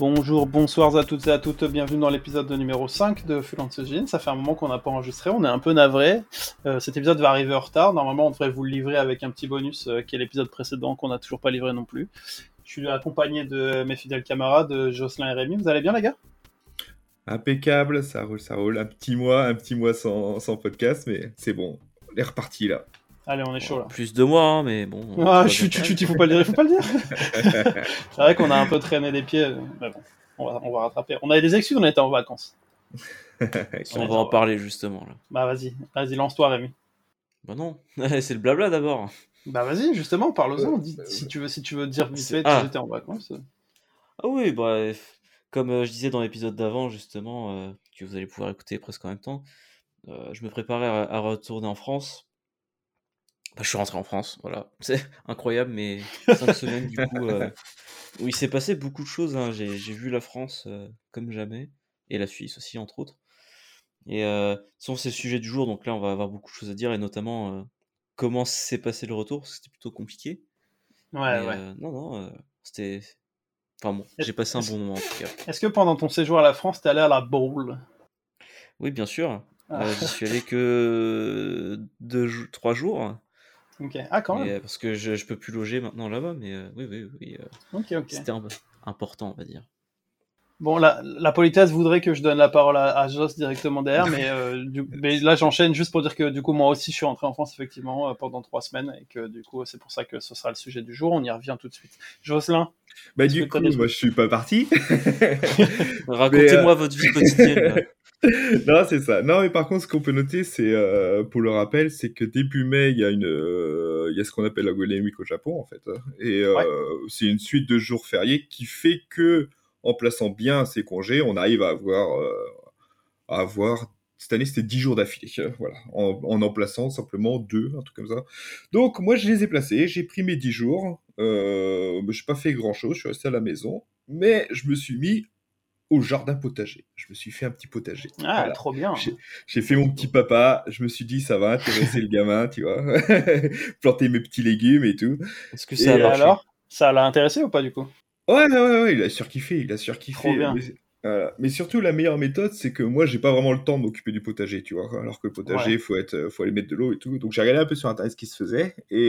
Bonjour, bonsoir à toutes et à toutes, bienvenue dans l'épisode numéro 5 de Freelance Engine. Ça fait un moment qu'on n'a pas enregistré, on est un peu navré. Cet épisode va arriver en retard, normalement on devrait vous le livrer avec un petit bonus qui est l'épisode précédent qu'on n'a toujours pas livré non plus. Je suis accompagné de mes fidèles camarades Jocelyn et Rémi. Vous allez bien les gars ? Impeccable, ça roule. Un petit mois sans podcast, mais c'est bon, on est reparti là. Allez, on est chaud là. Plus de moi, hein, mais bon. Ah, chut, il faut pas le dire, C'est vrai qu'on a un peu traîné des pieds, mais bon, on va rattraper. On avait des excuses, on était en vacances. On va en parler justement là. Bah vas-y, lance-toi Rémi. Bah non, c'est le blabla d'abord. Bah vas-y, justement, parle-en. Si tu veux dire vite fait, tu étais en vacances. Ah oui, bref. Comme je disais dans l'épisode d'avant, justement, que vous allez pouvoir écouter presque en même temps, je me préparais à retourner en France. Bah, je suis rentré en France, voilà. C'est incroyable, mais 5 semaines du coup, où il s'est passé beaucoup de choses. Hein. J'ai vu la France comme jamais, et la Suisse aussi, entre autres. Et c'est le sujet du jour, donc là on va avoir beaucoup de choses à dire, et notamment comment s'est passé le retour, parce que c'était plutôt compliqué. Ouais. C'était... Enfin bon, j'ai passé un bon moment en tout cas. Est-ce que pendant ton séjour à la France, t'es allé à la bowl ? Oui, bien sûr. J'y suis allé que 3 jours. Ok, quand même. Parce que je peux plus loger maintenant là-bas, mais oui. Ok. C'était important, on va dire. Bon, la politesse voudrait que je donne la parole à Joss directement derrière, mais là j'enchaîne juste pour dire que du coup moi aussi je suis rentré en France effectivement pendant 3 semaines et que du coup c'est pour ça que ce sera le sujet du jour. On y revient tout de suite. Jocelyn. Bah du coup, moi je suis pas parti. Racontez-moi votre vie quotidienne. Là. Non, c'est ça. Non, mais par contre, ce qu'on peut noter, c'est pour le rappel, c'est que début mai, il y a ce qu'on appelle la Golden Week au Japon en fait, et c'est une suite de jours fériés qui fait que en plaçant bien ses congés, on arrive à avoir cette année, c'était 10 jours d'affilée, voilà, en plaçant simplement 2, un truc comme ça. Donc, moi, je les ai placés, j'ai pris mes 10 jours, je n'ai pas fait grand-chose, je suis resté à la maison, mais je me suis mis au jardin potager. Je me suis fait un petit potager. Ah, voilà. Trop bien. J'ai fait mon petit papa, je me suis dit, ça va intéresser le gamin, tu vois, planter mes petits légumes et tout. Est-ce que ça a marché ? Alors, ça l'a intéressé ou pas du coup ? Ouais, il a surkiffé. Trop bien. Mais surtout, la meilleure méthode, c'est que moi, j'ai pas vraiment le temps de m'occuper du potager, tu vois. Alors que le potager, faut aller mettre de l'eau et tout. Donc, j'ai regardé un peu sur Internet ce qui se faisait. Et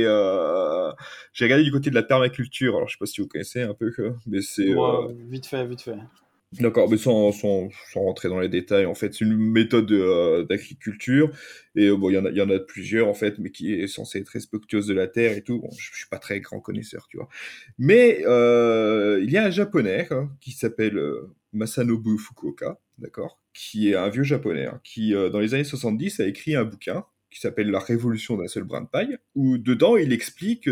j'ai regardé du côté de la permaculture. Alors, je sais pas si vous connaissez un peu, mais c'est... Vite fait. D'accord, mais sans rentrer dans les détails, en fait, c'est une méthode d'agriculture, et bon, il y en a plusieurs, en fait, mais qui est censée être respectueuse de la terre et tout. Bon, je suis pas très grand connaisseur, tu vois. Mais il y a un japonais qui s'appelle Masanobu Fukuoka, d'accord, qui est un vieux japonais, qui, dans les années 70, a écrit un bouquin qui s'appelle La révolution d'un seul brin de paille, où dedans, il explique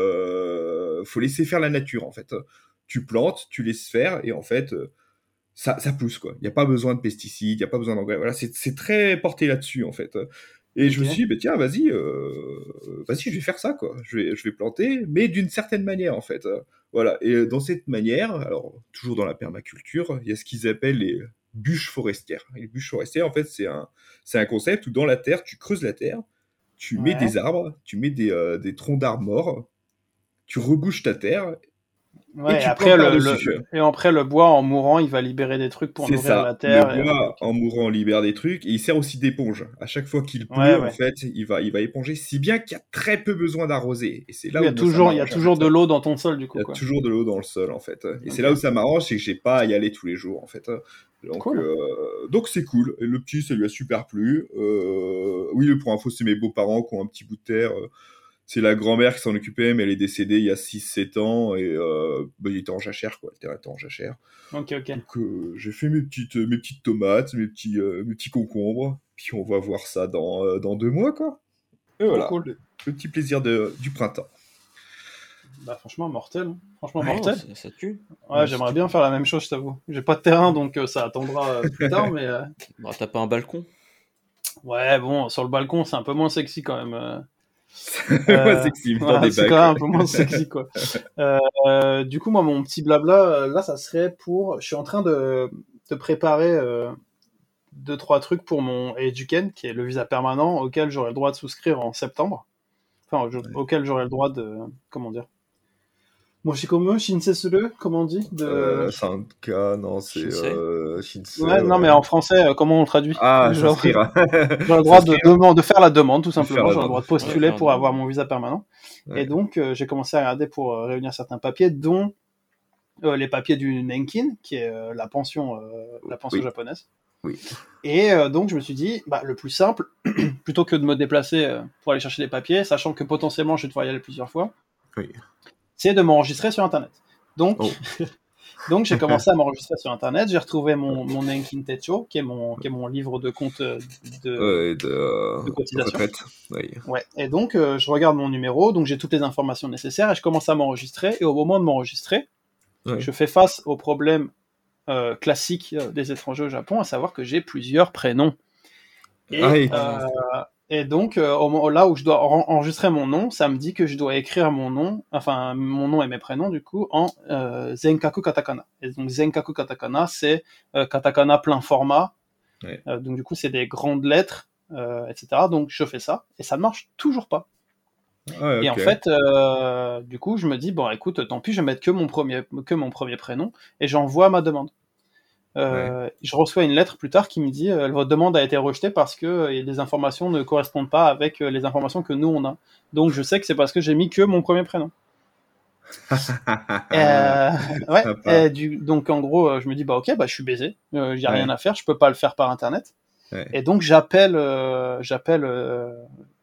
faut laisser faire la nature, en fait. Tu plantes, tu laisses faire, et en fait... ça pousse, quoi. Il n'y a pas besoin de pesticides, il n'y a pas besoin d'engrais. Voilà, c'est très porté là-dessus, en fait. Et je me suis dit, bah, tiens, vas-y, je vais faire ça, quoi. Je vais planter, mais d'une certaine manière, en fait. Voilà. Et dans cette manière, alors, toujours dans la permaculture, il y a ce qu'ils appellent les bûches forestières. Et les bûches forestières, en fait, c'est un concept où dans la terre, tu creuses la terre, tu mets des arbres, tu mets des troncs d'arbres morts, tu rebouches ta terre, Ouais, et après le bois en mourant, il va libérer des trucs pour nourrir la terre. Le bois en mourant libère des trucs, et il sert aussi d'éponge. À chaque fois qu'il pleut, en fait, il va éponger, si bien qu'il y a très peu besoin d'arroser. Et c'est là il y a toujours de l'eau dans ton sol, du coup. Il y a toujours de l'eau dans le sol, en fait. Et c'est là où ça m'arrange, c'est que j'ai pas à y aller tous les jours, en fait. Donc, cool. Donc c'est cool. Et le petit, ça lui a super plu. Oui, pour info, c'est mes beaux-parents qui ont un petit bout de terre. C'est la grand-mère qui s'en occupait, mais elle est décédée il y a 6-7 ans, et il était en jachère, quoi. Le terrain était en jachère. Ok. Donc j'ai fait mes petites tomates, mes petits concombres, puis on va voir ça dans 2 mois, quoi. Et voilà, cool. le petit plaisir du printemps. Bah franchement, mortel. Mortel. Ça tue. Ouais, j'aimerais bien faire la même chose, je t'avoue. J'ai pas de terrain, donc ça attendra plus tard, mais... Bah, t'as pas un balcon ? Ouais, bon, sur le balcon, c'est un peu moins sexy, quand même. Moins sexy, dans des bacs. C'est quand même un peu moins sexy, quoi. Du coup, moi, mon petit blabla, là, ça serait pour... Je suis en train de préparer 2-3 trucs pour mon Eduken, qui est le visa permanent, auquel j'aurai le droit de souscrire en septembre. Enfin, auquel j'aurai le droit de... Comment dire ? Moshikomo Shinsetsuru, comment on dit Sanka, non, c'est Shinsei. Ouais, non, mais en français, comment on le traduit? Ah, Genre, s'inscrire. j'ai le droit de faire la demande, tout simplement. J'ai le droit de postuler Ouais, pour avoir mon visa permanent. Ouais. Et donc, j'ai commencé à regarder pour réunir certains papiers, dont les papiers du Nenkin, qui est la pension Oui. japonaise. Oui. Et donc, je me suis dit, le plus simple, plutôt que de me déplacer pour aller chercher des papiers, sachant que potentiellement, je vais devoir y aller plusieurs fois, Oui. c'est de m'enregistrer sur Internet. Donc, donc j'ai commencé à m'enregistrer sur Internet. J'ai retrouvé mon Nenkin Techo, qui est mon livre de compte de cotisation. Retraite. Oui. Ouais. Et donc, je regarde mon numéro, donc j'ai toutes les informations nécessaires et je commence à m'enregistrer. Et au moment de m'enregistrer, je fais face au problème classique des étrangers au Japon, à savoir que j'ai plusieurs prénoms. Et donc, là où je dois enregistrer mon nom, ça me dit que je dois écrire mon nom et mes prénoms, du coup, en Zenkaku Katakana. Et donc, Zenkaku Katakana, c'est katakana plein format. Ouais. Donc, du coup, c'est des grandes lettres, etc. Donc, je fais ça, et ça ne marche toujours pas. Okay. Et en fait, du coup, je me dis, bon, écoute, tant pis, je vais mettre que mon premier prénom, et j'envoie ma demande. Je reçois une lettre plus tard qui me dit votre demande a été rejetée parce que les informations ne correspondent pas avec les informations que nous on a. Donc je sais que c'est parce que j'ai mis que mon premier prénom. Donc en gros je me dis ok je suis baisé, y a rien à faire, je peux pas le faire par internet. Et donc j'appelle le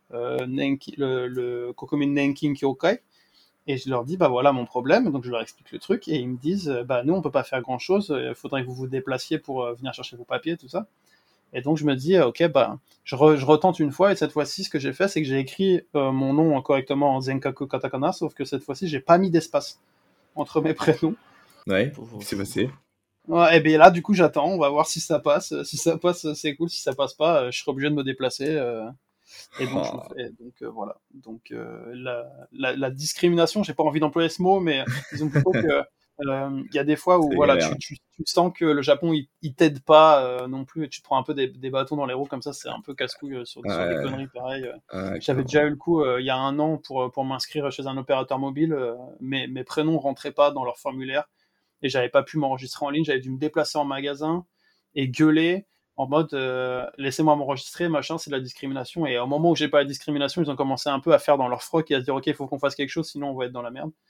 Kokumin Nenkin Kyokai. Et je leur dis, voilà mon problème, donc je leur explique le truc, et ils me disent, nous on peut pas faire grand chose, il faudrait que vous vous déplaciez pour venir chercher vos papiers, tout ça. Et donc je me dis, je retente une fois, et cette fois-ci, ce que j'ai fait, c'est que j'ai écrit mon nom correctement en Zenkaku Katakana, sauf que cette fois-ci, j'ai pas mis d'espace entre mes prénoms. Ouais, c'est passé. Ouais, et bien là, du coup, j'attends, on va voir si ça passe. Si ça passe, c'est cool, si ça passe pas, je serai obligé de me déplacer. Et donc, voilà. Donc, la discrimination, j'ai pas envie d'employer ce mot, mais disons plutôt que y a des fois où tu sens que le Japon il t'aide pas non plus, et tu te prends un peu des bâtons dans les roues comme ça, c'est un peu casse-couille sur des conneries pareilles. J'avais déjà eu le coup il y a un an pour m'inscrire chez un opérateur mobile, mes prénoms rentraient pas dans leur formulaire et j'avais pas pu m'enregistrer en ligne, j'avais dû me déplacer en magasin et gueuler en mode laissez-moi m'enregistrer, machin, c'est de la discrimination. Et au moment où j'ai pas la discrimination, ils ont commencé un peu à faire dans leur froc et à se dire ok, il faut qu'on fasse quelque chose, sinon on va être dans la merde.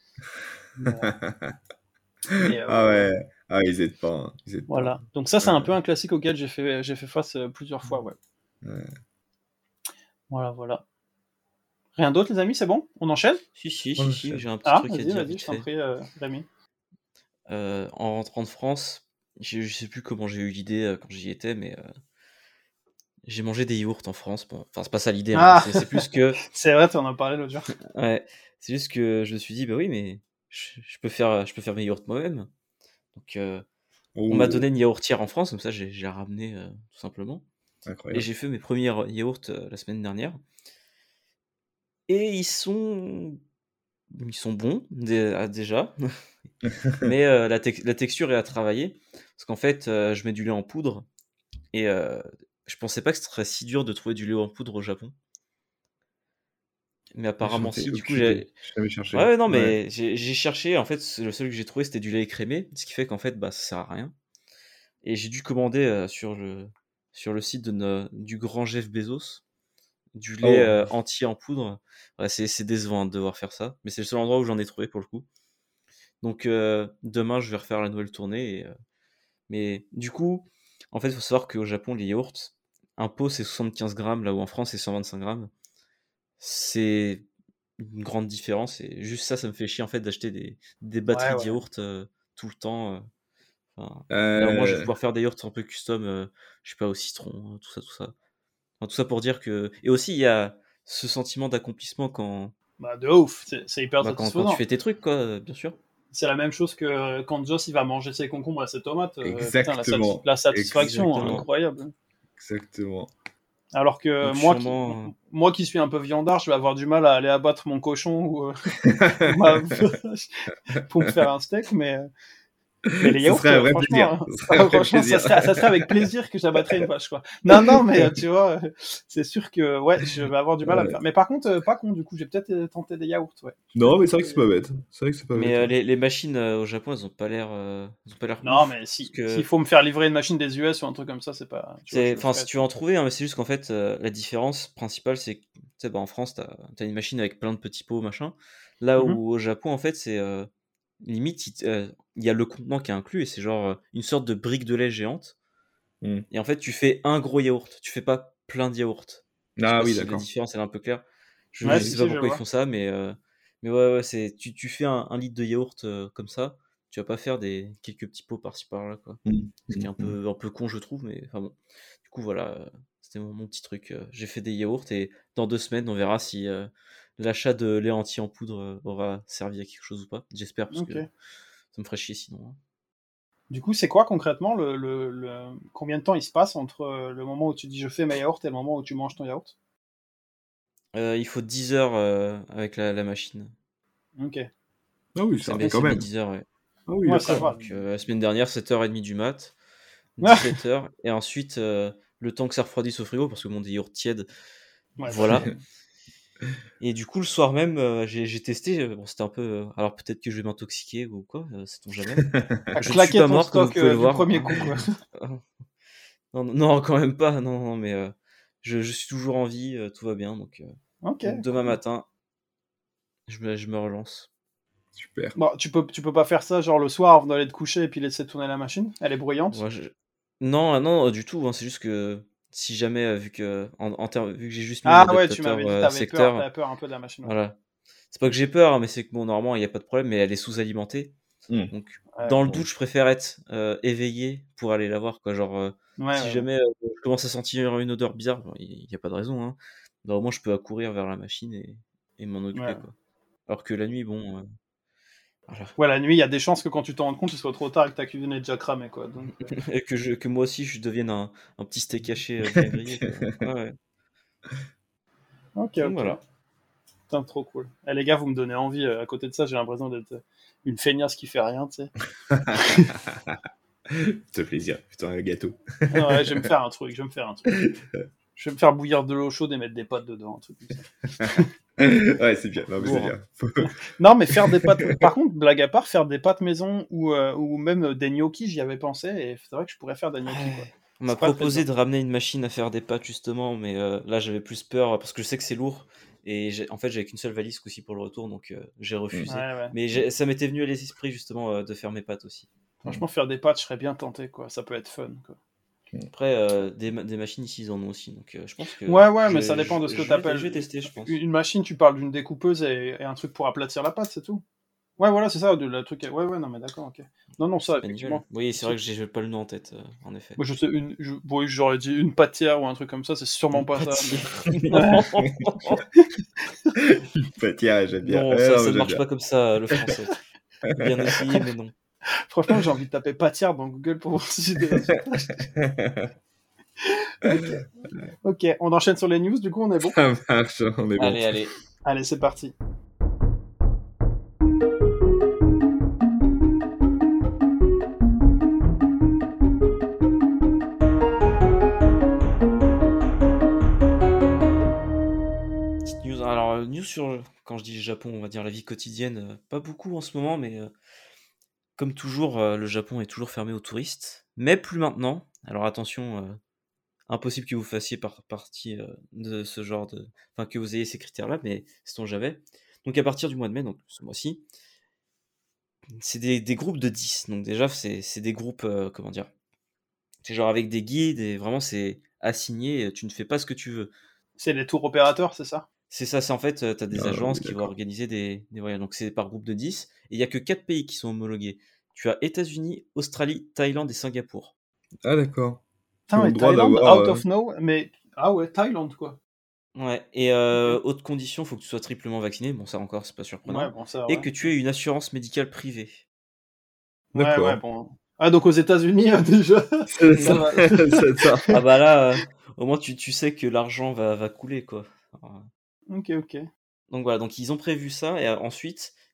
Ils aident pas. Hein. Voilà. Pas. Donc ça, c'est un peu un classique auquel j'ai fait face plusieurs fois, ouais. Voilà. Rien d'autre, les amis, c'est bon? On enchaîne? Si, j'ai un petit truc à dire. Vas-y, je t'en prie, Rémi. En rentrant de France, je sais plus comment j'ai eu l'idée quand j'y étais, mais j'ai mangé des yaourts en France. Bon, enfin, c'est pas ça l'idée, c'est plus que... C'est vrai, tu en as parlé l'autre jour. Ouais, c'est juste que je me suis dit, oui, mais je peux faire mes yaourts moi-même. Donc, on m'a donné une yaourtière en France, comme ça, j'ai ramené tout simplement. Incroyable. Et j'ai fait mes premiers yaourts la semaine dernière. Et ils sont bons, déjà. Mais la texture est à travailler. Parce qu'en fait, je mets du lait en poudre. Et je pensais pas que ce serait si dur de trouver du lait en poudre au Japon. Mais apparemment, si. Du coup, j'ai cherché. Ouais, non, mais j'ai cherché. En fait, le seul que j'ai trouvé, c'était du lait écrémé. Ce qui fait qu'en fait, ça sert à rien. Et j'ai dû commander sur le site du grand Jeff Bezos du lait entier en poudre. Ouais, c'est décevant de devoir faire ça. Mais c'est le seul endroit où j'en ai trouvé pour le coup. Donc, demain, je vais refaire la nouvelle tournée. Mais du coup, en fait, il faut savoir qu'au Japon, les yaourts, un pot, c'est 75 grammes, là où en France, c'est 125 grammes. C'est une grande différence. Et juste ça me fait chier, en fait, d'acheter des batteries de yaourt tout le temps. Là, au moins, je vais pouvoir faire des yaourts un peu custom, je sais pas, au citron, tout ça. Enfin, tout ça pour dire que... Et aussi, il y a ce sentiment d'accomplissement quand... de ouf, c'est hyper satisfaisant. Quand tu fais tes trucs, quoi, bien sûr. C'est la même chose que quand Joss il va manger ses concombres et ses tomates. Exactement. La satisfaction, incroyable. Exactement. Alors que moi qui suis un peu viandard, je vais avoir du mal à aller abattre mon cochon ou pour me faire un steak, mais Mais les Ce yaourts, serait un vrai plaisir. franchement, Ce serait un vrai franchement, plaisir. ça serait avec plaisir que j'abattrais une vache, quoi. Non, non, mais tu vois, c'est sûr que ouais, je vais avoir du mal à le faire. Mais par contre, pas con, du coup, j'ai peut-être tenté des yaourts, ouais. Non, mais c'est vrai que c'est pas bête. C'est vrai que c'est pas Mais bête. les machines au Japon, elles ont pas l'air Non, ouf. mais Parce s'il que faut me faire livrer une machine des US ou un truc comme ça, c'est pas. Tu vois, je le enfin, ferai. si tu veux en trouver, hein, mais c'est juste qu'en fait, la différence principale, c'est que, tu sais, bah, en France, t'as une machine avec plein de petits pots, machin. Là Mhm. où au Japon, en fait, c'est limite, il y a le contenant qui est inclus et c'est genre une sorte de brique de lait géante. Mm. Et en fait, tu fais un gros yaourt. Tu fais pas plein de yaourts. Je sais Ah pas oui, si la d'accord. différence elle est un peu claire. Je Ouais, sais si, pas si, je pourquoi ils vois. font ça, mais ouais, c'est tu fais un litre de yaourt comme ça. Tu vas pas faire quelques petits pots par-ci par-là, quoi. Mm. Ce qui est Mm. un peu con, je trouve, mais enfin bon. Du coup, voilà, c'était mon petit truc. J'ai fait des yaourts et dans 2 semaines, on verra si l'achat de lait entier en poudre aura servi à quelque chose ou pas. J'espère, parce que Ok. ça me ferait chier sinon, hein. Du coup, c'est quoi concrètement combien de temps il se passe entre le moment où tu dis je fais ma yaourt et le moment où tu manges ton yaourt? Il faut 10 heures avec la machine. Ok. Ah oui, ça arrive quand C'est mes même. 10 heures, ouais. Ah oui, Ouais, ça d'accord. va. Donc, la semaine dernière, 7h30 du mat, 17h, et ensuite, le temps que ça refroidisse au frigo, parce que bon, des yaourts tièdes, Ouais, bah voilà. oui. Et du coup, le soir même, j'ai testé, bon, c'était un peu. Alors peut-être que je vais m'intoxiquer ou quoi, sait-on jamais. T'as Je ne suis claqué pas ton mort, comme vous stock pouvez le du voir. premier coup, quoi. Non, non, quand même pas, non, non, mais je suis toujours en vie, tout va bien, donc Ok, demain cool. matin, je me relance. Super. Bon, tu peux pas faire ça genre le soir avant d'aller te coucher et puis laisser tourner la machine? Elle est bruyante? Ouais, non, non, du tout, hein, c'est juste que si jamais, vu que j'ai juste mis un Ah ouais, tu adaptateur m'avais dit secteur, t'avais peur un peu de la machine, ouais. voilà. C'est pas que j'ai peur, hein, mais c'est que bon, normalement, il n'y a pas de problème, mais elle est sous-alimentée. Mm. Donc, Ouais, dans le ouais. doute, je préfère être éveillé pour aller la voir, quoi. Genre, Ouais, si ouais, ouais. jamais je commence à sentir une odeur bizarre, bon, il n'y a pas de raison, hein. Bah, au moins, je peux accourir vers la machine et m'en occuper, Ouais. quoi. Alors que la nuit, bon, voilà. Ouais, la nuit, il y a des chances que quand tu t'en rends compte, il soit trop tard et que ta cuisine est déjà cramée, quoi. Donc, Et que moi aussi, je devienne un petit steak haché bien grillé, quoi. Ouais, ouais. ok, Donc ok. voilà. Putain, trop cool. Eh, les gars, vous me donnez envie. À côté de ça, j'ai l'impression d'être une feignasse qui fait rien, tu sais. C'est plaisir. Putain, un gâteau. Ouais, je vais me faire un truc, je vais me faire un truc. Je vais me faire bouillir de l'eau chaude et mettre des pâtes dedans, un truc comme ça. Ouais, c'est bien. Non, mais c'est Lourd, hein. bien. Non, mais faire des pâtes. Par contre, blague à part, faire des pâtes maison ou même des gnocchis, j'y avais pensé et c'est vrai que je pourrais faire des gnocchis, quoi. On m'a C'est pas très proposé dur. de ramener une machine à faire des pâtes justement, mais là j'avais plus peur parce que je sais que c'est lourd et en fait j'avais qu'une seule valise ce coup-ci pour le retour, donc j'ai Mm. refusé. Ouais, ouais. Mais ça m'était venu à l'esprit justement de faire mes pâtes aussi. Franchement, faire des pâtes, je serais bien tenté, quoi. Ça peut être fun, quoi. Après, des machines ici ils en ont aussi, donc je pense que Ouais, ouais, mais ça dépend de ce que je vais t'appelles. tester, je pense. Une machine, tu parles d'une découpeuse et un truc pour aplatir la pâte, c'est tout. Ouais, voilà, c'est ça, le truc. Ouais, ouais, non, mais d'accord, ok. Non, non, ça, Petite manivelle. effectivement. Oui, c'est vrai que j'ai pas le nom en tête, en effet. Moi, je sais, bon, j'aurais dit une pâtière ou un truc comme ça, c'est sûrement Une pas ça. pâtière. Mais... Non, Bah, tiens, j'aime bien. non, Ouais, ça non, mais ne j'aime marche bien. pas comme ça le français. Bien essayé, mais non. Franchement, j'ai envie de taper pâtière dans Google pour voir si j'ai des résultats. Ok. Ok, on enchaîne sur les news, du coup, on est bon. Ça marche, on est bon. Allez, allez. Allez, c'est parti. Petite news. Alors, news sur, quand je dis Japon, on va dire la vie quotidienne, pas beaucoup en ce moment, mais comme toujours, le Japon est toujours fermé aux touristes, mais plus maintenant. Alors attention, impossible que vous fassiez partie de ce genre de... Enfin, que vous ayez ces critères-là, mais sait-on jamais. Donc à partir du mois de mai, donc ce mois-ci, c'est des groupes de 10. Donc déjà, c'est des groupes, comment dire, c'est genre avec des guides, et vraiment c'est assigné, tu ne fais pas ce que tu veux. C'est les tours opérateurs, c'est ça? C'est ça, c'est en fait, tu as des Ah, agences oui, qui vont d'accord. organiser des voyages. Donc c'est par groupe de 10. Et il n'y a que 4 pays qui sont homologués. Tu as États-Unis, Australie, Thaïlande et Singapour. Ah, d'accord. Qui Putain, ont mais le droit Thaïlande, d'avoir. out of no, mais. Ah ouais, Thaïlande, quoi. Ouais, et Ok. autre condition, il faut que tu sois triplement vacciné. Bon, ça encore, c'est pas Ouais, surprenant. bon, ça, Et ouais. que tu aies une assurance médicale privée. Ouais, ouais, D'accord. bon. Ah, donc aux États-Unis déjà, C'est ça ça. Mm. va. C'est ça. Ah bah là, au moins tu sais que l'argent va couler, quoi. Alors, Ok, ok. donc voilà, donc ils ont prévu ça. Et ensuite,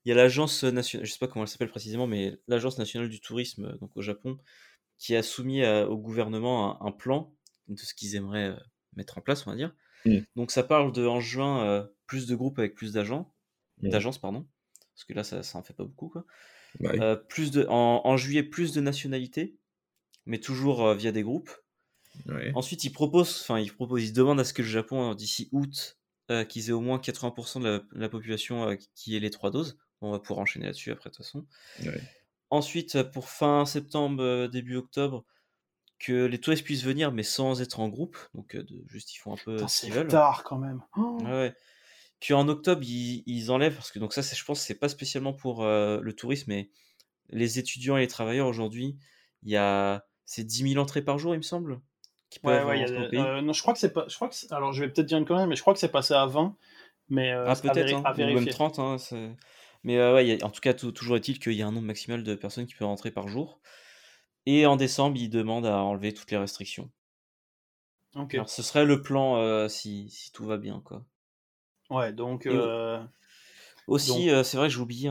il y a l'agence nationale, je sais pas comment elle s'appelle précisément, mais l'agence nationale du tourisme, donc au Japon, qui a soumis au gouvernement un plan de ce qu'ils aimeraient mettre en place, on va dire. Mm. Donc ça parle de, en juin, plus de groupes avec plus Mm. d'agences, pardon, parce que là, ça en fait pas beaucoup, quoi. Ouais. En juillet, plus de nationalités, mais toujours via des groupes. Ouais. Ensuite, ils demandent à ce que le Japon, d'ici août, qu'ils aient au moins 80% de la population qui ait les 3 doses. On va pouvoir enchaîner là-dessus après, de toute façon. Ouais. Ensuite, pour fin septembre, début octobre, que les touristes puissent venir, mais sans être en groupe. Donc, juste, ils font un peu Putain, ce qu'ils c'est veulent. tard quand même. Oh. Ouais, ouais. Qu'en octobre, ils enlèvent, parce que donc ça, je pense, c'est pas spécialement pour le tourisme, mais les étudiants et les travailleurs aujourd'hui, c'est 10 000 entrées par jour, il me semble, qui Ouais, peuvent ouais, rentrer au pays. non, je crois que c'est pas. Alors, je vais peut-être dire une connerie, mais je crois que c'est passé à 20. Mais Ah, peut-être, hein, à ou même vérifier. 30. Hein, mais ouais, en tout cas, toujours est-il qu'il y a un nombre maximal de personnes qui peuvent rentrer par jour. Et en décembre, ils demandent à enlever toutes les restrictions. Ok. Alors, ce serait le plan si tout va bien, quoi. Ouais, donc. Et aussi, c'est vrai que j'ai oublié,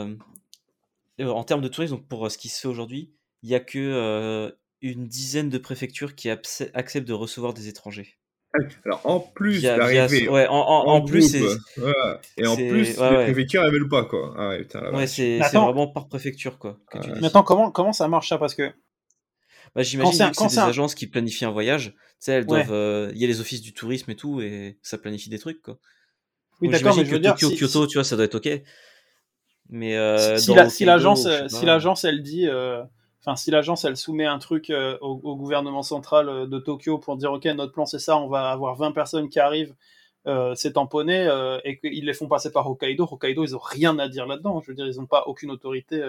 en termes de tourisme, donc pour ce qui se fait aujourd'hui, il n'y a que une dizaine de préfectures qui acceptent de recevoir des étrangers. Alors, en plus Via, d'arriver ouais, en en plus, groupe, voilà. Et en plus, ouais, les ouais. préfectures, elles veulent pas, quoi. Ah ouais, putain, la Ouais, vache. Mais c'est attends, vraiment par préfecture, quoi, que tu Ouais. mais décides. attends, comment ça marche ça? Parce que Bah, j'imagine, vu que quand c'est c'est des un. agences qui planifient un voyage, tu sais, elles Ouais, doivent. Il y a les offices du tourisme et tout, et ça planifie des trucs, quoi. oui, Donc d'accord, mais j'imagine je que veux dire, Tokyo, Kyoto, tu vois, ça doit être ok. Mais si dans l'agence, Hokkaido, je sais si pas. l'agence, elle dit, enfin, si l'agence, elle soumet un truc au gouvernement central de Tokyo pour dire, ok, notre plan c'est ça, on va avoir 20 personnes qui arrivent, c'est tamponné, et qu'ils les font passer par Hokkaido. Hokkaido, ils ont rien à dire là-dedans. Je veux dire, ils ont pas aucune autorité.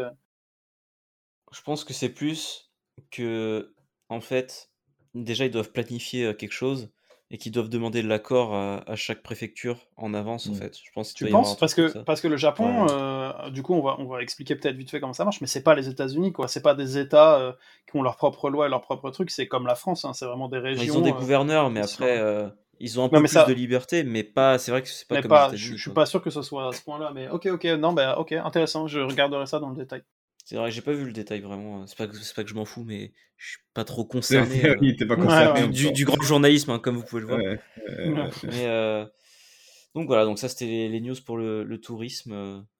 Je pense que c'est plus que, en fait, déjà, ils doivent planifier quelque chose et qu'ils doivent demander l'accord à chaque préfecture en avance, en Mm. fait. Je pense qu'il Tu doit y avoir un penses? truc comme ça. Parce que le Japon, Ouais. du coup, on va expliquer peut-être vite fait comment ça marche, mais c'est pas les États-Unis, quoi. C'est pas des États qui ont leurs propres lois et leurs propres trucs. C'est comme la France, hein. C'est vraiment des Enfin, ils ont des régions gouverneurs, mais qui après, sont. ils ont un Ouais, peu mais plus de ça, liberté, mais pas. C'est vrai que c'est pas mais comme les pas. Je États-Unis, suis quoi. pas sûr que ce soit à ce point-là, mais ok, non, bah ok, intéressant. Je regarderai ça dans le détail. C'est vrai que j'ai pas vu le détail vraiment. C'est pas que je m'en fous, mais je suis pas trop concerné Oui, t'es pas Ouais, concerné ouais. encore. du grand journalisme, hein, comme vous pouvez le voir. Ouais. Ouais. Mais donc voilà, donc ça c'était les news pour le tourisme.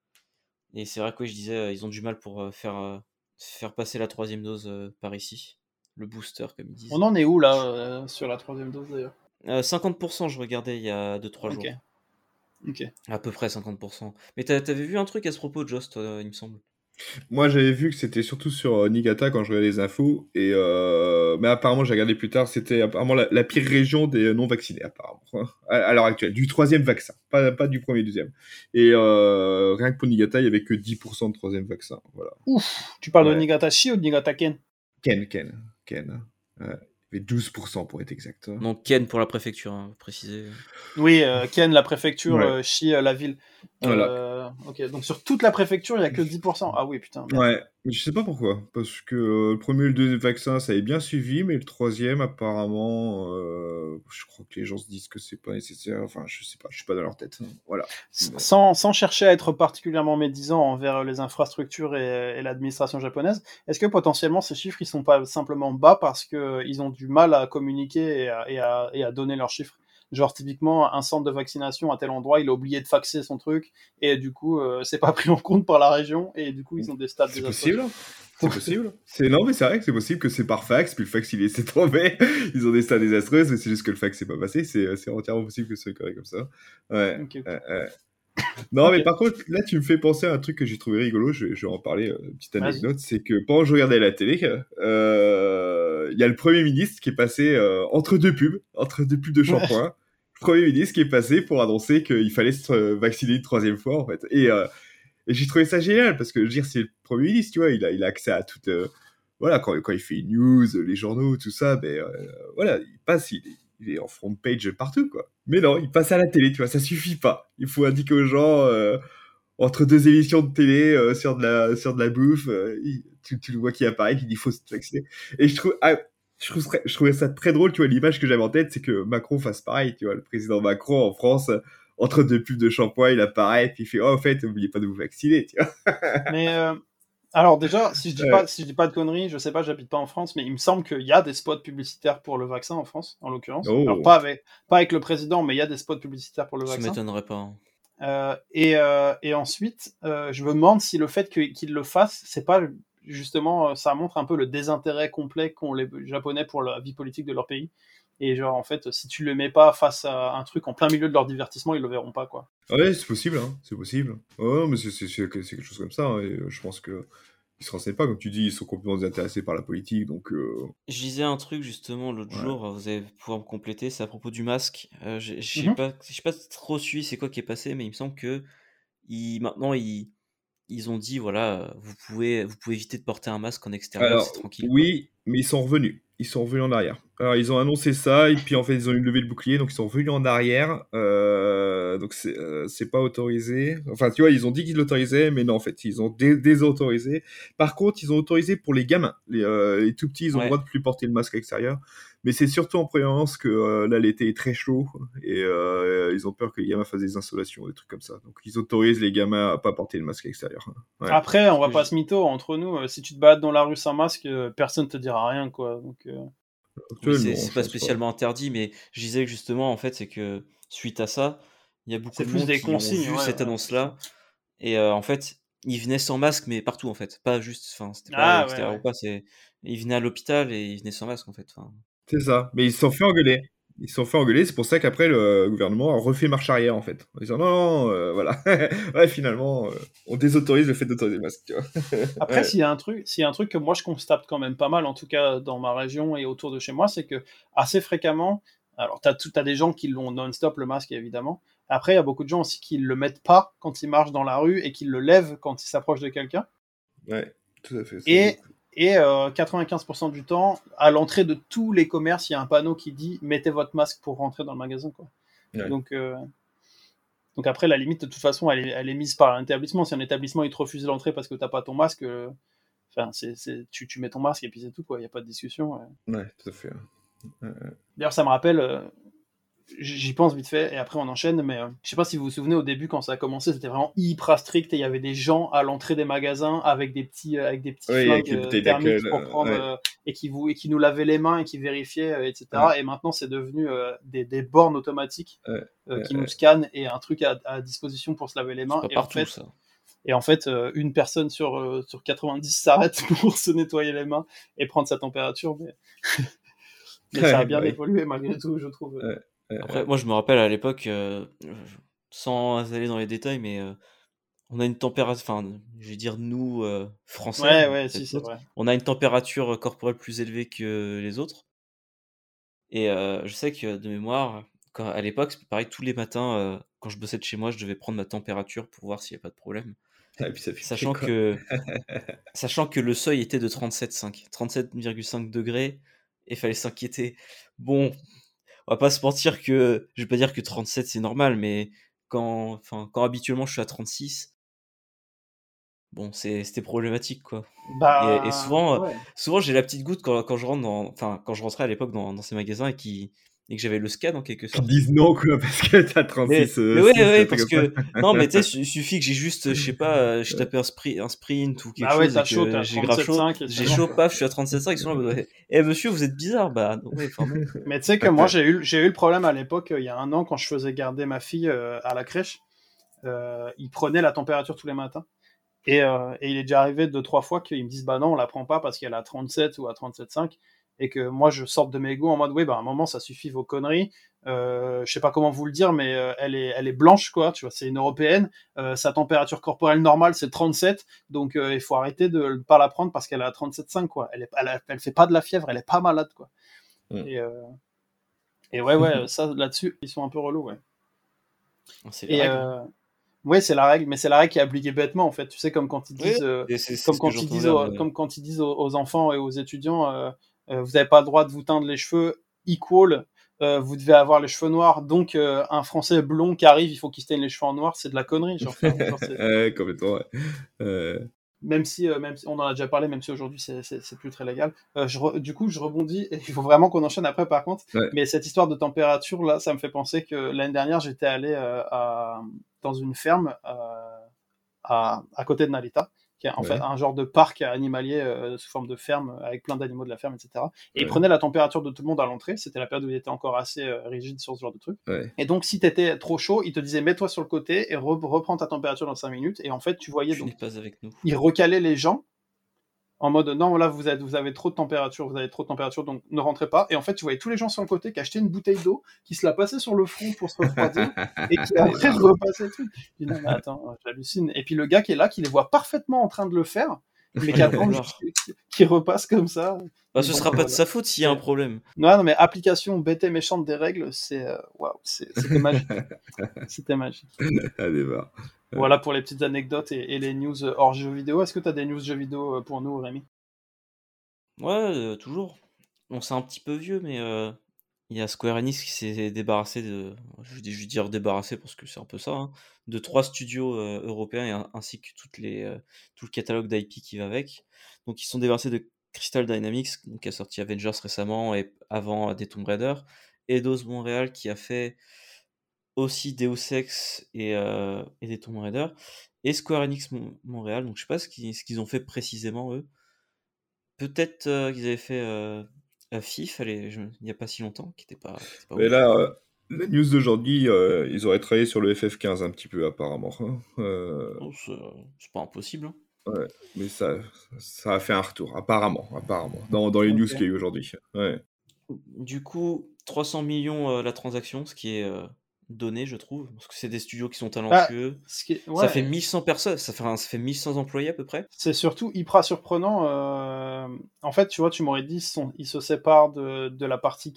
Et c'est vrai que oui, je disais, ils ont du mal pour faire passer la 3e dose par ici. Le booster, comme ils On disent. en est où là sur la 3e dose d'ailleurs? 50%, je regardais il y a 2-3 Ok, jours. ok. À peu près 50%. Mais t'avais vu un truc à ce propos, Jost, il me semble. Moi, j'avais vu que c'était surtout sur Niigata quand je regardais les infos. Mais apparemment, j'ai regardé plus tard, c'était apparemment la pire région des non-vaccinés, apparemment. À l'heure actuelle. Du 3e vaccin. Pas du premier, deuxième. Et rien que pour Niigata, il n'y avait que 10% de 3e vaccin. Voilà. Ouf, tu parles de Ouais. Niigatashi ou de Niigataken? Ken. Ouais. Il y avait 12% pour être exact. Donc Ken pour la préfecture, hein, préciser. Oui, Ken, la préfecture, Ouais. Shi, la ville. Voilà. Ok, donc sur toute la préfecture, il n'y a que 10%. Ah oui, putain, merde. Ouais, mais je sais pas pourquoi. Parce que le premier et le deuxième vaccin, ça avait bien suivi, mais le troisième, apparemment, je crois que les gens se disent que c'est pas nécessaire. Enfin, je sais pas, je suis pas dans leur tête. Voilà. Sans chercher à être particulièrement médisant envers les infrastructures et l'administration japonaise, est-ce que potentiellement ces chiffres ils sont pas simplement bas parce qu'ils ont du mal à communiquer et à donner leurs chiffres? Genre typiquement un centre de vaccination à tel endroit, il a oublié de faxer son truc et du coup c'est pas pris en compte par la région et du coup ils ont des stats C'est désastreux. possible. C'est possible. Non, mais c'est vrai que c'est possible que c'est par fax, puis le fax il s'est trompé. Ils ont des stats désastreuses, mais c'est juste que le fax s'est pas passé. C'est entièrement possible que ce soit correct comme ça. Ouais. Ok. Non, Ok. mais par contre, là, tu me fais penser à un truc que j'ai trouvé rigolo. Je vais en parler, une petite Vas-y. anecdote. C'est que pendant que je regardais la télé, il y a le Premier ministre qui est passé entre deux pubs de shampoing. Le Premier ministre qui est passé pour annoncer qu'il fallait se vacciner une 3e fois, en fait. Et j'ai trouvé ça génial parce que, je veux dire, c'est le Premier ministre, tu vois, il a accès à toute. Voilà, quand il fait une news, les journaux, tout ça, ben voilà, il passe, il est en front page partout, quoi. Mais non, il passe à la télé, tu vois, ça suffit pas. Il faut indiquer aux gens, entre deux émissions de télé, sur de la bouffe, tu le vois qui apparaît, qui dit faut se vacciner. Et je trouvais ça très drôle, tu vois, l'image que j'avais en tête, c'est que Macron fasse pareil, tu vois, le président Macron en France, entre deux pubs de shampoing, il apparaît, puis il fait, oh, en fait, n'oubliez pas de vous vacciner, tu vois. Mais alors déjà, si je dis pas de conneries, je sais pas, j'habite pas en France, mais il me semble qu'il y a des spots publicitaires pour le vaccin en France, en l'occurrence. Oh. Alors pas avec le président, mais il y a des spots publicitaires pour le vaccin. Ça m'étonnerait pas. Et ensuite, je me demande si le fait qu'ils le fassent, c'est pas justement, ça montre un peu le désintérêt complet qu'ont les Japonais pour la vie politique de leur pays. Et genre, en fait, si tu le mets pas face à un truc en plein milieu de leur divertissement, ils le verront pas, quoi. Ouais, c'est possible, hein, c'est possible. Oh, mais c'est quelque chose comme ça, hein, et je pense que ils se renseignent pas, comme tu dis, ils sont complètement désintéressés par la politique, donc... Je disais un truc justement l'autre jour, vous allez pouvoir me compléter, c'est à propos du masque. Je sais pas trop suivi c'est quoi qui est passé, mais il me semble que maintenant ils ont dit voilà, vous pouvez éviter de porter un masque en extérieur, Alors, c'est tranquille. oui, mais ils sont revenus en arrière. Alors, ils ont annoncé ça, et puis en fait, ils ont eu levé le bouclier, donc ils sont revenus en arrière. Donc, c'est pas autorisé. Enfin, tu vois, ils ont dit qu'ils l'autorisaient, mais non, en fait, ils ont désautorisé. Par contre, ils ont autorisé pour les gamins. Les tout petits, ils ont le droit de plus porter le masque à l'extérieur. Mais c'est surtout en prévenance que là, l'été est très chaud, et ils ont peur que les gamins fassent des insolations, des trucs comme ça. Donc, ils autorisent les gamins à pas porter le masque à l'extérieur. Ouais. Après, on va pas se mytho, entre nous, si tu te balades dans la rue sans masque, personne te dira rien, quoi. Donc, c'est pas spécialement interdit, mais je disais que justement, en fait, c'est que suite à ça, il y a beaucoup de monde qui ont vu cette annonce-là, et en fait, ils venaient sans masque, mais partout, en fait. Pas juste, enfin, c'était pas à l'extérieur ou pas, ils venaient à l'hôpital et ils venaient sans masque, en fait. Enfin... C'est ça, mais ils se sont fait engueuler. C'est pour ça qu'après, le gouvernement a refait marche arrière, en fait. En disant, non, voilà. Ouais, finalement, on désautorise le fait d'autoriser le masque, tu vois. Après, s'il y a un truc que moi je constate quand même pas mal, en tout cas dans ma région et autour de chez moi, c'est que assez fréquemment, alors t'as des gens qui l'ont non-stop le masque évidemment. Après, il y a beaucoup de gens aussi qui le mettent pas quand ils marchent dans la rue et qui le lèvent quand ils s'approchent de quelqu'un. Ouais, tout à fait. Et 95% du temps, à l'entrée de tous les commerces, il y a un panneau qui dit mettez votre masque pour rentrer dans le magasin, quoi. Ouais. Donc après, la limite, de toute façon, elle est mise par l'établissement. Si un établissement il te refuse l'entrée parce que t'as pas ton masque, tu mets ton masque et puis c'est tout, quoi. Il n'y a pas de discussion. Ouais, tout à fait. D'ailleurs, ça me rappelle, j'y pense vite fait, et après on enchaîne, mais je sais pas si vous vous souvenez, au début, quand ça a commencé, c'était vraiment hyper strict, et il y avait des gens à l'entrée des magasins avec des petits flingues thermiques pour prendre, et qui nous lavaient les mains et qui vérifiaient, etc. Ouais. Et maintenant, c'est devenu des bornes automatiques qui nous scannent et un truc à disposition pour se laver les mains. C'est pas partout, ça. Et en fait, une personne sur 90 s'arrête pour se nettoyer les mains et prendre sa température, mais ça a bien évolué malgré tout, je trouve. Après, moi, je me rappelle à l'époque, sans aller dans les détails, mais on a une température, enfin, je vais dire nous, Français, c'est vrai. On a une température corporelle plus élevée que les autres. Et je sais que de mémoire, à l'époque, c'est pareil, tous les matins, quand je bossais de chez moi, je devais prendre ma température pour voir s'il n'y a pas de problème. Et puis ça sachant que le seuil était de 37,5 degrés, et il fallait s'inquiéter. Bon, on va pas se mentir que, je vais pas dire que 37 c'est normal, mais quand habituellement je suis à 36, bon, c'était problématique, quoi. Et souvent j'ai la petite goutte quand je rentre quand je rentrais à l'époque dans ces magasins et que j'avais le scan en quelque sorte. Ils disent non, quoi, parce que t'as 36. Mais ouais, parce que non, mais tu sais, il suffit que j'ai juste, je sais pas, je tapais un sprint ou quelque chose, t'as chaud, j'ai grave chaud, j'ai chaud, paf, je suis à 37,5, ils sont là, monsieur, vous êtes bizarre, bah ouais, enfin bon. Mais tu sais que moi j'ai eu le problème à l'époque, il y a un an, quand je faisais garder ma fille à la crèche, il prenait la température tous les matins. Et il est déjà arrivé 2-3 fois qu'ils me disent bah non, on la prend pas parce qu'elle est à 37 ou à 37,5, et que moi je sorte de mes goûts en mode oui, bah à un moment ça suffit vos conneries, je sais pas comment vous le dire, mais elle est blanche, quoi, tu vois, c'est une européenne, sa température corporelle normale c'est 37, donc il faut arrêter de ne pas la prendre parce qu'elle est à 37,5, quoi. Elle fait pas de la fièvre, elle est pas malade, quoi. Et ouais, ça là-dessus ils sont un peu relous, ouais. C'est vrai. Ouais, c'est la règle, mais c'est la règle qui est appliquée bêtement, en fait. Tu sais, comme quand ils disent, comme quand ils disent aux enfants et aux étudiants, vous n'avez pas le droit de vous teindre les cheveux, equal, vous devez avoir les cheveux noirs, donc un Français blond qui arrive, il faut qu'il se teigne les cheveux en noir, c'est de la connerie. Complètement, ouais. même si on en a déjà parlé, même si aujourd'hui c'est plus très légal. Du coup, je rebondis et il faut vraiment qu'on enchaîne après par contre. Ouais, Mais cette histoire de température là, ça me fait penser que l'année dernière, j'étais allé dans une ferme à côté de Narita, qui est en fait ouais, un genre de parc animalier sous forme de ferme avec plein d'animaux de la ferme, etc. Et ils ouais, prenaient la température de tout le monde à l'entrée. C'était la période où il était encore assez rigide sur ce genre de truc. ouais. Et donc, si t'étais trop chaud, ils te disaient mets-toi sur le côté et reprends ta température dans 5 minutes. Et en fait, tu voyais Tu donc, n'es pas avec nous. ils recalaient les gens en mode non, là, vous avez trop de température, donc ne rentrez pas. Et en fait, tu voyais tous les gens sur le côté qui achetaient une bouteille d'eau, qui se la passaient sur le front pour se refroidir, et qui Elle est après marrante. repassaient le truc. Je dis non, mais attends, j'hallucine. Et puis le gars qui est là, qui les voit parfaitement en train de le faire, mais qui Il en attend juste vouloir. qu'il repasse comme ça. Bah, Mais ce bon, sera pas de voilà. sa faute s'il y a un C'est- problème. Non, mais application bête et méchante des règles, c'est waouh, c'était magique. C'était magique. Elle est marrante. Ouais. Voilà pour les petites anecdotes et les news hors jeux vidéo. Est-ce que tu as des news jeux vidéo pour nous, Rémi? Ouais, toujours. Bon, c'est un petit peu vieux, mais il y a Square Enix qui s'est débarrassé de. Je vais dire débarrassé parce que c'est un peu ça, hein, de 3 studios européens ainsi que tout le catalogue d'IP qui va avec. Donc, ils sont débarrassés de Crystal Dynamics, donc, qui a sorti Avengers récemment et avant des Tomb Raider, Eidos Montréal qui a fait aussi Deus Ex et des Tomb Raider, et Square Enix Montréal. Donc, je sais pas ce qu'ils ont fait précisément, eux. Peut-être qu'ils avaient fait FIF il n'y a pas si longtemps, qui était pas Mais ouf. là, la news d'aujourd'hui, ils auraient travaillé sur le FF15 un petit peu, apparemment, hein. Oh, c'est pas impossible, hein. Ouais. Mais ça a fait un retour, apparemment, dans les news Ok. qu'il y a eu aujourd'hui. Ouais. Du coup, 300 millions la transaction, ce qui est donné, je trouve, parce que c'est des studios qui sont Bah, talentueux. Ça fait ouais, 1100 personnes, ça fait 1100 employés à peu près. c'est surtout hyper surprenant. En fait, tu vois, tu m'aurais dit, ils se séparent de la partie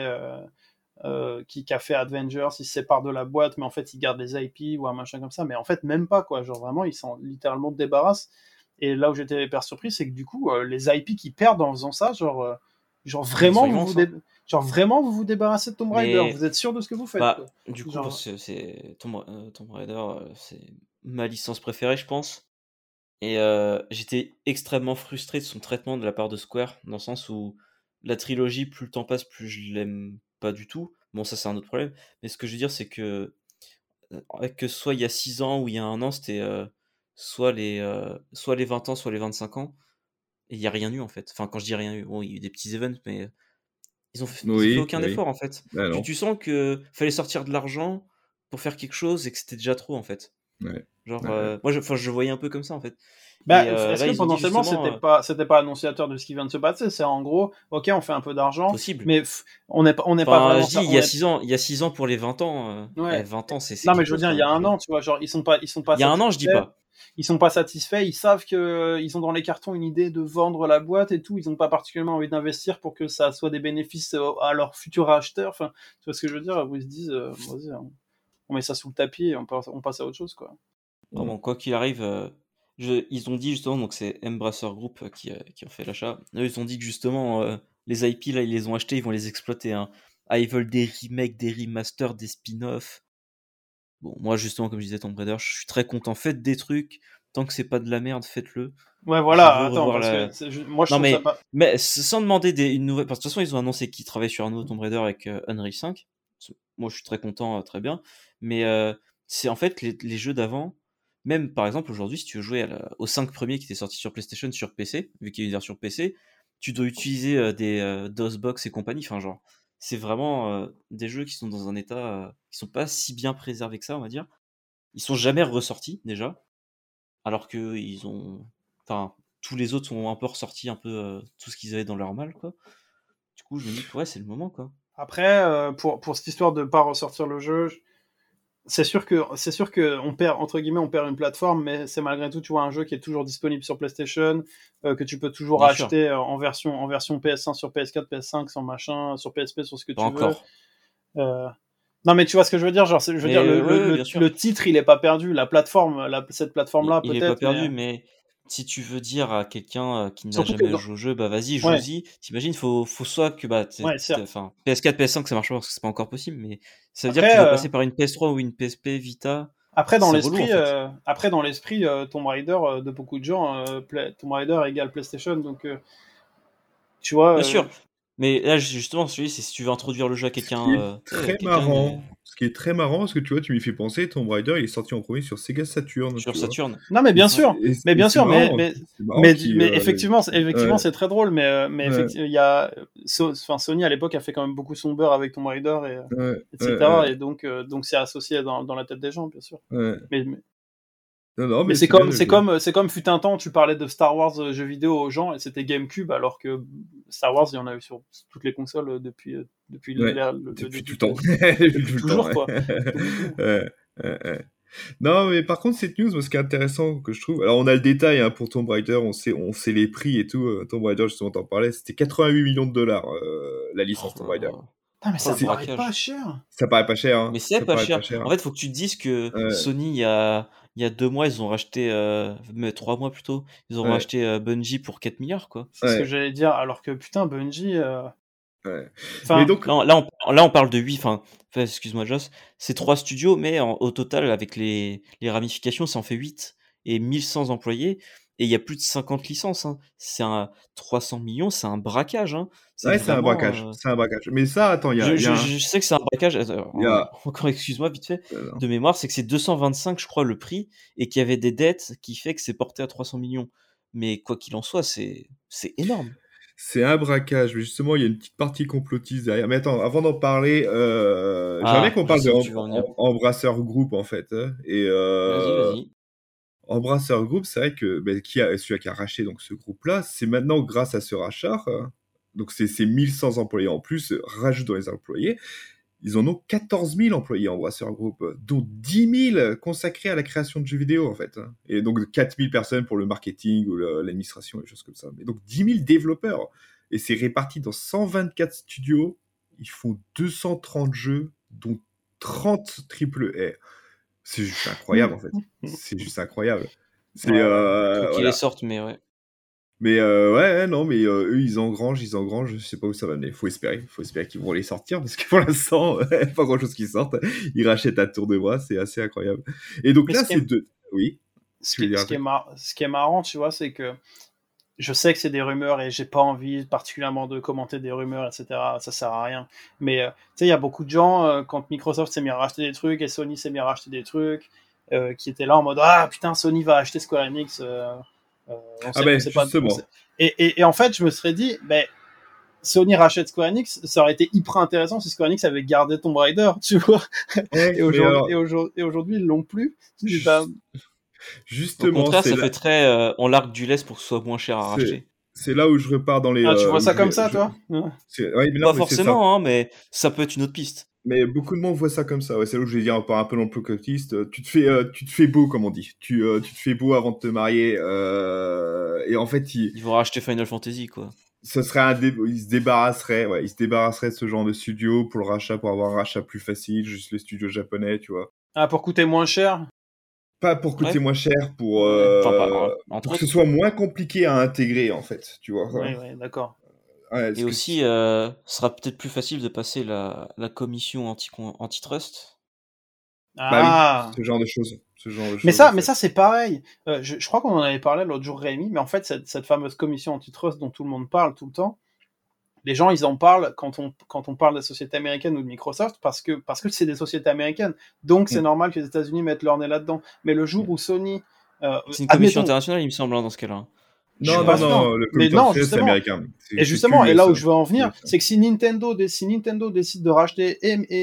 qui a fait Avengers, ils se séparent de la boîte, mais en fait, ils gardent les IP ou un machin comme ça. Mais en fait, même pas, quoi. Genre, vraiment, ils s'en littéralement débarrassent. Et là où j'étais hyper surpris, c'est que du coup, les IP qui perdent en faisant ça, genre Ils sont vraiment, immenses, hein. genre vraiment, vous vous débarrassez de Tomb Raider. Mais Vous êtes sûr de ce que vous faites, quoi. bah, du coup, Genre, parce que c'est Tomb Raider, c'est ma licence préférée, je pense. Et j'étais extrêmement frustré de son traitement de la part de Square, dans le sens où la trilogie, plus le temps passe, plus je l'aime pas du tout. Bon, ça c'est un autre problème. Mais ce que je veux dire, c'est que soit il y a 6 ans ou il y a un an, c'était soit les 20 ans, soit les 25 ans. Et il n'y a rien eu en fait. Enfin, quand je dis rien eu, bon, il y a eu des petits events, mais ils ont fait Oui, aucun oui. effort en fait. Ah Tu, non. tu sens que fallait sortir de l'argent pour faire quelque chose et que c'était déjà trop en fait. Ouais. Genre, Ouais. moi, je voyais un peu comme ça en fait. bah, Et est-ce là, que ils ont dit potentiellement justement, c'était pas annonciateur de ce qui vient de se passer? C'est en gros, ok, on fait un peu d'argent, possible. mais on n'est pas Enfin, vraiment je dis, ça. il y a 6 ans pour les 20 ans. Ouais. 20 ans, c'est Non, mais quelque je veux chose dire, quand il y a même, un tu vois. an, tu vois, genre ils sont pas Il y a un an, je dis satisfaits. pas. Ils sont pas satisfaits. Ils savent que ils ont dans les cartons une idée de vendre la boîte et tout. Ils n'ont pas particulièrement envie d'investir pour que ça soit des bénéfices à leurs futurs acheteurs. Enfin, tu vois ce que je veux dire? Où ils se disent, vas-y, on met ça sous le tapis et on passe à autre chose, quoi. Non, Mm. bon, quoi qu'il arrive, ils ont dit justement, donc c'est Embracer Group qui ont fait l'achat. Eux, ils ont dit que justement, les IP, là, ils les ont achetés, ils vont les exploiter, hein. Ah, ils veulent des remakes, des remasters, des spin-offs. Bon, moi, justement, comme je disais, Tomb Raider, je suis très content. Faites des trucs. Tant que c'est pas de la merde, faites-le. Ouais, Je voilà. veux Attends, revoir parce que la. moi, je Non, trouve ça mais, pas. mais sans demander une nouvelle. Parce que de toute façon, ils ont annoncé qu'ils travaillent sur un nouveau Tomb Raider avec Unreal 5. Moi, je suis très content, très bien. Mais c'est en fait les jeux d'avant. Même par exemple, aujourd'hui, si tu veux jouer au 5 premiers qui était sorti sur PlayStation, sur PC, vu qu'il y a une version PC, tu dois utiliser des DOSBox et compagnie. Enfin, genre, c'est vraiment des jeux qui sont dans un état. Qui sont pas si bien préservés que ça, on va dire. Ils sont jamais ressortis, déjà. Alors que ils ont. Enfin, tous les autres sont un peu ressortis, un peu tout ce qu'ils avaient dans leur mal, quoi. Du coup, je me dis que ouais, c'est le moment, quoi. Après, pour cette histoire de pas ressortir le jeu, c'est sûr que on perd entre guillemets on perd une plateforme, mais c'est malgré tout tu vois un jeu qui est toujours disponible sur PlayStation, que tu peux toujours Bien sûr, acheter en version PS1 sur PS4, PS5 sans machin, sur PSP sur ce que pas tu veux. encore. Euh, Non mais tu vois ce que je veux dire, genre je veux dire Mais ouais, bien sûr. le titre il est pas perdu, la plateforme, cette plateforme là Il est pas peut-être, mais perdu, mais si tu veux dire à quelqu'un qui n'a surtout que jamais joué au jeu, bah vas-y, ouais joue-y. T'imagines, faut soit que bah, ouais certes. enfin, PS4, PS5, ça marche pas parce que c'est pas encore possible, mais ça veut dire que tu Après dois passer par une PS3 ou une PSP Vita. Après, dans C'est l'esprit, relou, en fait. Tomb Raider, de beaucoup de gens, Tomb Raider égale PlayStation, donc tu vois. Bien sûr. Mais là, justement, c'est si tu veux introduire le jeu à Ce qui est quelqu'un, tu sais, très quelqu'un marrant, ce qui est très marrant, parce que tu vois, tu m'y fais penser, Tomb Raider, il est sorti en premier sur Sega Saturn, sur tu vois. Saturn. Non, mais Et bien c'est sûr, et mais et bien c'est sûr, marrant c'est marrant qui, mais effectivement, ouais, c'est très drôle, ouais, il y a, enfin, Sony à l'époque a fait quand même beaucoup son beurre avec Tomb Raider ouais, etc. Et donc c'est associé dans la tête des gens, bien sûr. ouais. Mais, Non, mais mais c'est bien, c'est comme fut un temps, tu parlais de Star Wars jeux vidéo aux gens et c'était GameCube, alors que Star Wars, il y en a eu sur toutes les consoles depuis ouais, le depuis tout début le temps. depuis Depuis tout le temps, toujours, ouais. quoi. Depuis toujours. Ouais, ouais, ouais. Non, mais par contre, cette news, moi, ce qui est intéressant que je trouve, alors on a le détail hein, pour Tomb Raider, on sait les prix et tout. Tomb Raider, justement, t'en parlais, c'était 88 millions de dollars la Oh licence Tomb là Raider. là. Putain, mais Oh, ça le me C'est, paraît pas braquage. cher. ça paraît pas cher, Mais hein. c'est Ça pas paraît pas cher. cher. En fait, faut que tu te dises que Ouais, Sony, il y a 2 mois, ils ont racheté, mais 3 mois plutôt, ils ont ouais, racheté Bungie pour 4 milliards, quoi. C'est ce que ouais, j'allais dire, alors que putain, Bungie. ouais. Mais Enfin, donc, Là, on parle de 8, enfin, excuse-moi, Joss, c'est 3 studios, mais au total, avec les ramifications, ça en fait 8 et 1100 employés. Et il y a plus de 50 licences. Hein. C'est un 300 millions, c'est un braquage. Hein. C'est ouais, c'est un vraiment. braquage. C'est un braquage. Mais ça, attends, Je sais que c'est un braquage. il y a, Encore, excuse-moi, vite fait, non. de mémoire, c'est que c'est 225, je crois, le prix, et qu'il y avait des dettes qui fait que c'est porté à 300 millions. Mais quoi qu'il en soit, c'est énorme. C'est un braquage, mais justement, il y a une petite partie complotiste derrière. Mais attends, avant d'en parler, j'aimerais bien Ah, qu'on je parle de sais où tu veux en venir. Embrasseur Group, en fait. Hein. Et Vas-y, vas-y. Embrasseur Group, c'est vrai que celui qui a racheté donc, ce groupe-là, c'est maintenant grâce à ce rachat, donc c'est 1100 employés en plus, rajoute dans les employés, ils en ont 14 000 employés Embrasseur Group, dont 10 000 consacrés à la création de jeux vidéo, en fait. Hein. Et donc 4 000 personnes pour le marketing ou l'administration et des choses comme ça. Mais donc 10 000 développeurs. Et c'est réparti dans 124 studios. Ils font 230 jeux, dont 30 triple A. C'est juste incroyable, en fait. C'est juste incroyable. C'est, ouais, ouais. Faut qu'ils les voilà. sortent, mais ouais. Mais ouais, non, mais eux, ils engrangent, je sais pas où ça va mener. Faut espérer qu'ils vont les sortir, parce que pour l'instant, pas grand-chose qui sortent. Ils rachètent à tour de bras, c'est assez incroyable. Et donc Mais là, c'est deux... Oui, tu veux dire un truc? ce qui est marrant, tu vois, c'est que je sais que c'est des rumeurs et j'ai pas envie particulièrement de commenter des rumeurs, etc. Ça sert à rien. Mais tu sais, il y a beaucoup de gens, quand Microsoft s'est mis à racheter des trucs et Sony s'est mis à racheter des trucs, qui étaient là en mode ah putain, Sony va acheter Square Enix. Ah ben, On sait pas. justement. Et en fait, je me serais dit, ben, Sony rachète Square Enix, ça aurait été hyper intéressant si Square Enix avait gardé Tomb Raider, tu vois. Ouais, mais alors, Et aujourd'hui, ils l'ont plus. juste- Au justement, contraire, ça fait très on largue du lest pour que ce soit moins cher à c'est, racheter. c'est là où je repars dans les... Ah, tu vois où ça comme ça, toi? ouais, mais non, Pas mais c'est ça. forcément, hein, mais ça peut être une autre piste. Mais beaucoup de monde voit ça comme ça. Ouais, c'est là où je vais dire un peu dans le complotiste. Tu te fais beau, comme on dit. Tu te fais beau avant de te marier. Et en fait, Ils vont racheter Final Fantasy, quoi. ce serait il se débarrasserait, ouais, il se débarrasserait de ce genre de studio pour le rachat, pour avoir un rachat plus facile, juste les studios japonais, tu vois. Ah, pour coûter moins cher? Pas pour coûter Ouais. moins cher, Ouais. Enfin, pas, entre pour que ce autres. soit moins compliqué à intégrer, en fait, tu vois. Oui, oui, d'accord. Ouais, Et aussi, ce sera peut-être plus facile de passer la commission antitrust. Bah oui, Ah. ce genre de choses. Mais en fait. ça c'est pareil. Je crois qu'on en avait parlé l'autre jour, Rémi, mais en fait, cette fameuse commission antitrust dont tout le monde parle tout le temps, les gens, ils en parlent quand on parle de la société américaine ou de Microsoft parce que c'est des sociétés américaines. Donc, c'est normal que les États-Unis mettent leur nez là-dedans. Mais le jour où Sony, C'est une commission admettons, internationale, il me semble, hein, dans ce cas-là. je suis Non, pas non, sûr. le Mais comité non, antitrust, c'est justement. américain. Et justement, et là où je veux en venir, c'est que si Nintendo décide de racheter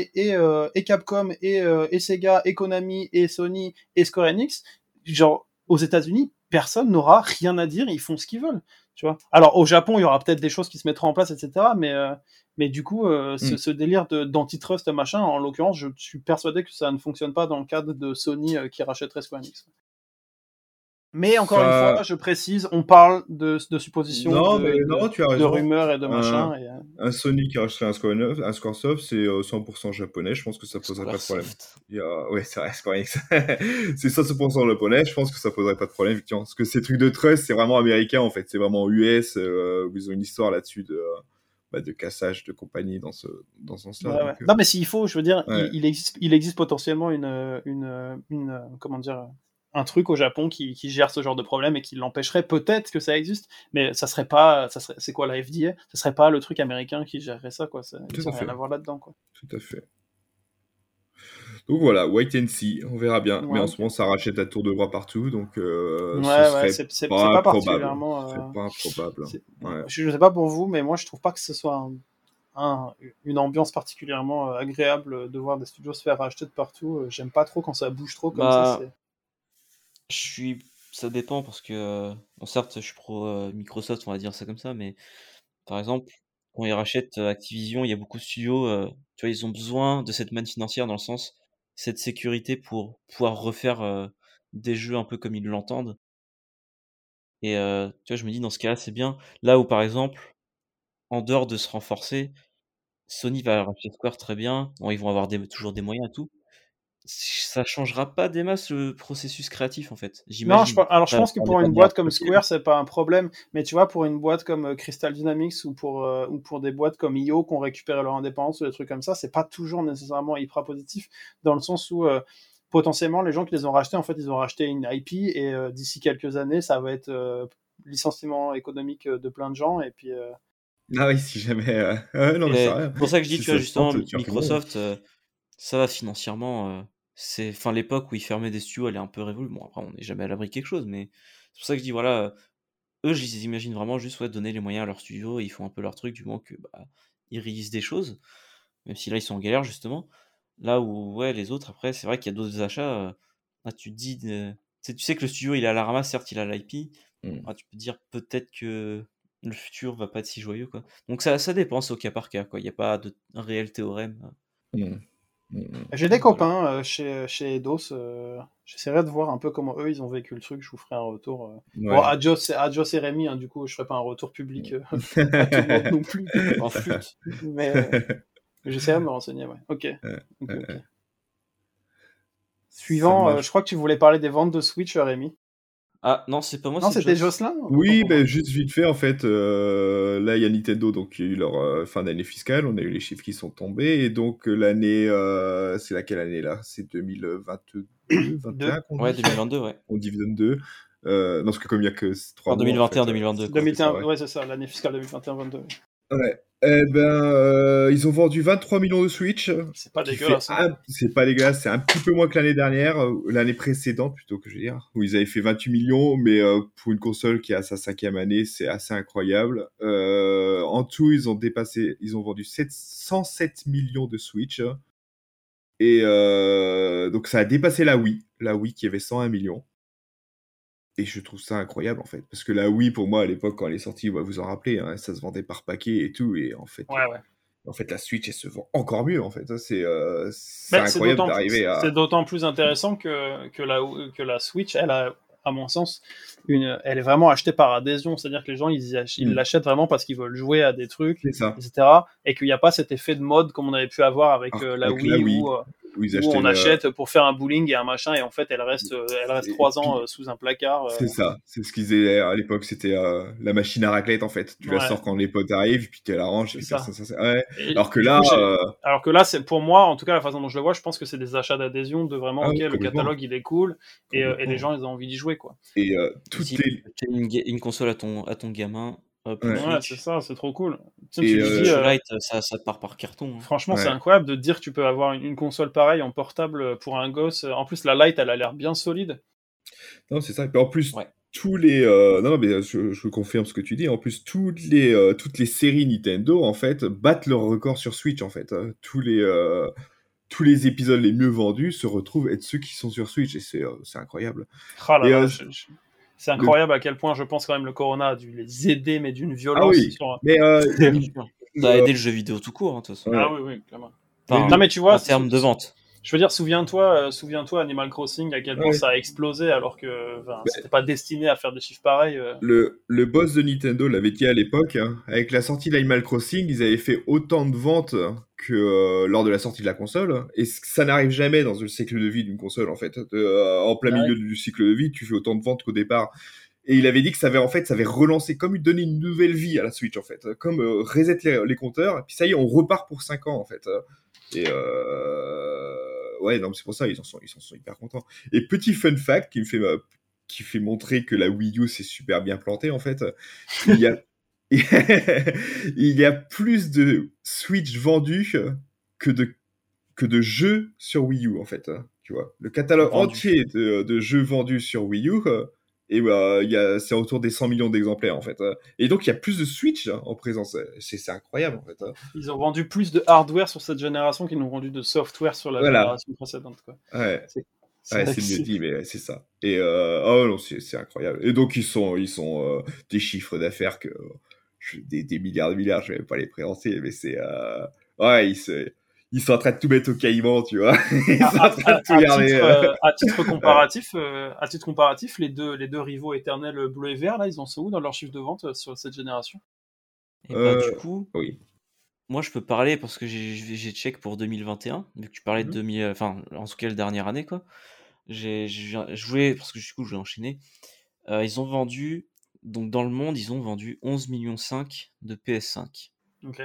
et Capcom et Sega et Konami et Sony et Square Enix, genre aux États-Unis, personne n'aura rien à dire, ils font ce qu'ils veulent, tu vois. Alors au Japon, il y aura peut-être des choses qui se mettront en place, etc. Mais du coup, ce délire d'antitrust machin, en l'occurrence, je suis persuadé que ça ne fonctionne pas dans le cadre de Sony qui rachèterait Square Enix. Mais encore une fois, je précise, on parle de suppositions, non, mais non, tu as raison. de rumeurs et de machin. Un Sony qui rachèterait un Squaresoft, c'est 100% japonais. Je pense que ça poserait pas de problème. Ouais, c'est vrai, Square Enix. C'est 100% japonais. Je pense que ça poserait pas de problème, effectivement. Parce que ces trucs de trust, c'est vraiment américain, en fait. C'est vraiment US, où ils ont une histoire là-dessus de... de cassage de compagnie dans ce sens-là. Ouais, donc, ouais. Non, mais s'il faut, je veux dire, ouais. il existe potentiellement comment dire, un truc au Japon qui gère ce genre de problème et qui l'empêcherait. Peut-être que ça existe, mais c'est quoi la FDA? Ça serait pas le truc américain qui gérerait ça, quoi. Ils Tout ont à rien fait. à voir là-dedans, quoi. Tout à fait. Donc voilà, wait and see, on verra bien. Mais Ouais, en ok. ce moment, ça rachète à tour de bras partout, donc ce Ouais, serait c'est pas pas improbable. particulièrement. Ce serait pas improbable. Ouais. Je sais pas pour vous, mais moi je trouve pas que ce soit une ambiance particulièrement agréable de voir des studios se faire racheter de partout. J'aime pas trop quand ça bouge trop comme ça. Bah, ça dépend parce que, bon, certes, je suis pro Microsoft, on va dire ça comme ça, mais par exemple, quand ils rachètent Activision, il y a beaucoup de studios, tu vois, ils ont besoin de cette manne financière dans le sens, cette sécurité pour pouvoir refaire des jeux un peu comme ils l'entendent. Et tu vois, je me dis, dans ce cas-là, c'est bien. Là où, par exemple, en dehors de se renforcer, Sony va racheter Square très bien. Bon, ils vont avoir toujours des moyens et tout. Ça changera pas des masses le processus créatif, en fait, Non, j'imagine. je Ça pense que on n'est pour pas une de meilleurs boîte comme côté. Square, c'est pas un problème. Mais tu vois, pour une boîte comme Crystal Dynamics ou pour des boîtes comme IO qui ont récupéré leur indépendance ou des trucs comme ça, c'est pas toujours nécessairement hyper positif dans le sens où potentiellement les gens qui les ont rachetés, en fait, ils ont racheté une IP et d'ici quelques années, ça va être licenciement économique de plein de gens et puis Ah oui, si jamais. Ouais, non, mais c'est Et rien. c'est pour ça que je dis, Si tu vois, ça se tente, justement, tu as tout le monde. Microsoft, ça va financièrement, c'est enfin, l'époque où ils fermaient des studios, elle est un peu révolue. Bon, après, on n'est jamais à l'abri de quelque chose, mais c'est pour ça que je dis, voilà, eux, je les imagine vraiment juste, ouais, donner les moyens à leur studio et ils font un peu leur truc du moment que, bah, ils réalisent des choses, même si là, ils sont en galère, justement. Là où, ouais, les autres, après, c'est vrai qu'il y a d'autres achats, là, tu te dis, tu sais que le studio, il est à la ramasse, certes, il a l'IP, Mm. ah, tu peux te dire peut-être que le futur va pas être si joyeux, quoi. Donc ça dépend, c'est au cas par cas, quoi. Il y a pas de un réel théorème. Mm. Mm. j'ai des Voilà. copains chez Eidos. J'essaierai de voir un peu comment eux ils ont vécu le truc. Je vous ferai un retour. Bon, Ouais. adios et Rémi, hein, du coup, je ferai pas un retour public à tout le monde non plus. En flûte. Mais j'essaierai de me renseigner, ouais. Ok. Ok, ok. Ça Suivant, je marche. crois que tu voulais parler des ventes de Switch, Rémi. Ah non, c'est pas moi, Non, c'est c'était Joss. Jocelyn? Autant Oui, pour moi. ben juste vite fait, en fait, là, il y a Nintendo, donc il y a eu leur fin d'année fiscale, on a eu les chiffres qui sont tombés, et donc l'année, c'est laquelle année là? C'est 2022, 21 Deux. qu'on Ouais, dit? 2022, ouais. On divise 22. Non, parce que comme il y a que 3 Enfin, mois, en 2021, fait, 2022, quoi. c'est ça, 2021, ouais. ouais, c'est ça, l'année fiscale 2021-22. Ouais. Eh ben, ils ont vendu 23 millions de Switch, C'est pas qui fait dégueulasse, hein. c'est pas dégueulasse, c'est un petit peu moins que l'année dernière, l'année précédente plutôt que je veux dire, où ils avaient fait 28 millions, mais pour une console qui a sa 5e année, c'est assez incroyable. En tout, ils ont vendu 107 millions de Switch, et donc ça a dépassé la Wii qui avait 101 millions. Et je trouve ça incroyable en fait, parce que la Wii pour moi à l'époque quand elle est sortie, vous vous en rappelez, hein, ça se vendait par paquet et tout, et Ouais, ouais. en fait la Switch elle se vend encore mieux en fait. Ça, c'est Mais incroyable d'arriver c'est à. d'autant plus intéressant que la Switch, elle a, à mon sens, elle est vraiment achetée par adhésion. C'est-à-dire que les gens, ils Hmm, l'achètent vraiment parce qu'ils veulent jouer à des trucs, c'est ça. etc. Et qu'il n'y a pas cet effet de mode comme on avait pu avoir avec Alors la avec la Wii Wii où ils où achetaient on achète pour faire un bowling et un machin et en fait elle reste et 3 ans puis sous un placard. c'est ça, c'est ce qu'ils faisaient à l'époque, c'était la machine à raclette en fait. Tu la Ouais, sors quand les potes arrivent, puis tu la ranges, c'est puis ça. personne ouais. Et Alors que du là, coup, alors que là, c'est pour moi, en tout cas, la façon dont je le vois, je pense que c'est des achats d'adhésion de vraiment, ah ok, oui, le complètement, catalogue il est cool et les complètement. gens ils ont envie d'y jouer, quoi. Et Et si toutes les tu achètes une console à ton gamin, hop, une ouais. Ouais, c'est Switch. ça, c'est trop cool. Tiens, tu Et lui dis, Switch Lite, ça part par carton, hein. franchement, c'est ouais. incroyable de te dire que tu peux avoir une console pareille en portable pour un gosse. En plus, la Lite, elle a l'air bien solide. Non, c'est ça. Et puis en plus, Ouais. tous les. Non, non, mais je confirme ce que tu dis. En plus, toutes les séries Nintendo, en fait, battent leur record sur Switch, en fait. Tous les épisodes les mieux vendus se retrouvent être ceux qui sont sur Switch. Et c'est incroyable. Ah là Et là, c'est le... incroyable à quel point je pense quand même le Corona a dû les aider, mais d'une Ah violence oui, sur. mais Bien sûr. Ça a aidé le jeu vidéo tout court, hein, de toute façon. Ah ouais. oui, oui, clairement. Mais Non, Enfin, mais tu vois, en termes de vente. je veux dire, souviens-toi Animal Crossing, à quel point Ouais. ça a explosé alors que c'était pas destiné à faire des chiffres pareils. Le boss de Nintendo l'avait dit à l'époque, hein, avec la sortie d'Animal Crossing, ils avaient fait autant de ventes que lors de la sortie de la console, et ça n'arrive jamais dans le cycle de vie d'une console en fait. En plein Ouais. milieu du cycle de vie, tu fais autant de ventes qu'au départ. Et il avait dit que ça avait relancé, comme donné une nouvelle vie à la Switch, en fait. Comme reset les compteurs, et puis ça y est, on repart pour 5 ans, en fait. Et ouais, non, c'est pour ça, ils en sont hyper contents. Et petit fun fact qui fait montrer que la Wii U s'est super bien plantée, en fait. Il y a, il y a plus de Switch vendus que de jeux sur Wii U, en fait. Tu vois, le catalogue entier de jeux vendus sur Wii U, et c'est autour des 100 millions d'exemplaires, en fait. Et donc, il y a plus de Switch en présence. C'est incroyable, en fait. Ils ont vendu plus de hardware sur cette génération qu'ils n'ont vendu de software sur la génération précédente, quoi. Ouais. C'est mieux dit, mais c'est ça. Et oh non, c'est incroyable. Et donc, ils sont des chiffres d'affaires que des milliards de milliards, je vais même pas les préhenser, mais c'est ouais, ils sont en train de tout mettre au Caïman, tu vois. Ils sont en train de tout garder. À titre comparatif, les deux rivaux éternels bleu et vert, là, ils en sont où dans leur chiffre de vente sur cette génération? Et bah, du coup, oui. Moi, je peux parler parce que j'ai check pour 2021, vu que tu parlais de 2000, enfin, en tout cas, la dernière année, quoi. Je voulais, parce que du coup, je vais enchaîner. Ils ont vendu, donc dans le monde, ils ont vendu 11,5 millions de PS5. Ok.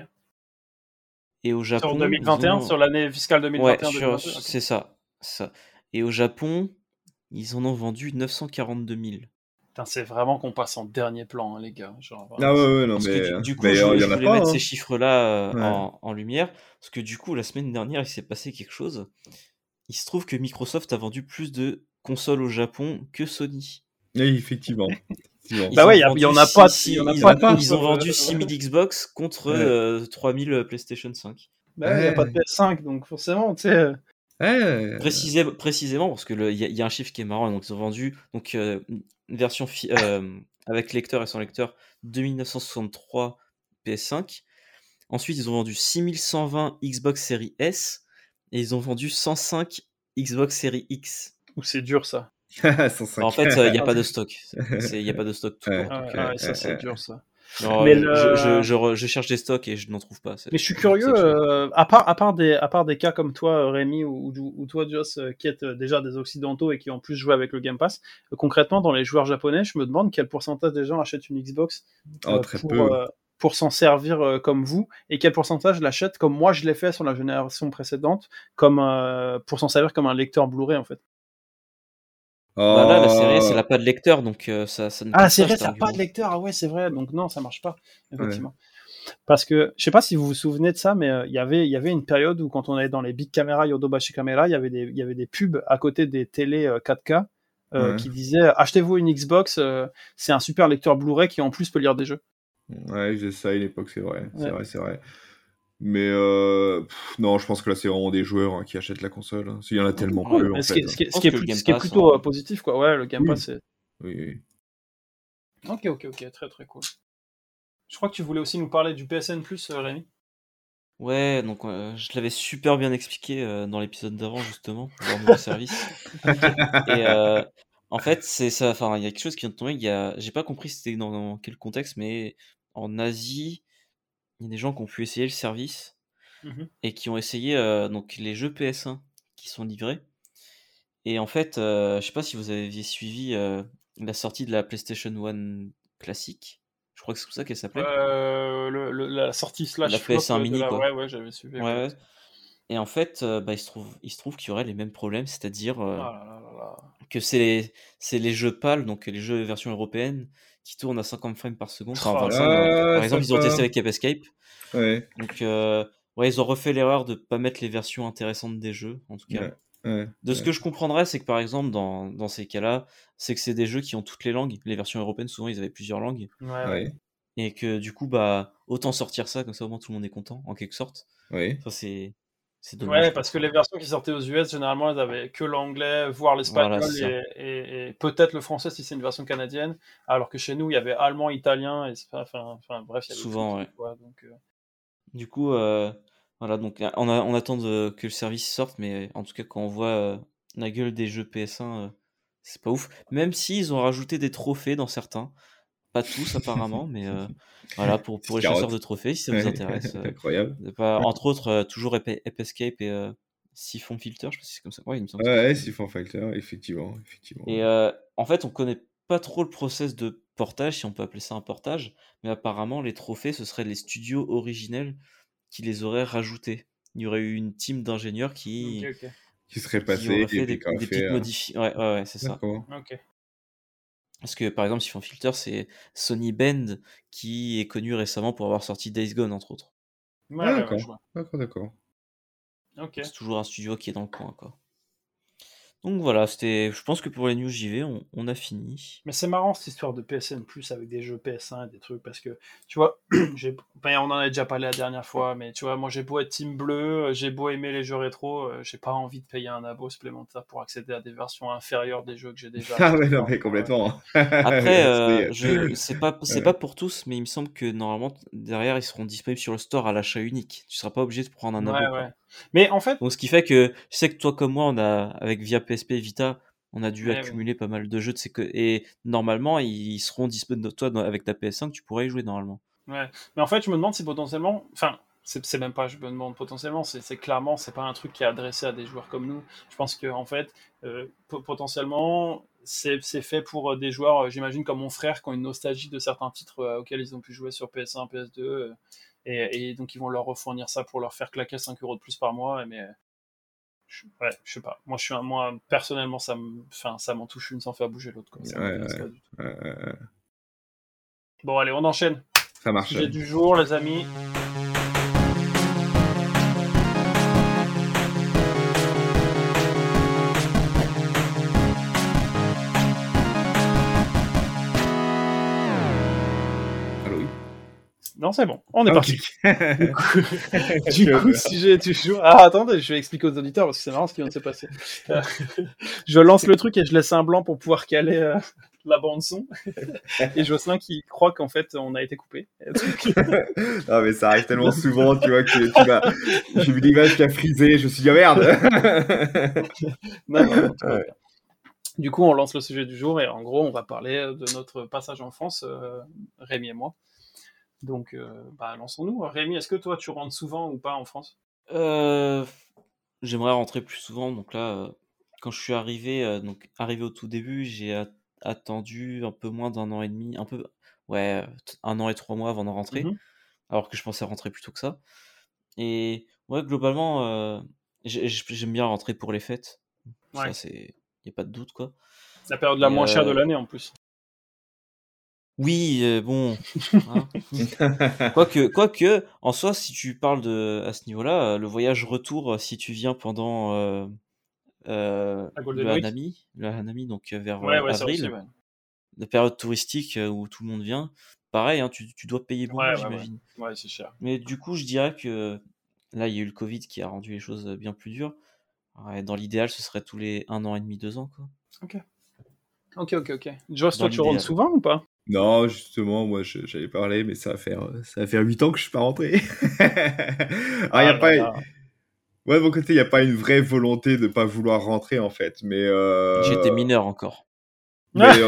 Et au Japon. Sur 2021, sur l'année fiscale 2021, ouais, c'est ça. Et au Japon, ils en ont vendu 942 000. Putain, c'est vraiment qu'on passe en dernier plan, hein, les gars. Genre, ah ouais, non, parce mais que du coup, je voulais mettre ces chiffres-là en lumière, parce que du coup, la semaine dernière, il s'est passé quelque chose. Il se trouve que Microsoft a vendu plus de consoles au Japon que Sony. Oui, effectivement. Bah ouais, il y en a pas. Ils ont vendu 6000 Xbox contre 3000 PlayStation 5. Bah il n'y a pas de PS5, donc forcément, tu sais. Précisément, parce que il y a un chiffre qui est marrant. Donc ils ont vendu une version avec lecteur et sans lecteur 2963 PS5. Ensuite, ils ont vendu 6120 Xbox Series S et ils ont vendu 105 Xbox Series X. C'est dur ça. 105. En fait, il n'y a pas de stock. Il n'y a pas de stock tout court. Ça, c'est dur ça. Alors, mais je cherche des stocks et je n'en trouve pas. Mais je suis curieux, à part des cas comme toi, Rémi, ou toi, Joss, qui êtes déjà des occidentaux et qui en plus jouent avec le Game Pass, concrètement, dans les joueurs japonais, je me demande quel pourcentage des gens achètent une Xbox pour s'en servir comme vous, et quel pourcentage l'achètent comme moi je l'ai fait sur la génération précédente, comme pour s'en servir comme un lecteur Blu-ray, en fait. Bah là, la série, elle n'a pas de lecteur, donc ça ne. Ah, la série, ça n'a pas de lecteur. Ah ouais, c'est vrai. Donc non, ça marche pas, effectivement. Ouais. Parce que je sais pas si vous vous souvenez de ça, mais il y avait une période où quand on allait dans les big caméras, Yodobashi Camera, il y avait des pubs à côté des télés 4K qui disaient achetez-vous une Xbox, c'est un super lecteur Blu-ray qui en plus peut lire des jeux. Ouais, j'ai ça à l'époque, c'est vrai. C'est vrai. Mais non, je pense que là, c'est vraiment des joueurs qui achètent la console. Il y en a tellement peu, en fait. Ce qui est plutôt positif, quoi. Ouais, le Game Pass, c'est... Oui. Ok, très très cool. Je crois que tu voulais aussi nous parler du PSN+, Rémi. Ouais, donc je l'avais super bien expliqué dans l'épisode d'avant, justement, leur nouveau service. Et en fait, c'est ça. Enfin, il y a quelque chose qui vient de tomber. J'ai pas compris c'était dans quel contexte, mais en Asie, il y a des gens qui ont pu essayer le service et qui ont essayé donc les jeux PS1 qui sont livrés. Et en fait, je sais pas si vous aviez suivi la sortie de la PlayStation 1 classique. Je crois que c'est comme ça qu'elle s'appelait. La sortie slash la PS1 mini, quoi. Ouais, j'avais suivi. Ouais. Et en fait, il se trouve qu'il y aurait les mêmes problèmes, c'est-à-dire que c'est les jeux PAL, donc les jeux version européenne, qui tournent à 50 frames par seconde. Enfin, 25. Par exemple, ils ont testé avec Escape. Ouais. Donc, ils ont refait l'erreur de pas mettre les versions intéressantes des jeux, en tout cas. Ce que je comprendrais, c'est que par exemple, dans ces cas-là, c'est que c'est des jeux qui ont toutes les langues. Les versions européennes, souvent, ils avaient plusieurs langues. Ouais. Et que du coup, autant sortir ça, comme ça au moins tout le monde est content, en quelque sorte. Oui. Ça, c'est dommage. Ouais, parce que les versions qui sortaient aux US, généralement, elles avaient que l'anglais, voire l'espagnol, et peut-être le français si c'est une version canadienne, alors que chez nous, il y avait allemand, italien, et enfin bref, il y avait souvent, tout, ouais. Quoi, donc, Du coup, voilà, donc on attend que le service sorte, mais en tout cas, quand on voit la gueule des jeux PS1, c'est pas ouf. Même s'ils ont rajouté des trophées dans certains. Pas tous apparemment, mais voilà, pour les chasseurs de trophées, si ça vous intéresse. Incroyable. Entre autres, toujours Escape et Siphon Filter, je sais pas si c'est comme ça. Ouais, il me semble. Ouais, Siphon Filter, effectivement. Et en fait, on connaît pas trop le process de portage, si on peut appeler ça un portage, mais apparemment, les trophées, ce seraient les studios originels qui les auraient rajoutés. Il y aurait eu une team d'ingénieurs Ok, qui, ok. Qui serait qui passé auraient et fait puis qu'on a des fait. petites modifications. Ouais, c'est ça. D'accord. Ok. Parce que par exemple, Siphon Filter, c'est Sony Bend qui est connu récemment pour avoir sorti Days Gone, entre autres. Ah, Ouais, d'accord. je vois. D'accord. Ok. Donc c'est toujours un studio qui est dans le coin, quoi. Donc voilà, je pense que pour les news JV, on a fini. Mais c'est marrant cette histoire de PSN Plus avec des jeux PS1 et des trucs parce que tu vois, on en a déjà parlé la dernière fois, mais tu vois, moi j'ai beau être team bleu, j'ai beau aimer les jeux rétro, j'ai pas envie de payer un abo supplémentaire pour accéder à des versions inférieures des jeux que j'ai déjà Ah achetés. ouais, non, mais complètement. Après, C'est- c'est pas pour tous, mais il me semble que normalement derrière ils seront disponibles sur le store à l'achat unique. Tu seras pas obligé de prendre un abo, Ouais, quoi. ouais. Mais en fait, Donc ce qui fait que je sais que toi comme moi, avec via PSP et Vita, on a dû ouais, oui. accumuler pas mal de jeux et normalement ils seront disponibles avec ta PS5, tu pourrais y jouer normalement. Ouais. Mais en fait, je me demande si potentiellement, enfin, c'est même pas, je me demande potentiellement, c'est clairement, c'est pas un truc qui est adressé à des joueurs comme nous. Je pense que en fait, potentiellement, c'est fait pour des joueurs, j'imagine comme mon frère, qui ont une nostalgie de certains titres auxquels ils ont pu jouer sur PS1, PS2, et donc ils vont leur refournir ça pour leur faire claquer 5 euros de plus par mois. Mais ouais, je sais pas. Moi personnellement, ça m'en touche une sans faire bouger l'autre, quoi. Ça m'intéresse pas du tout. ouais. Bon, allez, on enchaîne. Ça marche. Sujet du jour, les amis. Allô, oui. Non, c'est bon, on est Ah, parti. ok. Du coup, sujet du jour. Ah, attendez, je vais expliquer aux auditeurs parce que c'est marrant ce qui vient de se passer. Je lance le truc et je laisse un blanc pour pouvoir caler la bande-son. Et Jocelyn qui croit qu'en fait on a été coupé. Ah, mais ça arrive tellement souvent, tu vois, que tu m'as. J'ai vu l'image qui a frisé, je me suis dit, ah merde. Non, tout va Ouais. bien. Du coup, on lance le sujet du jour et en gros, on va parler de notre passage en France, Rémi et moi. Donc, lançons-nous. Rémi, est-ce que toi, tu rentres souvent ou pas en France? J'aimerais rentrer plus souvent. Donc là, quand je suis arrivé, arrivé au tout début, j'ai attendu un peu moins d'un an et demi, ouais, 1 an et 3 mois avant de rentrer, Mhm. alors que je pensais rentrer plus tôt que ça. Et ouais, globalement, j'aime bien rentrer pour les fêtes. Ouais. Ça, y a pas de doute, quoi. La période la Et moins chère de l'année en plus. oui, bon, hein. Quoique, en soi, si tu parles à ce niveau-là, le voyage retour, si tu viens pendant À Golden Week. le Hanami, donc vers Ouais, ça aussi, avril, ouais. la période touristique où tout le monde vient, pareil, hein, tu dois payer beaucoup, Ouais. j'imagine. Ouais, c'est cher. Mais du coup, je dirais que là, il y a eu le Covid qui a rendu les choses bien plus dures. Ouais, dans l'idéal, ce serait tous les 1 an et demi, 2 ans, quoi. Ok. Joss, Dans toi, tu rentres l'idéal. souvent ou pas? Non, justement, moi, j'avais parlé, mais ça va faire 8 ans que je suis pas rentré. Alors, y a pas. Là. Ouais, de mon côté, il n'y a pas une vraie volonté de pas vouloir rentrer, en fait. Mais. J'étais mineur encore. mais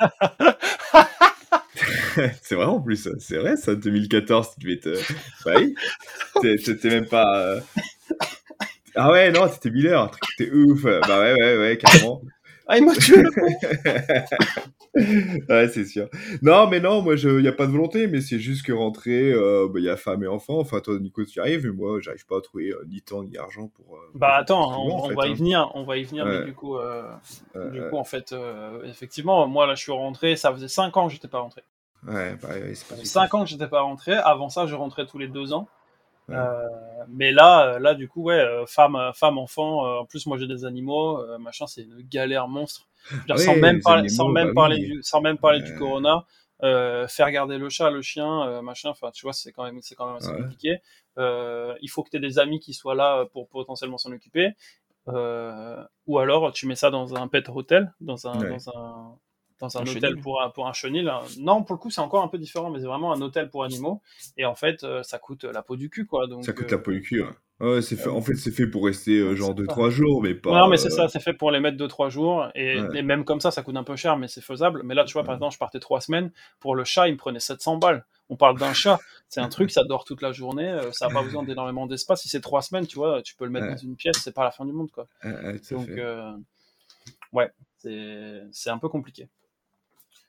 c'est vrai en plus, c'est vrai ça, 2014, tu devais te. Bah oui, t'étais même pas. Ah ouais, non, t'étais mineur, un truc, t'es ouf. Bah ouais, carrément. Ah, il m'a tué le con. Ouais, c'est sûr. Non, mais non, moi, y a pas de volonté, mais c'est juste que rentrer, y a femme et enfant. Enfin, toi, Nico, tu y arrives, mais moi, j'arrive pas à trouver ni temps ni argent pour. Bah pour attends, rentrer souvent, en on fait, va y hein. venir, mais Ouais, du coup, ouais, en fait, effectivement, moi là, je suis rentré, ça faisait 5 ans que j'étais pas rentré. ouais, bah, ouais, c'est Ça pas faisait du 5 tout. ans que j'étais pas rentré. Avant ça, je rentrais tous les 2 ans. Ouais. Mais là, du coup, ouais, femme, enfant. En plus, moi, j'ai des animaux, machin, c'est une galère monstre. Je veux dire, Ah ouais, les sans animaux, bah même parler oui. sans même parler du corona, faire garder le chat, le chien, machin. Enfin, tu vois, c'est quand même assez Ouais. compliqué. Il faut que tu aies des amis qui soient là pour potentiellement s'en occuper. Ou alors, tu mets ça dans un pet hotel, Ouais. dans Un un hôtel chenil. pour un chenil. Non, pour le coup, c'est encore un peu différent, mais c'est vraiment un hôtel pour animaux. Et en fait, ça coûte la peau du cul, quoi. Ça Donc, coûte la peau du cul, ouais. Ouais, en fait, c'est fait pour rester genre c'est ça. 2-3 jours, mais Non, pas. mais c'est ça, c'est fait pour les mettre 2-3 jours. Ouais. Et même comme ça coûte un peu cher, mais c'est faisable. Mais là, tu vois, par exemple, je partais 3 semaines. Pour le chat, il me prenait 700 balles. On parle d'un chat. C'est un truc, ça dort toute la journée. Ça n'a pas besoin d'énormément d'espace. Si c'est 3 semaines, tu vois, tu peux le mettre dans Ouais, une pièce. C'est pas la fin du monde, quoi. tout à Donc, fait. ouais, c'est un peu compliqué.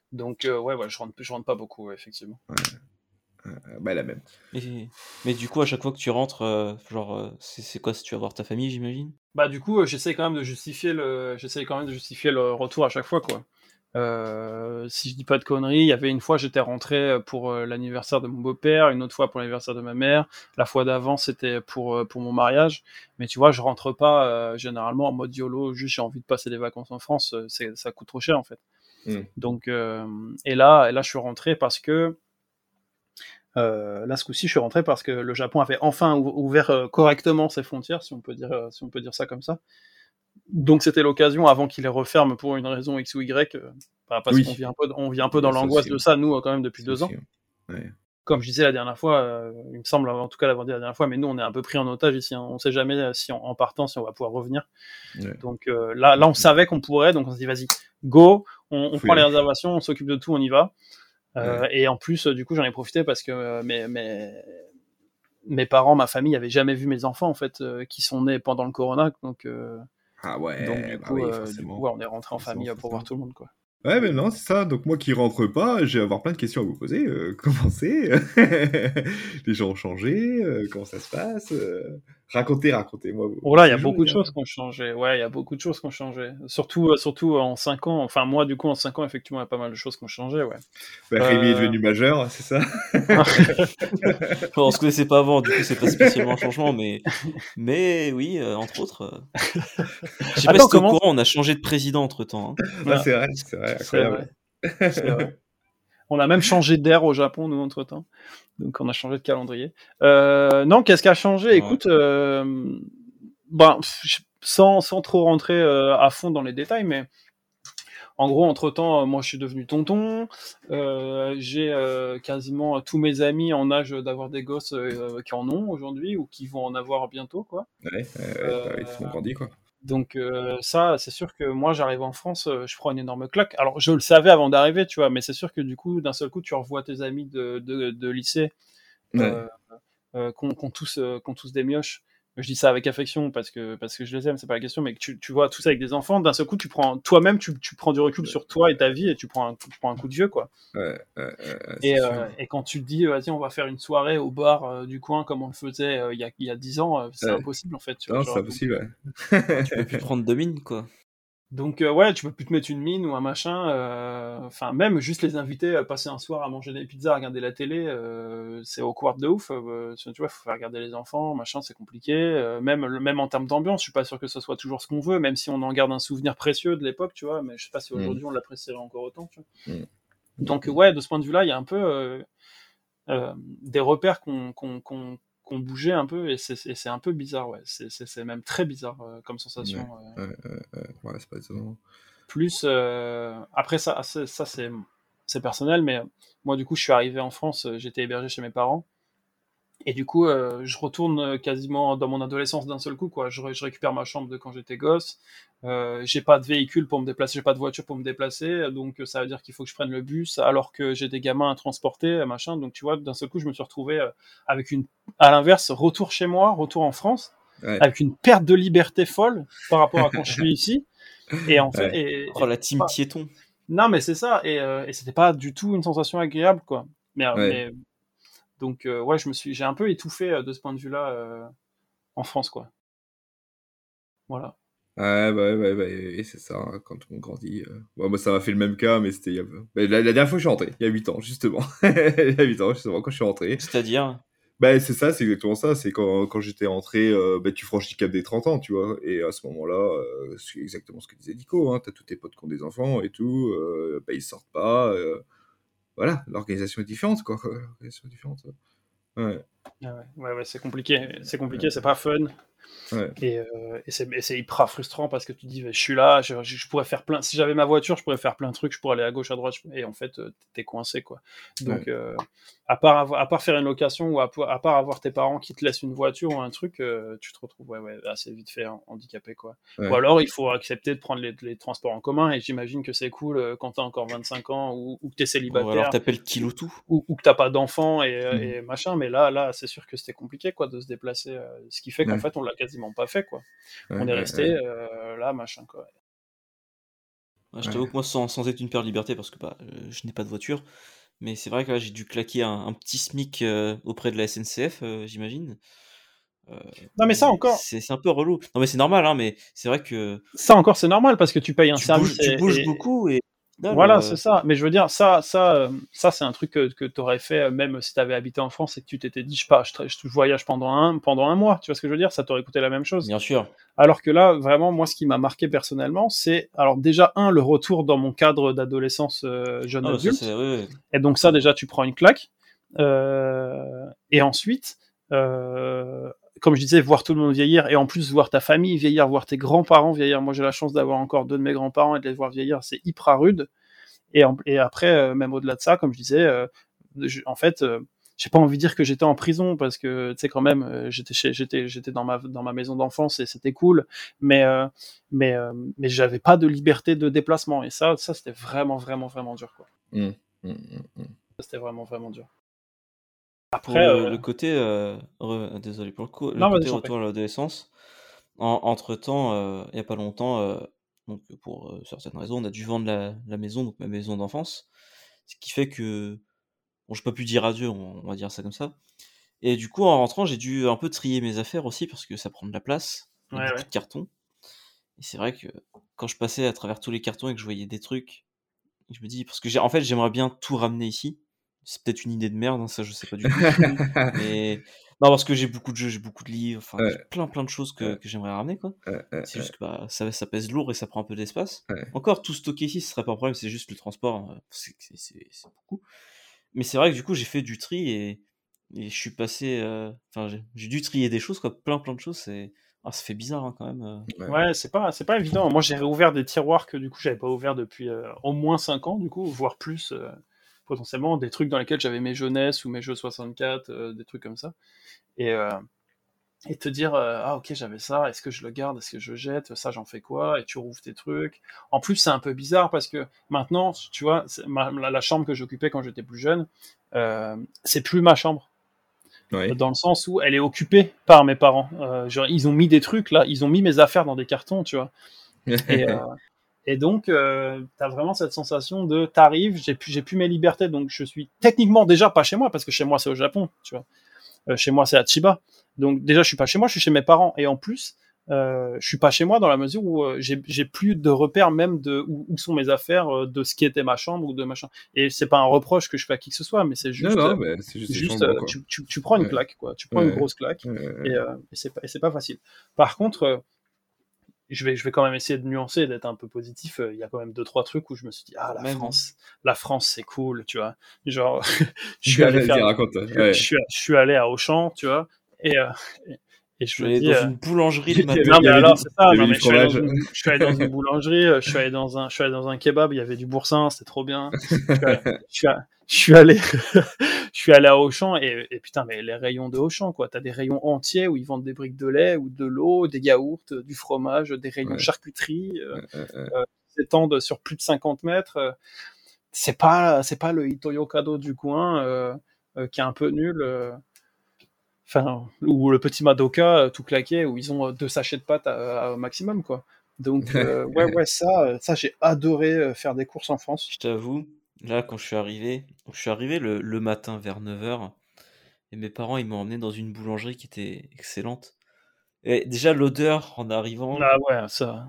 Donc, je rentre pas beaucoup, ouais, effectivement. Bah, la même. Mais du coup, à chaque fois que tu rentres, c'est quoi? Si tu vas voir ta famille, j'imagine? Bah, du coup, j'essaie quand même de justifier le retour à chaque fois, quoi. Si je dis pas de conneries, il y avait une fois, j'étais rentré pour l'anniversaire de mon beau-père, une autre fois pour l'anniversaire de ma mère, la fois d'avant, c'était pour mon mariage. Mais tu vois, je rentre pas généralement en mode YOLO, juste j'ai envie de passer des vacances en France, ça coûte trop cher, en fait. Donc, et là, je suis rentré parce que là, ce coup-ci, je suis rentré parce que le Japon avait enfin ouvert correctement ses frontières, si on peut dire ça comme ça. Donc c'était l'occasion, avant qu'il les referme pour une raison X ou Y, parce qu'on Oui, vit un peu il y dans a ça l'angoisse aussi. de ça, nous, quand même, depuis Ça 2 ans. aussi. Ouais. Comme je disais la dernière fois, il me semble, en tout cas l'avoir dit la dernière fois, mais nous, on est un peu pris en otage ici. Hein. On sait jamais si en partant, si on va pouvoir revenir. Ouais. Donc là, on savait qu'on pourrait, donc on s'est dit, vas-y, go, on Faut prend y les aller. réservations, on s'occupe de tout, on y va. Ouais. Et en plus, du coup, j'en ai profité parce que mes parents, ma famille, avaient jamais vu mes enfants, en fait, qui sont nés pendant le Corona. Ah Donc ouais, bah oui, forcément. ouais, on est rentré en famille pour voir Forcément. tout le monde, quoi. Ouais, mais non, c'est ça. Donc moi qui rentre pas, je vais avoir plein de questions à vous poser. Comment c'est? Les gens ont changé? Comment ça se passe? Racontez-moi vos Voilà, il y a séjours, les beaucoup de gars. choses qui ont changé. Ouais, il y a beaucoup de choses qui ont changé. Surtout en 5 ans. Enfin, moi, du coup, en 5 ans, effectivement, il y a pas mal de choses qui ont changé, ouais. Bah, Rémi est Euh... devenu majeur, c'est ça? On se connaissait pas avant, du coup, c'est pas spécialement un changement, mais oui, entre autres. Je sais pas Attends, si t'es au comment? courant, on a changé de président entre-temps, hein. Ah, Ah, c'est vrai, c'est vrai, incroyable. c'est vrai. On a même changé d'air au Japon, nous, entre-temps. Donc, on a changé de calendrier. Non, qu'est-ce qui a changé? Ouais. Écoute, sans trop rentrer à fond dans les détails, mais en gros, entre-temps, moi, je suis devenu tonton. J'ai quasiment tous mes amis en âge d'avoir des gosses qui en ont aujourd'hui ou qui vont en avoir bientôt, quoi. Bah oui, tout le monde grandit, quoi. Donc ça, c'est sûr que moi, j'arrive en France, je prends une énorme claque. Alors, je le savais avant d'arriver, tu vois, mais c'est sûr que du coup, d'un seul coup, tu revois tes amis de lycée Ouais. euh, qu'on tous des mioches. Je dis ça avec affection parce que je les aime, c'est pas la question, mais que tu vois tout ça avec des enfants, d'un seul coup, tu prends toi-même, tu prends du recul sur toi et ta vie et tu prends un coup de vieux, quoi. C'est sûr. Et quand tu te dis, vas-y, on va faire une soirée au bar du coin comme on le faisait il y a 10 ans, c'est Ouais. impossible en fait, tu vois. Non, c'est Genre, donc, impossible, ouais. Tu peux plus te prendre de mine, quoi. ouais, tu peux plus te mettre une mine ou un machin. Enfin, même juste les inviter à passer un soir à manger des pizzas, à regarder la télé, c'est awkward de ouf. Tu vois, faut faire regarder les enfants, machin, c'est compliqué. Même en termes d'ambiance, je suis pas sûr que ce soit toujours ce qu'on veut, même si on en garde un souvenir précieux de l'époque, tu vois. Mais je sais pas si Mm. aujourd'hui on l'apprécierait encore autant, tu vois. Mm. Donc ouais, de ce point de vue-là, il y a un peu des repères qu'on bougeait un peu et c'est un peu bizarre, ouais. C'est même très bizarre comme Ouais. sensation. Ouais, c'est pas étonnant. Plus après ça c'est personnel, mais moi du coup je suis arrivé en France, j'étais hébergé chez mes parents et du coup je retourne quasiment dans mon adolescence d'un seul coup, quoi. Je récupère ma chambre de quand j'étais gosse. J'ai pas de véhicule pour me déplacer, j'ai pas de voiture pour me déplacer, donc ça veut dire qu'il faut que je prenne le bus alors que j'ai des gamins à transporter, machin. Donc tu vois, d'un seul coup je me suis retrouvé avec à l'inverse, retour chez moi, retour en France, Ouais. avec une perte de liberté folle par rapport à quand je suis ici. Et en fait, Ouais. Oh, la team piéton. non, mais c'est ça, et c'était pas du tout une sensation agréable, quoi. Ouais. Mais donc, ouais, j'ai un peu étouffé de ce point de vue-là en France, quoi. Voilà. Ouais, c'est ça, hein, quand on grandit. Bon, moi, ça m'a fait le même cas, mais c'était la dernière fois que je suis rentré, il y a 8 ans, justement. Il y a 8 ans, justement, quand je suis rentré. C'est-à-dire, Bah, c'est ça, c'est exactement ça. C'est quand j'étais rentré, bah, tu franchis le cap des 30 ans, tu vois. Et à ce moment-là, c'est exactement ce que disait Nico, hein. T'as tous tes potes qui ont des enfants et tout, bah, ils sortent pas. Voilà, l'organisation est différente, quoi. L'organisation est différente. Ouais, Ah ouais, c'est compliqué. C'est compliqué, c'est pas fun. ouais, Et c'est hyper frustrant parce que tu te dis, je suis là, je pourrais faire plein. Si j'avais ma voiture, je pourrais faire plein de trucs, je pourrais aller à gauche, à droite, et en fait, t'es coincé, quoi. ouais, Donc, à part faire une location ou à part avoir tes parents qui te laissent une voiture ou un truc, tu te retrouves assez vite fait handicapé, quoi. Ou ouais. alors, il faut accepter de prendre les transports en commun, et j'imagine que c'est cool quand t'as encore 25 ans ou que t'es ou alors célibataire t'appelles Kilo tout. ou que t'as pas d'enfant Mhm. et machin, mais là, c'est sûr que c'était compliqué, quoi, de se déplacer, ce qui fait qu'en Ouais, fait, on l'a quasiment pas fait, quoi. ouais, On est ouais, resté ouais. là, machin, quoi. Je t'avoue que moi, sans être une perte de liberté, parce que je n'ai pas de voiture, mais c'est vrai que là, j'ai dû claquer un petit SMIC auprès de la SNCF, j'imagine. Non, mais ça encore, C'est un peu relou. Non, mais c'est normal, hein, mais c'est vrai que c'est normal parce que tu payes un service tu bouges beaucoup et voilà, c'est ça. Mais je veux dire, ça, c'est un truc que tu aurais fait même si tu avais habité en France et que tu t'étais dit, je sais pas, je voyage pendant un mois. Tu vois ce que je veux dire? Ça t'aurait coûté la même chose. bien sûr. Alors que là, vraiment, moi, ce qui m'a marqué personnellement, c'est, alors déjà, le retour dans mon cadre d'adolescence jeune Ah, ça, adulte. ouais. Et donc ça, déjà, tu prends une claque. Et ensuite, comme je disais, voir tout le monde vieillir, et en plus voir ta famille vieillir, voir tes grands-parents vieillir. Moi, j'ai la chance d'avoir encore 2 de mes grands-parents et de les voir vieillir, c'est hyper rude. Et après, même au-delà de ça, comme je disais, en fait, j'ai pas envie de dire que j'étais en prison parce que tu sais quand même, j'étais dans ma maison d'enfance et c'était cool, mais j'avais pas de liberté de déplacement, et ça c'était vraiment vraiment vraiment dur, quoi. Ça, c'était vraiment vraiment dur. Pour Après, le côté, désolé pour le coup, le non, vas-y, côté j'en prie. retour à l'adolescence, entre-temps, il y a pas longtemps, donc pour certaines raisons, on a dû vendre la maison, donc ma maison d'enfance, ce qui fait que bon, j'ai pas pu dire adieu, on va dire ça comme ça. Et du coup, en rentrant, j'ai dû un peu trier mes affaires aussi parce que ça prend de la place, il y a Ouais, beaucoup ouais. de cartons. Et c'est vrai que quand je passais à travers tous les cartons et que je voyais des trucs, je me dis, parce que en fait, j'aimerais bien tout ramener ici. C'est peut-être une idée de merde, hein, ça je sais pas du tout. Mais non, parce que j'ai beaucoup de jeux, j'ai beaucoup de livres, enfin j'ai plein de choses que j'aimerais ramener, quoi. C'est juste que ça pèse lourd et ça prend un peu d'espace. Encore, tout stocker ici, ce serait pas un problème, c'est juste le transport, hein, c'est beaucoup. Mais c'est vrai que du coup, j'ai fait du tri et je suis passé. Enfin, j'ai dû trier des choses, quoi, plein de choses. Ça fait bizarre, hein, quand même. Ouais, c'est pas évident. Moi, j'ai réouvert des tiroirs que du coup j'avais pas ouvert depuis au moins 5 ans, du coup, voire plus, potentiellement des trucs dans lesquels j'avais mes jeunesses ou mes jeux 64, des trucs comme ça. Et, euh, et te dire, ah ok, j'avais ça, est-ce que je le garde, est-ce que je jette, ça j'en fais quoi? Et tu rouvres tes trucs. En plus, c'est un peu bizarre parce que maintenant, tu vois, la chambre que j'occupais quand j'étais plus jeune, c'est plus ma chambre. Dans le sens où elle est occupée par mes parents. Genre, ils ont mis des trucs là, ils ont mis mes affaires dans des cartons, tu vois. Et, et donc, t'as vraiment cette sensation de t'arrives, j'ai plus mes libertés, donc je suis techniquement déjà pas chez moi, parce que chez moi c'est au Japon, tu vois. Chez moi c'est à Chiba. Donc déjà je suis pas chez moi, je suis chez mes parents. Et en plus, je suis pas chez moi dans la mesure où j'ai plus de repères même de où sont mes affaires, de ce qui était ma chambre ou de machin. Et c'est pas un reproche que je fais à qui que ce soit, mais c'est juste, Non, mais c'est juste quoi. tu prends une claque, quoi. Tu prends une grosse claque, et c'est pas facile. Par contre, je vais quand même essayer de nuancer, d'être un peu positif. Il y a quand même 2-3 trucs où je me suis dit, ah, la France c'est cool, tu vois. Genre, je suis allé faire, je suis allé à Auchan, tu vois, et, et je me dis, dans une boulangerie le matin. non mais alors c'est ça, non mais je suis allé dans une boulangerie, je suis allé dans un kebab, il y avait du boursin, c'était trop bien. Je suis allé je suis allé à Auchan, et putain, mais les rayons de Auchan, quoi. T'as des rayons entiers où ils vendent des briques de lait ou de l'eau, des yaourts, du fromage, des rayons charcuterie, s'étendent sur plus de 50 mètres. C'est pas le Ito-Yokado du coin, qui est un peu nul. Enfin, ou le petit Madoka tout claqué, où ils ont 2 sachets de pâtes au maximum, quoi. Donc, ouais, ça j'ai adoré faire des courses en France. Je t'avoue, là, quand je suis arrivé le matin vers 9h, et mes parents, ils m'ont emmené dans une boulangerie qui était excellente. Et déjà, l'odeur en arrivant, Ah ouais, ça.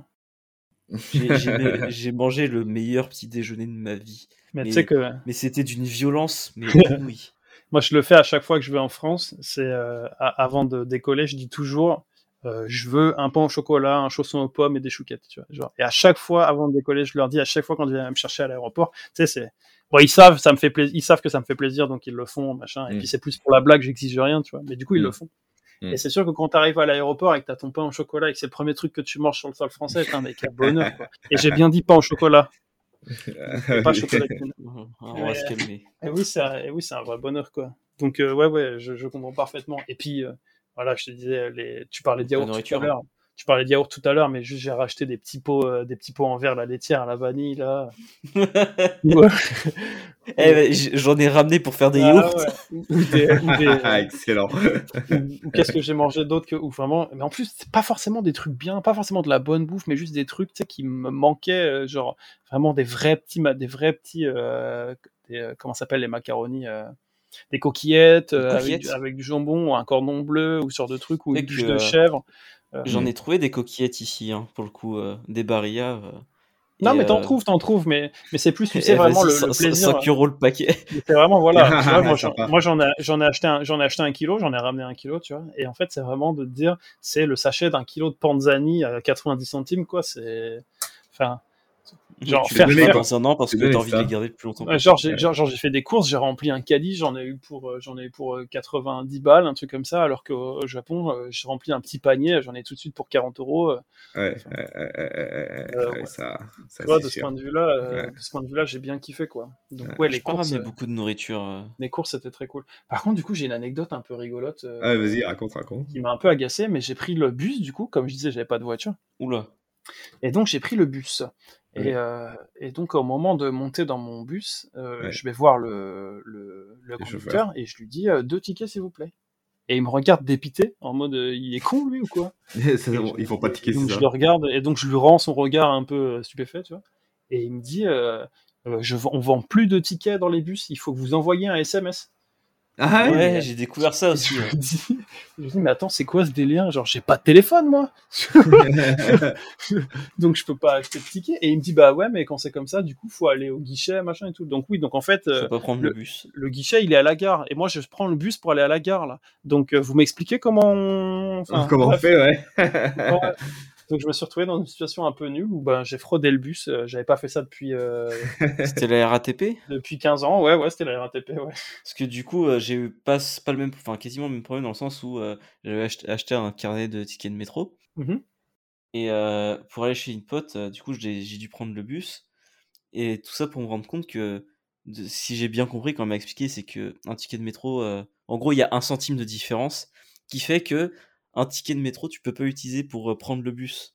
j'ai mangé le meilleur petit déjeuner de ma vie. Mais tu sais que Mais c'était d'une violence, mais inouïe. moi, je le fais à chaque fois que je vais en France. C'est avant de décoller, je dis toujours, je veux un pain au chocolat, un chausson aux pommes et des chouquettes, tu vois. Genre. Et à chaque fois, avant de décoller, je leur dis à chaque fois quand ils viennent me chercher à l'aéroport, tu sais, c'est bon, ils savent, ça me fait plaisir, ils savent que ça me fait plaisir, donc ils le font, machin. Et puis c'est plus pour la blague, j'exige rien, tu vois. Mais du coup, ils le font. Et c'est sûr que quand t'arrives à l'aéroport et que t'as ton pain au chocolat et que c'est le premier truc que tu manges sur le sol français, putain, mais quel bonheur, quoi. Et j'ai bien dit pain au chocolat. Pas chocolat. On va se calmer. Et oui, c'est un vrai bonheur, quoi. Donc, ouais, je comprends parfaitement. Et puis, voilà, je te disais, tu parlais de yaourt tout à l'heure. Tu parlais de yaourt tout à l'heure, mais juste j'ai racheté des petits pots en verre, la laitière à la vanille, là. Ouais. J'en ai ramené pour faire des Ah yaourts. ouais. Excellent. Ou qu'est-ce que j'ai mangé d'autre ou vraiment. Mais en plus, c'est pas forcément des trucs bien, pas forcément de la bonne bouffe, mais juste des trucs, tu sais, qui me manquaient, genre vraiment des vrais petits, comment ça s'appelle les macaronis, des coquillettes, avec du jambon, ou un cordon bleu, ou sur de trucs, ou une bûche de chèvre. J'en ai trouvé des coquillettes ici, hein, pour le coup, des barillas. Non, mais t'en trouves, mais c'est plus, tu sais, vraiment le plaisir. 5 € le paquet. C'est vraiment, voilà. Tu vois, moi, j'en ai acheté un kilo, j'en ai ramené 1 kilo, tu vois. Et en fait, c'est vraiment de te dire, c'est le sachet d'1 kilo de panzani à 90 centimes, quoi. C'est, enfin, genre, tu les mets dans un an parce que t'as envie de les garder le plus longtemps. Genre, j'ai fait des courses, j'ai rempli un caddie, j'en ai eu pour 90 balles, un truc comme ça, alors qu'au Japon, j'ai rempli un petit panier, j'en ai tout de suite pour 40 €. Ça, de ce point de vue-là, j'ai bien kiffé, quoi. Donc, ouais, les courses. Ramené beaucoup de nourriture. Les courses, c'était très cool. Par contre, du coup, j'ai une anecdote un peu rigolote. Vas-y, raconte. Qui m'a un peu agacé, mais j'ai pris le bus, du coup, comme je disais, j'avais pas de voiture. Oula. Et donc, j'ai pris le bus. Et donc, au moment de monter dans mon bus, je vais voir le conducteur et je lui dis 2 tickets, s'il vous plaît. Et il me regarde dépité, en mode il est con, lui, ou quoi? Ils font pas de tickets, c'est ça. Je le regarde, et donc je lui rends son regard un peu stupéfait, tu vois. Et il me dit on vend plus de tickets dans les bus, il faut que vous envoyiez un SMS. Ah ouais, j'ai découvert ça aussi. Je me dis, mais attends, c'est quoi ce délire? Genre, j'ai pas de téléphone, moi. Donc, je peux pas acheter de ticket. Et il me dit, bah ouais, mais quand c'est comme ça, du coup, faut aller au guichet, machin et tout. Donc, oui, donc en fait, faut pas prendre le bus. Le guichet, il est à la gare. Et moi, je prends le bus pour aller à la gare, là. Donc, vous m'expliquez comment on fait, ouais. Donc, je me suis retrouvé dans une situation un peu nulle où j'ai fraudé le bus. J'avais pas fait ça depuis. C'était la RATP? Depuis 15 ans, ouais, c'était la RATP, ouais. Parce que du coup, j'ai eu pas le même, enfin quasiment le même problème dans le sens où j'avais acheté un carnet de tickets de métro. Et pour aller chez une pote, du coup, j'ai dû prendre le bus. Et tout ça pour me rendre compte que, si j'ai bien compris quand on m'a expliqué, c'est que un ticket de métro, en gros, il y a 1 centime de différence qui fait que un ticket de métro, tu peux pas l'utiliser pour prendre le bus.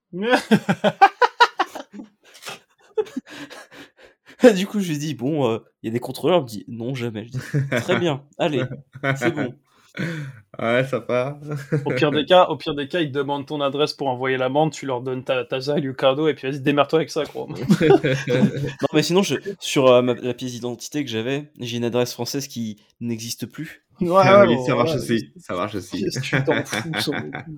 Du coup, je lui dis, bon, il y a des contrôleurs, il me dit, non, jamais. Je dis, très bien, allez, c'est bon. Ouais, ça part. Au pire des cas, ils te demandent ton adresse pour envoyer l'amende, tu leur donnes ta Zayu cadeau et puis vas-y, démerde-toi avec ça, gros. Non, mais sinon, sur la pièce d'identité que j'avais, j'ai une adresse française qui n'existe plus. Ouais, ça marche aussi. Ça marche aussi. Qu'est-ce que tu t'en fous,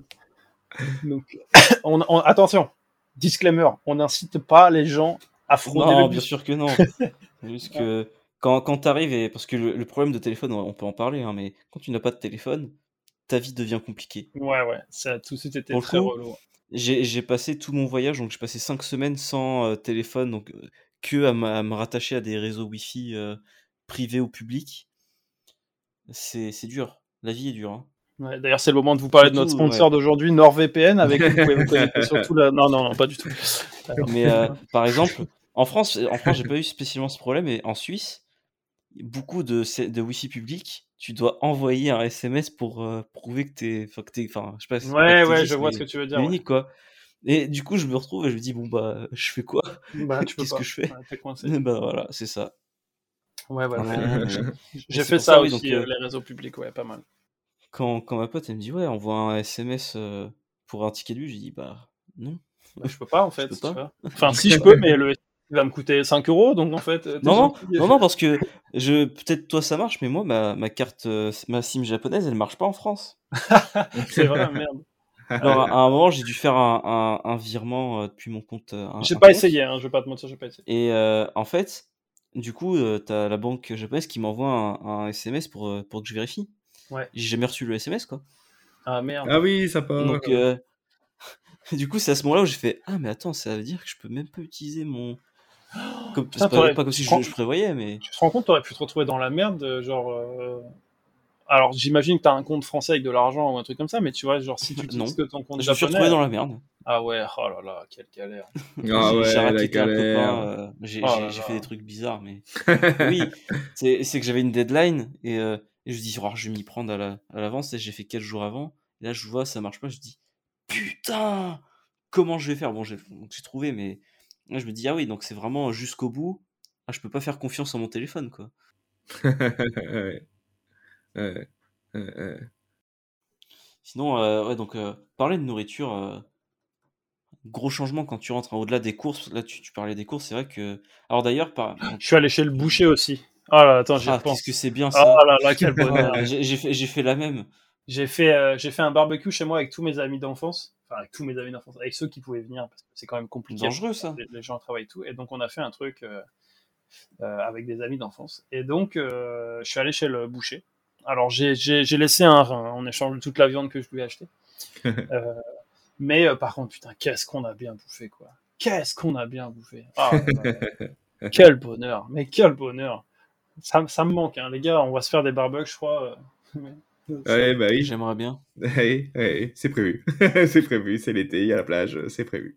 Donc, attention, disclaimer, on n'incite pas les gens à frauder le bus. Non, bien sûr que non. Juste que quand t'arrives, et parce que le problème de téléphone, on peut en parler, hein, mais quand tu n'as pas de téléphone, ta vie devient compliquée. Ouais, ça a tout de suite été très relou. J'ai passé tout mon voyage, donc j'ai passé 5 semaines sans téléphone, donc que à me rattacher à des réseaux Wi-Fi privés ou publics. C'est dur. La vie est dure, hein. Ouais, d'ailleurs, c'est le moment de vous parler de notre sponsor d'aujourd'hui, NordVPN, avec qui vous pouvez vous connecter surtout là. Non, pas du tout. Mais par exemple, en France, j'ai pas eu spécialement ce problème, et en Suisse, beaucoup de Wi-Fi public, tu dois envoyer un SMS pour prouver que t'es, enfin, je sais pas. Ouais, je vois ce que tu veux dire. Unique, quoi. Et du coup, je me retrouve et je me dis, bon, bah, je fais quoi? Qu'est-ce que je fais? T'es coincé. Bah voilà, c'est ça. Ouais, j'ai C'est fait pour ça oui, aussi, donc, les réseaux publics, ouais, pas mal. Quand ma pote, elle me dit, ouais, envoie un SMS pour un ticket de bus, je dis, bah, non. Je peux pas, en fait. Je peux pas. Tu vois. Enfin, si je peux, mais le SMS va me coûter 5 €, donc en fait. Non, parce que peut-être toi ça marche, mais moi, ma carte, ma SIM japonaise, elle marche pas en France. C'est vrai, merde. Alors, à un moment, j'ai dû faire un virement depuis mon compte. J'ai pas essayé, hein, je vais pas te mentir, j'ai pas essayé. Et en fait, du coup, t'as la banque japonaise qui m'envoie un SMS pour que je vérifie. Ouais. J'ai jamais reçu le SMS, quoi. Ah merde. Ah oui, ça part. Donc, du coup, c'est à ce moment-là où j'ai fait, ah, mais attends, ça veut dire que je peux même pas utiliser mon. C'est pas comme si je prévoyais, mais. Tu te rends compte, t'aurais pu te retrouver dans la merde, genre. Alors, j'imagine que t'as un compte français avec de l'argent ou un truc comme ça, mais tu vois, genre, si tu utilises que ton compte japonais... Je me suis retrouvé dans la merde. Ah ouais, oh là là, quelle galère. J'ai raquetté un copain, j'ai fait des trucs bizarres, mais... Oui, c'est que j'avais une deadline, et je dis, oh, je vais m'y prendre à l'avance, et j'ai fait 4 jours avant, et là, je vois, ça marche pas, je dis, putain, comment je vais faire? Bon, j'ai trouvé, mais là, je me dis, ah oui, donc c'est vraiment jusqu'au bout. Ah, je peux pas faire confiance à mon téléphone, quoi. Ouais. Ouais. Ouais. Sinon, ouais, donc, parler de nourriture, gros changement quand tu rentres au-delà des courses. Là, tu parlais des courses, c'est vrai que. Alors d'ailleurs, donc, Je suis allé chez le boucher aussi. Oh là, attends, j'y qu'est-ce que repense. c'est bien Oh ça. là là, quel bonheur. Ah, j'ai fait la même. J'ai fait un barbecue chez moi avec tous mes amis d'enfance. Enfin, avec tous mes amis d'enfance, avec ceux qui pouvaient venir, parce que c'est quand même compliqué. Dangereux, ça. Les gens travaillent et tout. Et donc, on a fait un truc avec des amis d'enfance. Et donc, je suis allé chez le boucher. Alors, j'ai laissé un rein en échange de toute la viande que je lui ai achetée. Mais par contre, putain, qu'est-ce qu'on a bien bouffé, quoi. Qu'est-ce qu'on a bien bouffé. Ah, quel bonheur. Mais quel bonheur. Ça me manque, hein. Les gars, on va se faire des barbecues, je crois. Ouais, bah oui. J'aimerais bien. Ouais, c'est prévu. C'est prévu, c'est l'été, il y a la plage, c'est prévu.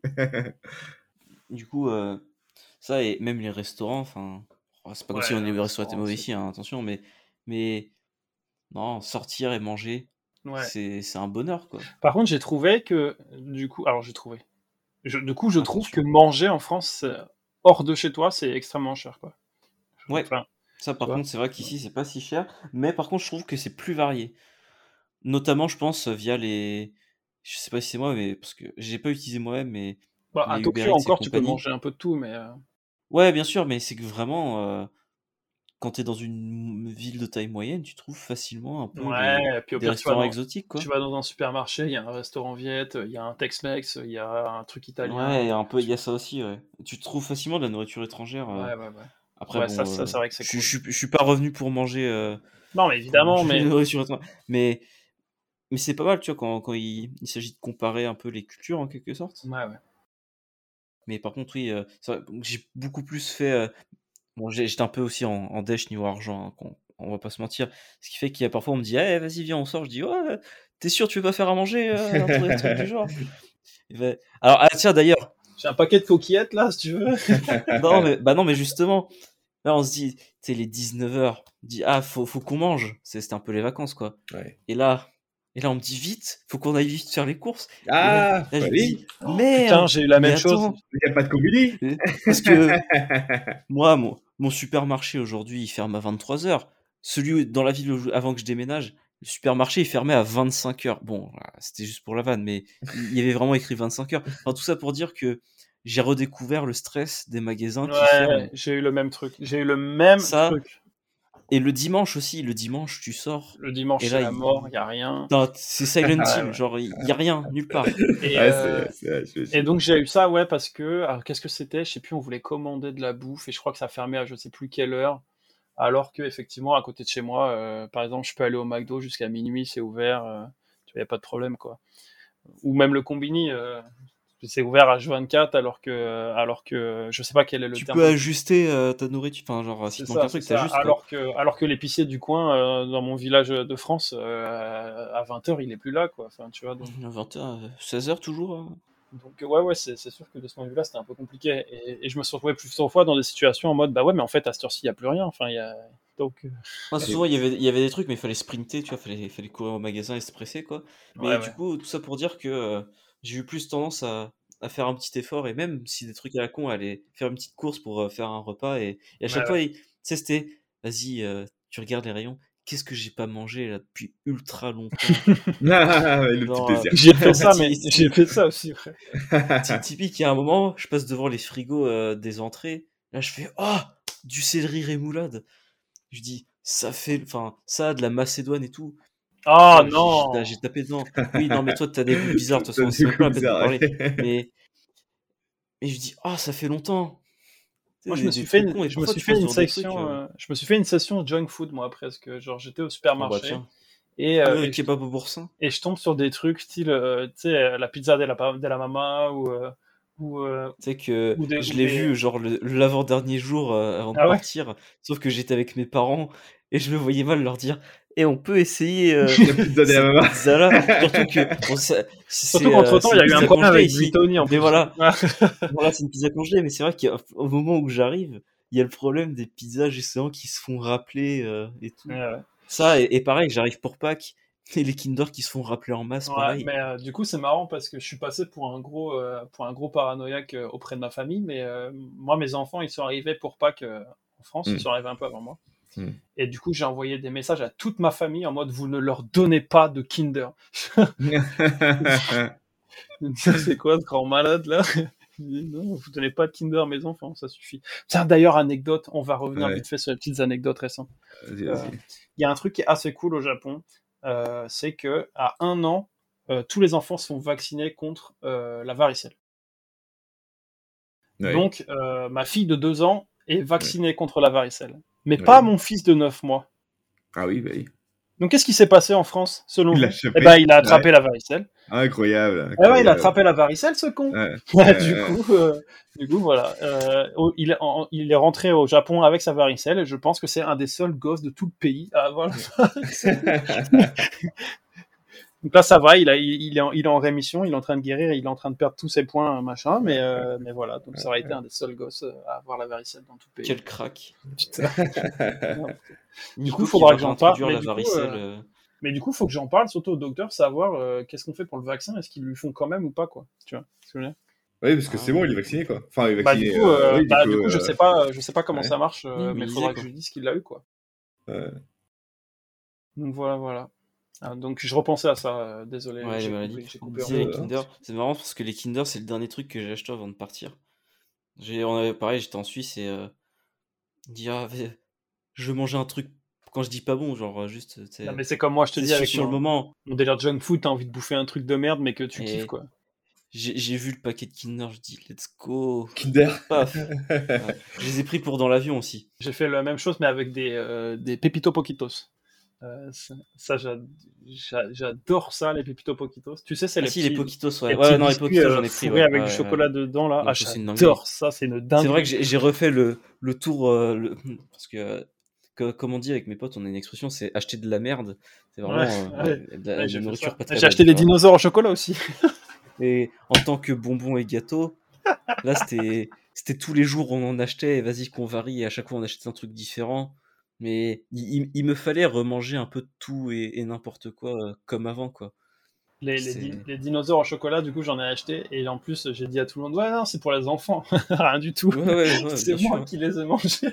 Du coup, ça et même les restaurants, enfin, c'est pas comme si les restaurants étaient mauvais ici, hein, attention, mais non, sortir et manger, Ouais. c'est un bonheur, quoi. Par contre, j'ai trouvé que, du coup, je trouve que manger en France, hors de chez toi, c'est extrêmement cher, quoi. Ouais, Enfin, ça par contre, c'est vrai qu'ici, c'est pas si cher, mais par contre, je trouve que c'est plus varié. Notamment, je pense, via les. Je sais pas si c'est moi, mais parce que j'ai pas utilisé moi-même, mais. à les Tokyo Uber Eats et encore, tu peux compagnie. manger un peu de tout, mais. Ouais, bien sûr, mais c'est que vraiment, quand t'es dans une ville de taille moyenne, tu trouves facilement un peu Ouais, puis au des pire, restaurants exotiques, quoi. tu vas dans un supermarché, il y a un restaurant Viet, il y a un Tex-Mex, il y a un truc italien. Ouais, il y a ça aussi, ouais. Tu trouves facilement de la nourriture étrangère. Ouais. Après, Ouais, bon, ça, c'est vrai que c'est cool. je suis pas revenu pour manger. Non, mais évidemment, de la mais. nourriture étrangère. Mais c'est pas mal, tu vois, quand il s'agit de comparer un peu les cultures, en quelque sorte. Ouais. Mais par contre, oui, c'est vrai, j'ai beaucoup plus fait. Bon, j'étais un peu aussi en dèche niveau argent, hein, on va pas se mentir. Ce qui fait qu'il y a parfois, on me dit, eh, vas-y, viens, on sort. Je dis, ouais, t'es sûr, tu veux pas faire à manger, un truc du genre. Alors, ah, tiens, d'ailleurs. J'ai un paquet de coquillettes là, si tu veux. non, mais justement, là, on se dit, tu sais, les 19h, on dit, ah, faut qu'on mange. C'était un peu les vacances, quoi. Ouais. Et là, on me dit, vite, faut qu'on aille vite faire les courses. Ah, là, je me oui. dis, merde. Putain, j'ai eu la même chose. Il n'y a pas de combini. Parce que moi, mon supermarché aujourd'hui, il ferme à 23h. Celui dans la ville avant que je déménage, le supermarché, il fermait à 25h. Bon, c'était juste pour la vanne, mais il y avait vraiment écrit 25h. Enfin, tout ça pour dire que j'ai redécouvert le stress des magasins qui ferment. J'ai eu le même truc. Truc. Et le dimanche aussi, tu sors. Le dimanche, et c'est là, la mort, il n'y a rien. C'est Silent Hill, genre, il n'y a rien, nulle part. Et donc, j'ai eu ça, ouais, parce que, alors, qu'est-ce que c'était? Je sais plus, on voulait commander de la bouffe, et je crois que ça fermait à je sais plus quelle heure. Alors que, effectivement, à côté de chez moi, par exemple, je peux aller au McDo jusqu'à minuit, c'est ouvert, tu vois, y a pas de problème, quoi. Ou même le Combini, c'est ouvert à H24, alors que je sais pas quel est le tu terme. peux ajuster ta nourriture, enfin, genre, si tu manques un truc, t'ajustes. Alors que l'épicier du coin, dans mon village de France, à 20h, il est plus là, quoi. Enfin, tu vois, donc... 20h, 16h toujours. Donc ouais, c'est sûr que de ce point de vue-là, c'était un peu compliqué. Et je me suis retrouvé plusieurs fois dans des situations en mode, bah ouais, mais en fait, à cette heure-ci, il n'y a plus rien. Enfin, donc... souvent, il y avait des trucs, mais il fallait sprinter, tu vois, fallait courir au magasin et se presser, quoi. Mais du coup, tout ça pour dire que j'ai eu plus tendance à faire un petit effort, et même si des trucs à la con, aller faire une petite course pour faire un repas, et à chaque fois, tu sais, c'était, vas-y, tu regardes les rayons, qu'est-ce que j'ai pas mangé là depuis ultra longtemps. Le petit plaisir. J'ai fait ça, mais j'ai fait ça aussi, frère. Typique, il y a un moment, je passe devant les frigos des entrées, là je fais, oh, du céleri rémoulade. Je dis, ça a de la Macédoine et tout. Oh non! J'ai tapé dedans. Oui, non, mais toi, t'as des goûts bizarres, de toute façon, c'est même pas la peine de parler. Mais je dis, ah, ça fait longtemps. Moi, je me suis fait une session junk food, moi, presque. Genre, j'étais au supermarché. Et kebab au boursin. Et je tombe sur des trucs style, tu sais, la pizza de la mama ou tu sais que je l'ai vu genre l'avant-dernier jour avant de partir, sauf que j'étais avec mes parents et je me voyais mal leur dire et on peut essayer la pizza de la mama. Pizza là, surtout que surtout qu'entre temps il y a eu un problème avec Buitoni en plus. Mais voilà, c'est une pizza congelée, mais c'est vrai qu'au moment où j'arrive, il y a le problème des pizzas justement qui se font rappeler et tout. Ouais. Ça et pareil, j'arrive pour Pâques. Et les Kinder qui se font rappeler en masse, Ouais, pareil. mais du coup, c'est marrant parce que je suis passé pour un gros paranoïaque auprès de ma famille, mais moi, mes enfants, ils sont arrivés pour Pâques en France, ils sont arrivés un peu avant moi. Et du coup, j'ai envoyé des messages à toute ma famille en mode vous ne leur donnez pas de Kinder. C'est quoi ce grand malade là? Non, vous donnez pas de Kinder à mes enfants, ça suffit. Tiens, d'ailleurs, anecdote, on va revenir Ouais. vite fait sur les petites anecdotes récentes. Vas-y, Il vas-y. y a un truc qui est assez cool au Japon, c'est que à 1 an, tous les enfants sont vaccinés contre la varicelle. Ouais. Donc, ma fille de 2 ans est vaccinée contre la varicelle. Mais Ouais. pas mon fils de 9 mois. Ah oui, bah oui. Donc, qu'est-ce qui s'est passé en France, selon Il vous? l'a chopé. Eh ben, il a attrapé la varicelle. Incroyable. Ah ouais, il a attrapé la varicelle, ce con. Ouais. Du coup, voilà. Il est rentré au Japon avec sa varicelle et je pense que c'est un des seuls gosses de tout le pays à avoir la varicelle. Donc là, ça va, il est en rémission, il est en train de guérir, il est en train de perdre tous ses points, machin, mais voilà. Donc ça aurait été un des seuls gosses à avoir la varicelle dans tout le pays. Quel crack. Putain. Du coup, Nico il faudra qui que j'en va parle. introduire la varicelle. Mais du coup, il faut que j'en parle, surtout au docteur, savoir qu'est-ce qu'on fait pour le vaccin, est-ce qu'ils lui font quand même ou pas, quoi. Tu vois ce que je veux dire? Oui, parce que c'est bon, il est vacciné, quoi. Enfin, il est Bah, vacciné. du coup, oui, du coup, je sais pas comment ouais. ça marche, Oui, mais il il faudra disait, que quoi. je lui dise qu'il l'a eu, quoi. Ouais. Donc voilà. Ah, donc je repensais à ça, désolé, Ouais, les j'ai maladies. coupé On un disait les peu. Kinder. C'est marrant parce que les Kinder, c'est le dernier truc que j'ai acheté avant de partir. Pareil, j'étais en Suisse et dit je mangeais un truc. Quand je dis pas bon, genre juste. Non, mais c'est comme moi, je te dis, avec sur le moment. mon délire junk food, t'as envie de bouffer un truc de merde, mais que tu kiffes, quoi. J'ai vu le paquet de Kinder, je dis let's go. Kinder. Paf. Ouais. Je les ai pris pour dans l'avion aussi. J'ai fait la même chose, mais avec des Pepito Poquitos. Ça, j'adore ça, les Pepito Poquitos. Tu sais, c'est les les Poquitos, ouais. les Ouais, petits non, les biscuits, Poquitos, j'en ai pris. fourrés Ouais, avec ouais, du chocolat dedans, là. Donc, Ah, c'est une dinguerie. j'adore ça, c'est une dinguerie. C'est vrai que j'ai refait le tour, parce que, comme on dit avec mes potes, on a une expression, c'est acheter de la merde. C'est vraiment de la nourriture pas très bonne. J'ai acheté des dinosaures au chocolat aussi. Et en tant que bonbons et gâteaux, là, c'était tous les jours on en achetait, et vas-y qu'on varie, et à chaque fois on achetait un truc différent. Mais il me fallait remanger un peu de tout et n'importe quoi, comme avant, quoi. Les dinosaures au chocolat, du coup, j'en ai acheté. Et en plus, j'ai dit à tout le monde, ouais, non, c'est pour les enfants. Rien du tout. Ouais, c'est bien moi sûr. qui les ai mangés.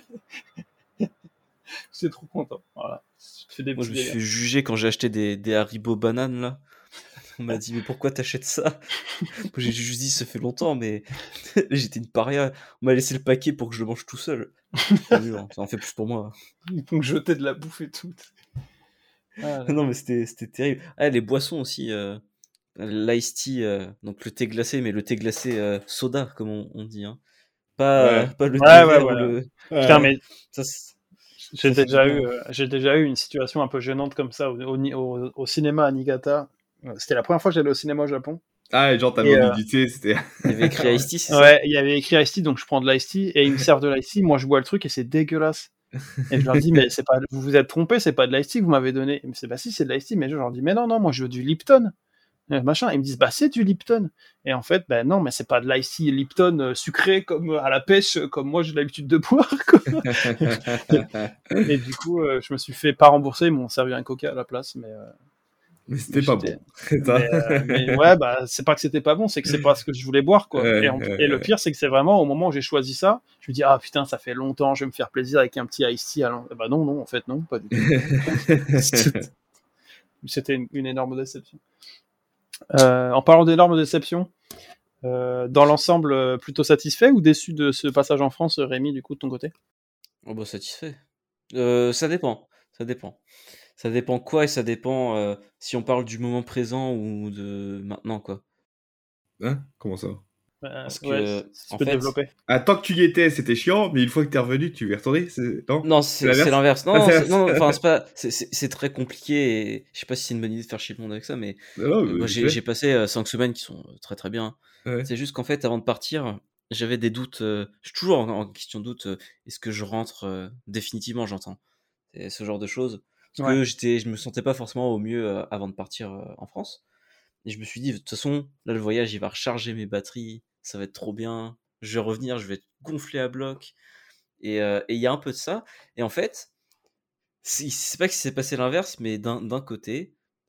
J'étais trop content. Voilà. Moi, je me suis fait juger quand j'ai acheté des Haribo bananes, là. On m'a dit, mais pourquoi t'achètes ça? J'ai juste dit, ça fait longtemps, mais j'étais une paria. On m'a laissé le paquet pour que je le mange tout seul. Ça en fait plus pour moi. Ils m'ont jeté de la bouffe et tout. Ah, non, mais c'était terrible. Ah, les boissons aussi. L'ice tea, donc le thé glacé, mais le thé glacé soda, comme on dit. Hein. Pas le thé vert ou le. Putain, mais ça, j'ai déjà eu une situation un peu gênante comme ça au cinéma à Niigata. C'était la première fois que j'allais au cinéma au Japon. Ah, genre, t'as vendu du thé, c'était. Il y avait écrit Ice Tea, c'est ça? Ouais, il y avait écrit Ice Tea, donc je prends de l'Ice Tea et ils me servent de l'Ice Tea. Moi, je bois le truc et c'est dégueulasse. Et je leur dis, mais c'est pas, vous vous êtes trompés, c'est pas de l'Ice Tea que vous m'avez donné. Ils me disent, bah si, c'est de l'Ice Tea. Mais je leur dis, mais non, moi je veux du Lipton. Machin. Ils me disent, bah c'est du Lipton. Et en fait, bah non, mais c'est pas de l'Ice Tea Lipton sucré comme à la pêche, comme moi j'ai l'habitude de boire, quoi. Et du coup, je me suis fait pas rembourser, ils m'ont servi un coca à la place, mais c'était pas bon. mais ouais, bah c'est pas que c'était pas bon, c'est que c'est pas ce que je voulais boire, quoi. Et le pire, c'est que c'est vraiment au moment où j'ai choisi ça, je me dis, ah putain, ça fait longtemps, je vais me faire plaisir avec un petit Ice Tea. Bah non, en fait non, pas du tout. C'était une énorme déception. En parlant d'énormes déceptions, dans l'ensemble, plutôt satisfait ou déçu de ce passage en France, Rémi, du coup, de ton côté? Oh bah satisfait. Ça dépend. Ça dépend quoi, et ça dépend si on parle du moment présent ou de maintenant, quoi. Hein? Comment ça? Parce que, si tu peux développer. Tant que tu y étais, c'était chiant, mais une fois que t'es revenu, tu y es retourné, Non, c'est l'inverse. Non, enfin, c'est très compliqué, et je sais pas si c'est une bonne idée de faire chier le monde avec ça, mais moi, j'ai passé 5 semaines qui sont très très bien. Ouais. C'est juste qu'en fait, avant de partir, j'avais des doutes. Je suis toujours en question de doute. Est-ce que je rentre définitivement, j'entends. C'est ce genre de choses. Parce que je me sentais pas forcément au mieux avant de partir en France. Et je me suis dit, de toute façon, là, le voyage, il va recharger mes batteries, ça va être trop bien. Je vais revenir, je vais être gonflé à bloc. Et il y a un peu de ça. Et en fait, c'est pas que s'est passé l'inverse, mais d'un côté,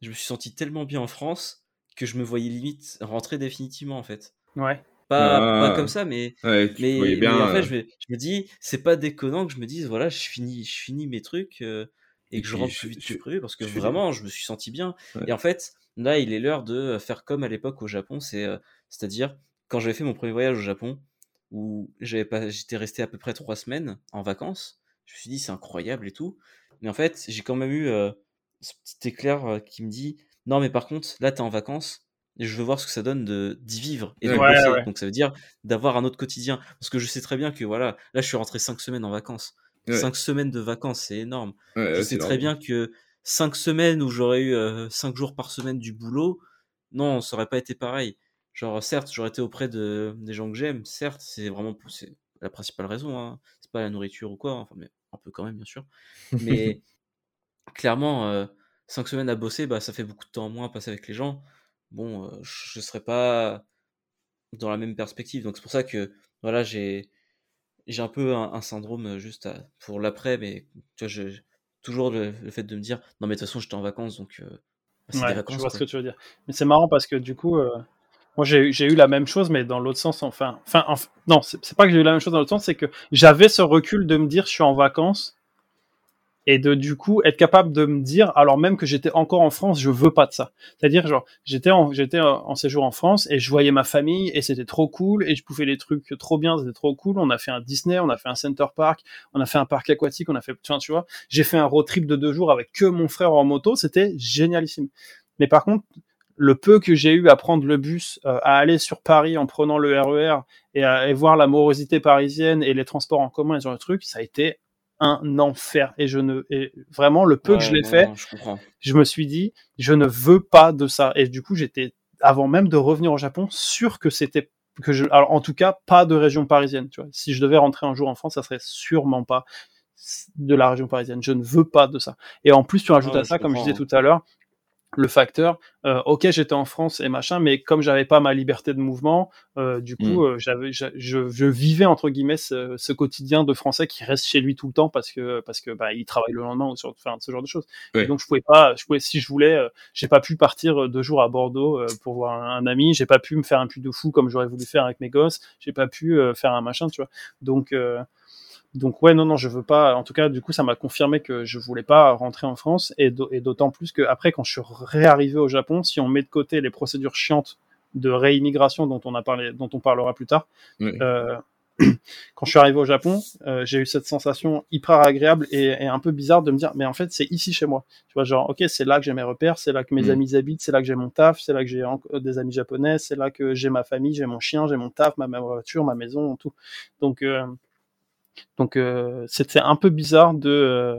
je me suis senti tellement bien en France que je me voyais limite rentrer définitivement en fait. Ouais. Pas comme Ah, ça, mais ouais, tu te voyais mais en bien, fait, je me dis, c'est pas déconnant que je me dise, voilà, je finis mes trucs et et que je puis rentre plus vite que je prévu parce que je fais des vraiment, je me suis senti bien. ouais. Et en fait, là, il est l'heure de faire comme à l'époque au Japon, c'est-à-dire quand j'avais fait mon premier voyage au Japon où j'étais resté à peu près 3 semaines en vacances, je me suis dit, c'est incroyable et tout. Mais en fait, j'ai quand même eu ce petit éclair qui me dit, non, mais par contre, là, t'es en vacances et je veux voir ce que ça donne d'y vivre et de Ouais, Ouais, bosser. ouais. Donc ça veut dire d'avoir un autre quotidien. Parce que je sais très bien que voilà, là je suis rentré 5 semaines en vacances. ouais, 5 semaines de vacances, c'est énorme. Je ouais, c'est sais très énorme. bien que 5 semaines où j'aurais eu 5 jours par semaine du boulot, non, ça aurait pas été pareil. Genre, certes, j'aurais été auprès des gens que j'aime, certes, c'est la principale raison, hein. C'est pas la nourriture ou quoi, enfin, mais un peu quand même, bien sûr. Mais clairement, 5 semaines à bosser, bah, ça fait beaucoup de temps en moins à passer avec les gens. Bon, je serais pas dans la même perspective. Donc c'est pour ça que voilà, j'ai un peu un syndrome juste pour l'après, mais tu vois, toujours le fait de me dire non mais de toute façon j'étais en vacances donc bah, c'est des Ouais, je vacances vois ce quoi. que tu veux dire. Mais c'est marrant parce que du coup, moi j'ai eu la même chose, mais dans l'autre sens. Non, c'est pas que j'ai eu la même chose dans l'autre sens, c'est que j'avais ce recul de me dire je suis en vacances et de du coup être capable de me dire, alors même que j'étais encore en France, je veux pas de ça. C'est-à-dire genre j'étais en séjour en France et je voyais ma famille et c'était trop cool et je pouvais des trucs trop bien, c'était trop cool. On a fait un Disney, on a fait un Center Park, on a fait un parc aquatique, on a fait, tu vois, j'ai fait un road trip de 2 jours avec que mon frère en moto, c'était génialissime. Mais par contre, le peu que j'ai eu à prendre le bus, à aller sur Paris en prenant le RER et voir la morosité parisienne et les transports en commun et ce genre de trucs, ça a été un enfer. Et vraiment, le peu que je Ouais, l'ai non, fait, non, je comprends. je me suis dit, je ne veux pas de ça. Et du coup, j'étais, avant même de revenir au Japon, sûr que c'était, alors en tout cas, pas de région parisienne, tu vois. Si je devais rentrer un jour en France, ça serait sûrement pas de la région parisienne. Je ne veux pas de ça. Et en plus, tu rajoutes Ah à ouais, je ça, comme je disais comprends, hein. tout à l'heure, le facteur, ok, j'étais en France et machin, mais comme j'avais pas ma liberté de mouvement, du coup, Hmm. je vivais entre guillemets ce quotidien de Français qui reste chez lui tout le temps parce que bah, il travaille le lendemain ou enfin, ce genre de choses. Et Ouais. donc je pouvais si je voulais, j'ai pas pu partir 2 jours à Bordeaux pour voir un ami, j'ai pas pu me faire un pull de fou comme j'aurais voulu faire avec mes gosses, j'ai pas pu faire un machin, tu vois. Donc donc ouais, non, non, je veux pas. En tout cas, du coup, ça m'a confirmé que je voulais pas rentrer en France, et d'autant plus que après, quand je suis réarrivé au Japon, si on met de côté les procédures chiantes de réimmigration dont on parlera plus tard, Ouais. euh, quand je suis arrivé au Japon, j'ai eu cette sensation hyper agréable et un peu bizarre de me dire, mais en fait, c'est ici chez moi. Tu vois, genre, ok, c'est là que j'ai mes repères, c'est là que mes Hmm. amis habitent, c'est là que j'ai mon taf, c'est là que j'ai des amis japonais, c'est là que j'ai ma famille, j'ai mon chien, j'ai mon taf, ma voiture, ma maison, tout. Donc, c'était un peu bizarre de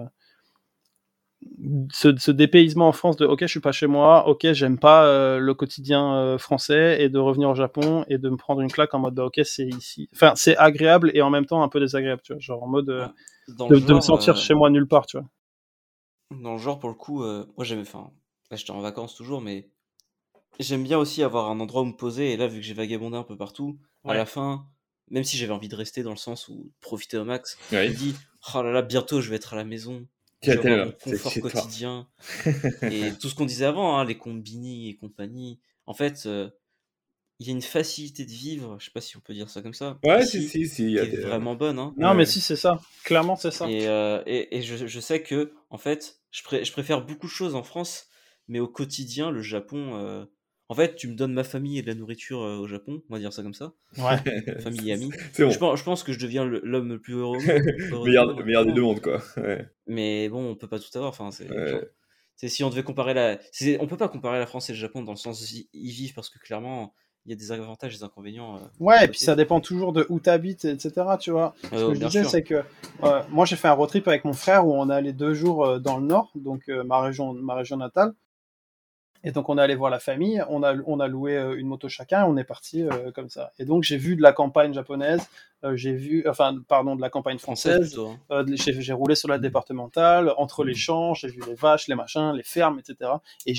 ce dépaysement en France de ok, je suis pas chez moi, ok, j'aime pas le quotidien français, et de revenir au Japon et de me prendre une claque en mode bah, ok, c'est ici. Enfin, c'est agréable et en même temps un peu désagréable, tu vois, genre en mode Ouais. Dans le de me genre, sentir chez moi nulle part, tu vois. pour le coup, moi j'aimais, enfin, là j'étais en vacances toujours, mais j'aime bien aussi avoir un endroit où me poser. Et là, vu que j'ai vagabondé un peu partout, à Ouais. la fin, même si j'avais envie de rester dans le sens où profiter au max, je Ouais. me dis, oh là là, bientôt je vais être à la maison, Tu je as vais avoir mon tellement, c'est confort chez toi. quotidien. Et tout ce qu'on disait avant, hein, les combini et compagnie, en fait, il y a une facilité de vivre, je sais pas si on peut dire ça comme ça, Ouais, si, ici, si, si, il y qui a est des, vraiment bonne, hein. Non, mais ouais. si, c'est ça. Clairement, c'est ça. Et je sais que, en fait, je préfère beaucoup de choses en France, mais au quotidien, le Japon, en fait, tu me donnes ma famille et de la nourriture au Japon, on va dire ça comme ça, Ouais. famille et amis. C'est bon. Je pense que je deviens l'homme le plus heureux du monde, Meilleur des deux clairement. mondes, quoi. Ouais. Mais bon, on peut pas tout avoir. Enfin, Ouais. si on devait comparer on peut pas comparer la France et le Japon dans le sens où ils vivent parce que clairement, il y a des avantages et des inconvénients des Ouais, et deux puis ça côtés. dépend toujours de où t'habites, etc. Tu vois. Ce que je Bien disais, sûr. c'est que moi j'ai fait un road trip avec mon frère où on est allé 2 jours dans le nord, donc ma région natale. Et donc on est allé voir la famille, on a loué une moto chacun, et on est parti comme ça. Et donc j'ai vu de la campagne japonaise, de la campagne Française française, plutôt, hein. j'ai roulé sur la départementale, entre les champs, j'ai vu les vaches, les machins, les fermes, etc. Et j'ai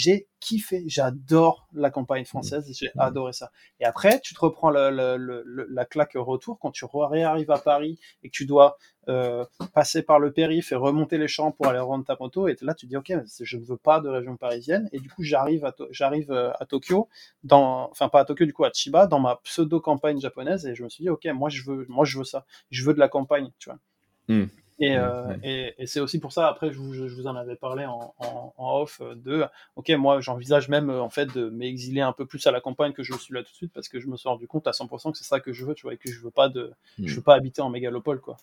kiffé. J'adore la campagne française, j'ai adoré ça. Et après, tu te reprends la claque retour quand tu réarrives à Paris et que tu dois passer par le périph' et remonter les champs pour aller rendre ta moto. Et là, tu dis, ok, je ne veux pas de région parisienne. Et du coup, j'arrive à Tokyo, enfin pas à Tokyo, du coup à Chiba, dans ma pseudo-campagne japonaise. Et je me suis dit, ok, moi je veux ça. Je veux de la campagne, tu vois. Et c'est aussi pour ça, après, je vous en avais parlé en off, ok, moi, j'envisage même, en fait, de m'exiler un peu plus à la campagne que je suis là tout de suite, parce que je me suis rendu compte à 100% que c'est ça que je veux, tu vois, et que je veux pas habiter en mégalopole, quoi.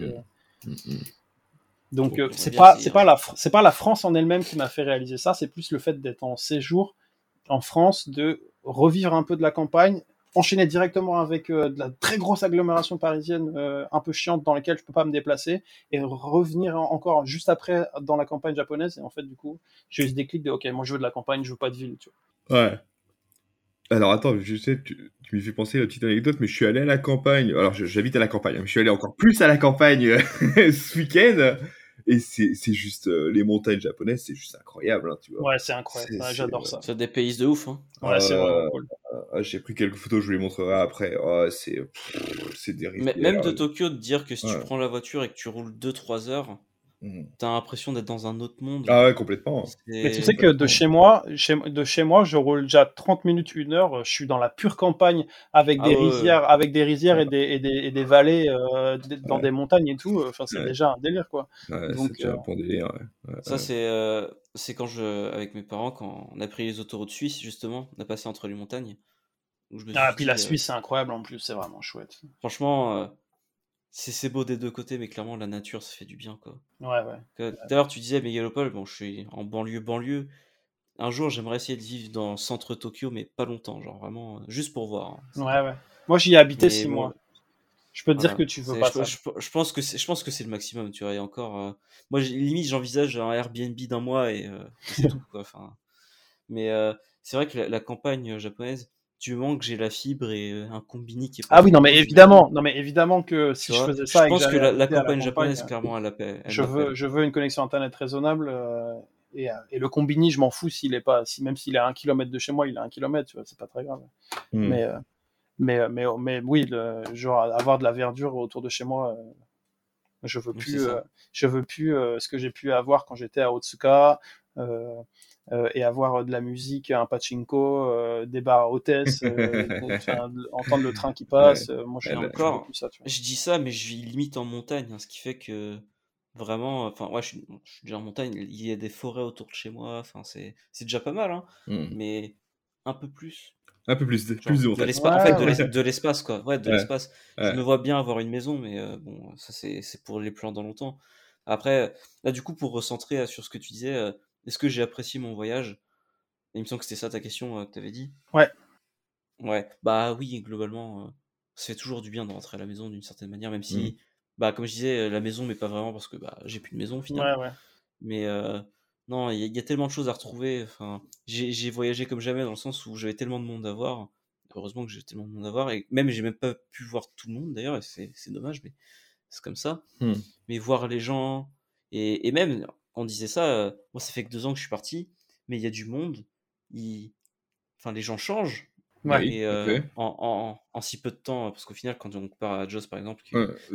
Donc, c'est pas la France en elle-même qui m'a fait réaliser ça, c'est plus le fait d'être en séjour en France, de revivre un peu de la campagne, enchaîner directement avec de la très grosse agglomération parisienne un peu chiante dans laquelle je peux pas me déplacer, et revenir encore juste après dans la campagne japonaise. Et en fait, du coup, j'ai eu ce déclic de ok, moi je veux de la campagne, je veux pas de ville, tu vois. Ouais. Alors attends, je sais, tu m'y fais penser à une petite anecdote, mais je suis allé à la campagne. Alors j'habite à la campagne, mais je suis allé encore plus à la campagne ce week-end. Et c'est juste les montagnes japonaises, c'est juste incroyable, hein, tu vois. Ouais, c'est incroyable. J'adore ça. C'est des pays de ouf, hein. Ouais, c'est vraiment cool. J'ai pris quelques photos, je vous les montrerai après. C'est des rivières. Même de Tokyo, de dire que si tu prends la voiture et que tu roules 2-3 heures, t'as l'impression d'être dans un autre monde. Ah ouais, complètement. Mais tu sais que de chez moi, je roule déjà 30 minutes, 1 heure, je suis dans la pure campagne avec des rizières et des vallées dans des montagnes et tout. Enfin, c'est déjà un délire, quoi. Ouais, donc, c'est déjà un bon délire, ouais. Ça, c'est quand avec mes parents, quand on a pris les autoroutes suisses, justement, on a passé entre les montagnes. Puis la Suisse, c'est incroyable en plus, c'est vraiment chouette. Franchement, c'est beau des deux côtés, mais clairement, la nature, ça fait du bien, quoi. Ouais. D'ailleurs, tu disais mégalopole, bon, je suis en banlieue. Un jour, j'aimerais essayer de vivre dans le centre Tokyo, mais pas longtemps, genre vraiment, juste pour voir. Hein. Ouais. Moi, j'y ai habité 6 mois. Je peux te dire que tu veux pas ça. Je pense que c'est le maximum, tu vois. Et encore, moi, limite, j'envisage un Airbnb d'un mois et c'est tout, quoi. Enfin, mais c'est vrai que la campagne japonaise, du moment que j'ai la fibre et un combini qui est pas. Ah oui, non mais évidemment que si je faisais ça, je pense que la campagne japonaise, clairement, elle appelle. Je veux une connexion internet raisonnable et le combini, je m'en fous s'il est pas, même s'il est à 1 km de chez moi, il est à 1 km, tu vois, c'est pas très grave. Mais oui, genre avoir de la verdure autour de chez moi, je veux plus ce que j'ai pu avoir quand j'étais à Otsuka. Et avoir de la musique, un pachinko, des bars à hôtesse, entendre le train qui passe. Moi, je encore. Ça, tu vois. Je dis ça, mais je vis limite en montagne, hein, ce qui fait que vraiment, enfin, ouais, je suis déjà en montagne. Il y a des forêts autour de chez moi. Enfin, c'est déjà pas mal, hein, mais un peu plus. Un peu plus de l'espace. En fait, de l'espace, quoi. Ouais, de l'espace. Je me vois bien avoir une maison, mais bon, ça c'est pour les plans dans longtemps. Après, là, du coup, pour recentrer sur ce que tu disais. Est-ce que j'ai apprécié mon voyage? Il me semble que c'était ça ta question que tu avais dit. Ouais, bah oui, globalement, ça fait toujours du bien de rentrer à la maison d'une certaine manière, même si, bah comme je disais, la maison, mais pas vraiment parce que bah j'ai plus de maison finalement. Ouais. Mais non, il y a tellement de choses à retrouver. Enfin, j'ai voyagé comme jamais dans le sens où j'avais tellement de monde à voir. Heureusement que j'ai tellement de monde à voir et même j'ai même pas pu voir tout le monde d'ailleurs, et c'est dommage, mais c'est comme ça. Mais voir les gens et même on disait ça, moi ça fait que 2 ans que je suis parti, mais il y a du monde, enfin les gens changent, et en si peu de temps, parce qu'au final quand on compare à Joss par exemple,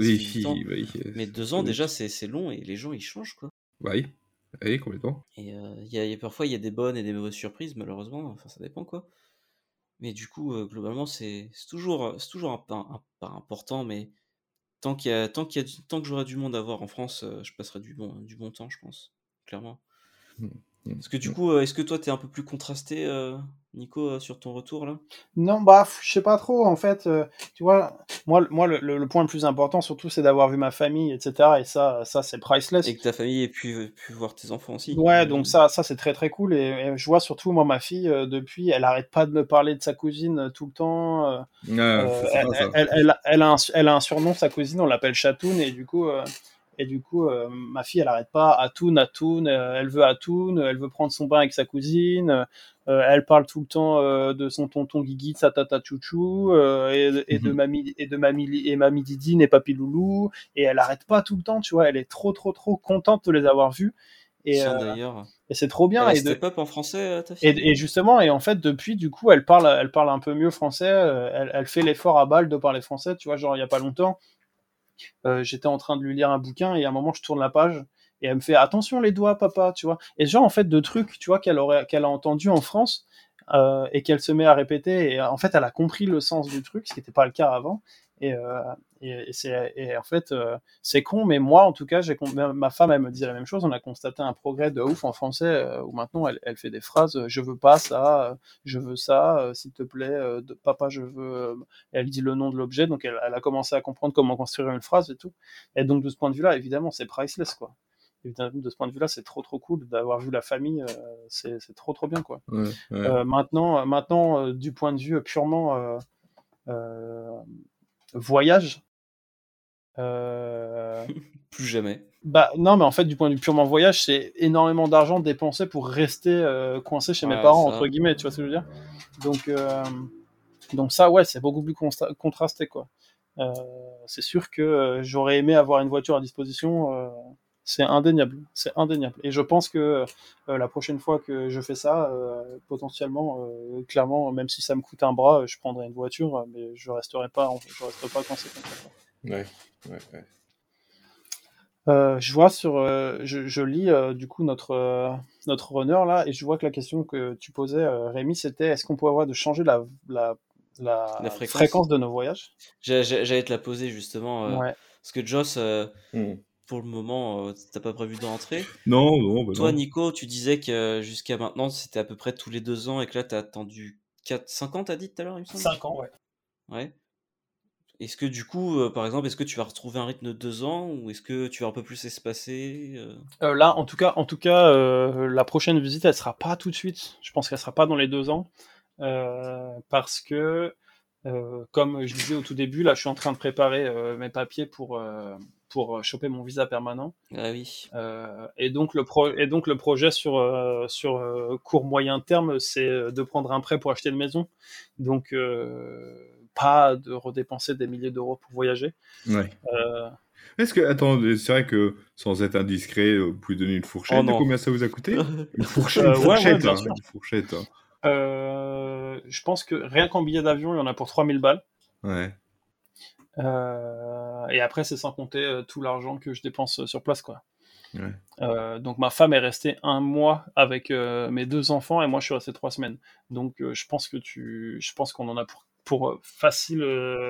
mais 2 ans déjà c'est long et les gens ils changent, quoi. Oui, complètement. Et parfois il y a des bonnes et des mauvaises surprises malheureusement, enfin ça dépend, quoi. Mais du coup globalement c'est toujours un pas important, mais tant que j'aurai du monde à voir en France, je passerai du bon temps, je pense, clairement. Est-ce que du coup, est-ce que toi t'es un peu plus contrasté, Nico, sur ton retour là? Non, bah je sais pas trop en fait. Tu vois, moi le point le plus important surtout, c'est d'avoir vu ma famille, etc. Et ça c'est priceless. Et que ta famille ait pu voir tes enfants aussi. Ouais, donc ça c'est très très cool. Et je vois surtout moi ma fille depuis, elle arrête pas de me parler de sa cousine tout le temps. Elle a un surnom, sa cousine, on l'appelle Chatoun, et du coup. Ma fille, elle arrête pas. Atoun, elle veut Atoun, elle veut prendre son bain avec sa cousine. Elle parle tout le temps de son tonton Guigui, de sa tata Chouchou, et de mamie Didine et papy Loulou. Et elle arrête pas tout le temps, tu vois. Elle est trop contente de les avoir vus. Tiens, d'ailleurs. Et c'est trop bien. Elle a Et, step up en français, ta fille? et justement, et en fait, depuis, du coup, elle parle un peu mieux français. Elle fait l'effort à balle de parler français. Tu vois, genre, il y a pas longtemps, j'étais en train de lui lire un bouquin et à un moment, je tourne la page et elle me fait attention les doigts, papa, tu vois. Et ce genre, en fait, de trucs, tu vois, qu'elle a entendu en France et qu'elle se met à répéter. Et en fait, elle a compris le sens du truc, ce qui n'était pas le cas avant. Et en fait, c'est con, mais moi, en tout cas, ma femme, elle me disait la même chose. On a constaté un progrès de ouf en français où maintenant, elle fait des phrases je veux pas ça, je veux ça, s'il te plaît, papa, je veux. Elle dit le nom de l'objet, donc elle a commencé à comprendre comment construire une phrase et tout. Et donc, de ce point de vue-là, évidemment, c'est priceless, quoi. Évidemment, de ce point de vue-là, c'est trop cool d'avoir vu la famille, c'est trop bien, quoi. Ouais. Maintenant, du point de vue purement voyage. Plus jamais. Bah non, mais en fait, du point de vue purement voyage, c'est énormément d'argent dépensé pour rester coincé chez mes Ouais, parents, ça. entre guillemets, tu vois ce que je veux dire. Donc ça, ouais, c'est beaucoup plus contrasté, quoi. C'est sûr que j'aurais aimé avoir une voiture à disposition, c'est indéniable, c'est indéniable. Et je pense que la prochaine fois que je fais ça, potentiellement, clairement, même si ça me coûte un bras, je prendrai une voiture, mais je resterai pas coincé comme ça, quoi. Ouais. Je vois je lis du coup notre runner là, et je vois que la question que tu posais, Rémi, c'était est-ce qu'on pourrait avoir de changer la fréquence de nos voyages? J'allais te la poser justement, Ouais. parce que Joss, pour le moment, t'as pas prévu de rentrer. Non, bah Toi, non. Nico, tu disais que jusqu'à maintenant, c'était à peu près tous les 2 ans et que là, t'as attendu 5 ans, t'as dit tout à l'heure, il me semble? 5 ans, ouais. Ouais. Est-ce que du coup, par exemple, est-ce que tu vas retrouver un rythme de 2 ans ou est-ce que tu vas un peu plus espacer? Là, en tout cas, la prochaine visite, elle sera pas tout de suite. Je pense qu'elle sera pas dans les 2 ans, parce que comme je disais au tout début, là, je suis en train de préparer mes papiers pour choper mon visa permanent. Ah oui. Et donc le projet sur court moyen terme, c'est de prendre un prêt pour acheter une maison. Donc pas de redépenser des milliers d'euros pour voyager. Ouais. Euh, Est-ce que, attends, c'est vrai que sans être indiscret, vous pouvez donner une fourchette Oh de non. combien ça vous a coûté? Une fourchette, ouais, bien hein, sûr. une fourchette. Hein. Je pense que rien qu'en billet d'avion, il y en a pour 3000 balles. Ouais. Et après, c'est sans compter tout l'argent que je dépense sur place, quoi. Ouais. Donc ma femme est restée 1 mois avec mes 2 enfants et moi je suis resté 3 semaines. Donc je pense qu'on en a pour facile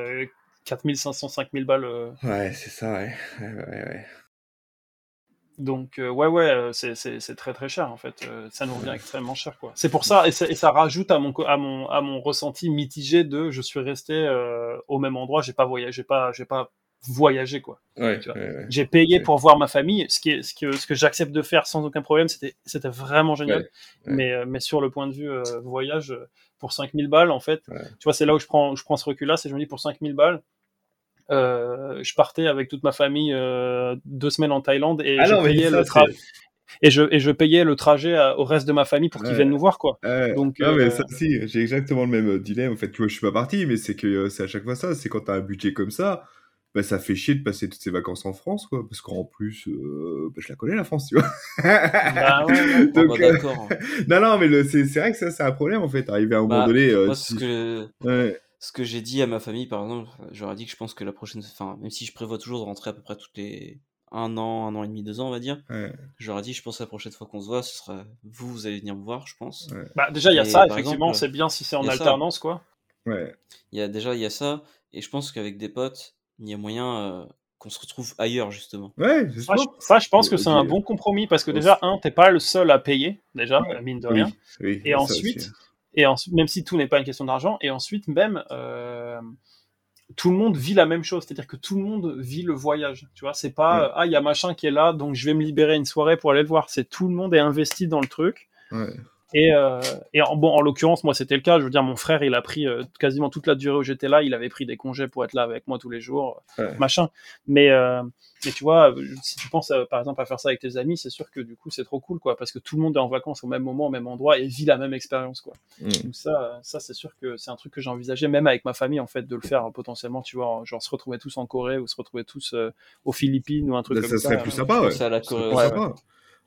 4500, 5000 balles. Ouais, c'est ça, ouais. Donc ouais, c'est très très cher en fait. Ça nous revient extrêmement cher, quoi. C'est pour ça, et ça rajoute à mon ressenti mitigé de je suis resté au même endroit, j'ai pas voyagé, quoi. Ouais, Tu vois. ouais. J'ai payé pour voir ma famille, ce que j'accepte de faire sans aucun problème, c'était vraiment génial. Ouais. Mais sur le point de vue voyage, pour 5000 balles, en fait, Ouais. tu vois, c'est là où je prends ce recul-là, c'est que je me dis pour 5000 balles, je partais avec toute ma famille 2 semaines en Thaïlande et je payais le trajet. Et je payais le trajet au reste de ma famille pour qu'ils viennent nous voir, quoi. Donc, non, mais ça, si, j'ai exactement le même dilemme. En fait, tu vois, je suis pas parti, mais c'est que c'est à chaque fois ça. C'est quand t'as un budget comme ça, bah, ça fait chier de passer toutes ces vacances en France, quoi. Parce qu'en plus, bah, je la connais, la France, tu vois. bah ouais. Donc, d'accord. non, mais c'est vrai que ça, c'est un problème, en fait. Arriver à un moment donné. Moi, Ouais. ce que j'ai dit à ma famille, par exemple, j'aurais dit que je pense que la prochaine, enfin, même si je prévois toujours de rentrer à peu près toutes les 1 an et demi, 2 ans, on va dire, j'aurais dit, je pense que la prochaine fois qu'on se voit, ce sera vous allez venir me voir, je pense. Ouais. Bah déjà, il y a ça, effectivement, c'est bien si c'est en alternance, quoi. Ouais. Il y a ça, et je pense qu'avec des potes, il y a moyen qu'on se retrouve ailleurs, justement. Ouais, c'est ça, je pense que c'est un bon compromis, parce que déjà, t'es pas le seul à payer, déjà, mine de rien. Oui, et ensuite, même si tout n'est pas une question d'argent, et ensuite, même, tout le monde vit la même chose, c'est-à-dire que tout le monde vit le voyage, tu vois, c'est pas, il y a machin qui est là, donc je vais me libérer une soirée pour aller le voir, c'est tout le monde est investi dans le truc. Ouais. Et en l'occurrence, moi, c'était le cas. Je veux dire, mon frère, il a pris quasiment toute la durée où j'étais là. Il avait pris des congés pour être là avec moi tous les jours, machin. Mais tu vois, si tu penses, par exemple, à faire ça avec tes amis, c'est sûr que du coup, c'est trop cool, quoi, parce que tout le monde est en vacances au même moment, au même endroit, et vit la même expérience, quoi. Donc ça, c'est sûr que c'est un truc que j'ai envisagé, même avec ma famille, en fait, de le faire potentiellement, tu vois, genre se retrouver tous en Corée ou se retrouver tous aux Philippines ou un truc comme ça. Ça serait plus sympa, ouais. À la Corée, sympa.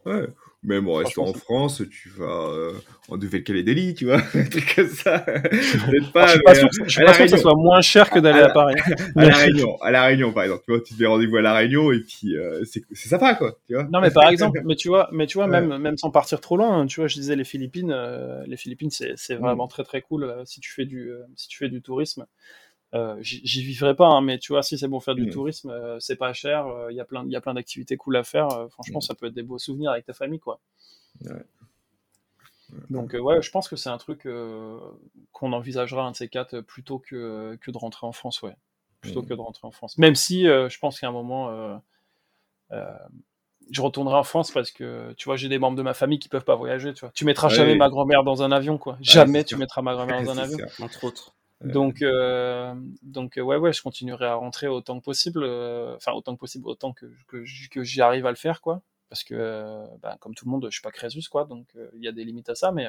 Ouais. Même en restant en Franchement, France, tu vas en Nouvelle-Calédonie, tu vois, un truc comme ça. Peut-être alors, pas, mais je suis à pas La sûr que ça Réunion. soit moins cher que À d'aller à la, Paris, hein. à Mais La Réunion, par exemple. Tu vois, tu te fais rendez-vous à La Réunion et puis c'est sympa, quoi, tu vois. non, mais par exemple, mais tu vois, Ouais. même sans partir trop loin, hein, tu vois, je disais les Philippines, c'est Mm. vraiment très très cool si tu fais du tourisme. J'y vivrai pas, hein, mais tu vois, si c'est pour faire du Mm. tourisme, c'est pas cher, il y a plein d'activités cool à faire. Franchement, Mm. ça peut être des beaux souvenirs avec ta famille, quoi. Ouais. Donc, ouais, je pense que c'est un truc qu'on envisagera un de ces quatre plutôt que de rentrer en France, ouais. Plutôt que Mm. de rentrer en France. Même si je pense qu'à un moment, euh, je retournerai en France parce que, tu vois, j'ai des membres de ma famille qui peuvent pas voyager, tu vois. Tu mettras jamais Ouais, ma grand-mère dans un avion, quoi. ouais, c'est Jamais tu sûr. mettras ma grand-mère dans un C'est avion. sûr. entre autres. Donc, ouais, je continuerai à rentrer autant que possible, enfin autant que possible, autant que j'y arrive à le faire, quoi. Parce que, bah, comme tout le monde, je suis pas Crésus, quoi, donc il y a des limites à ça,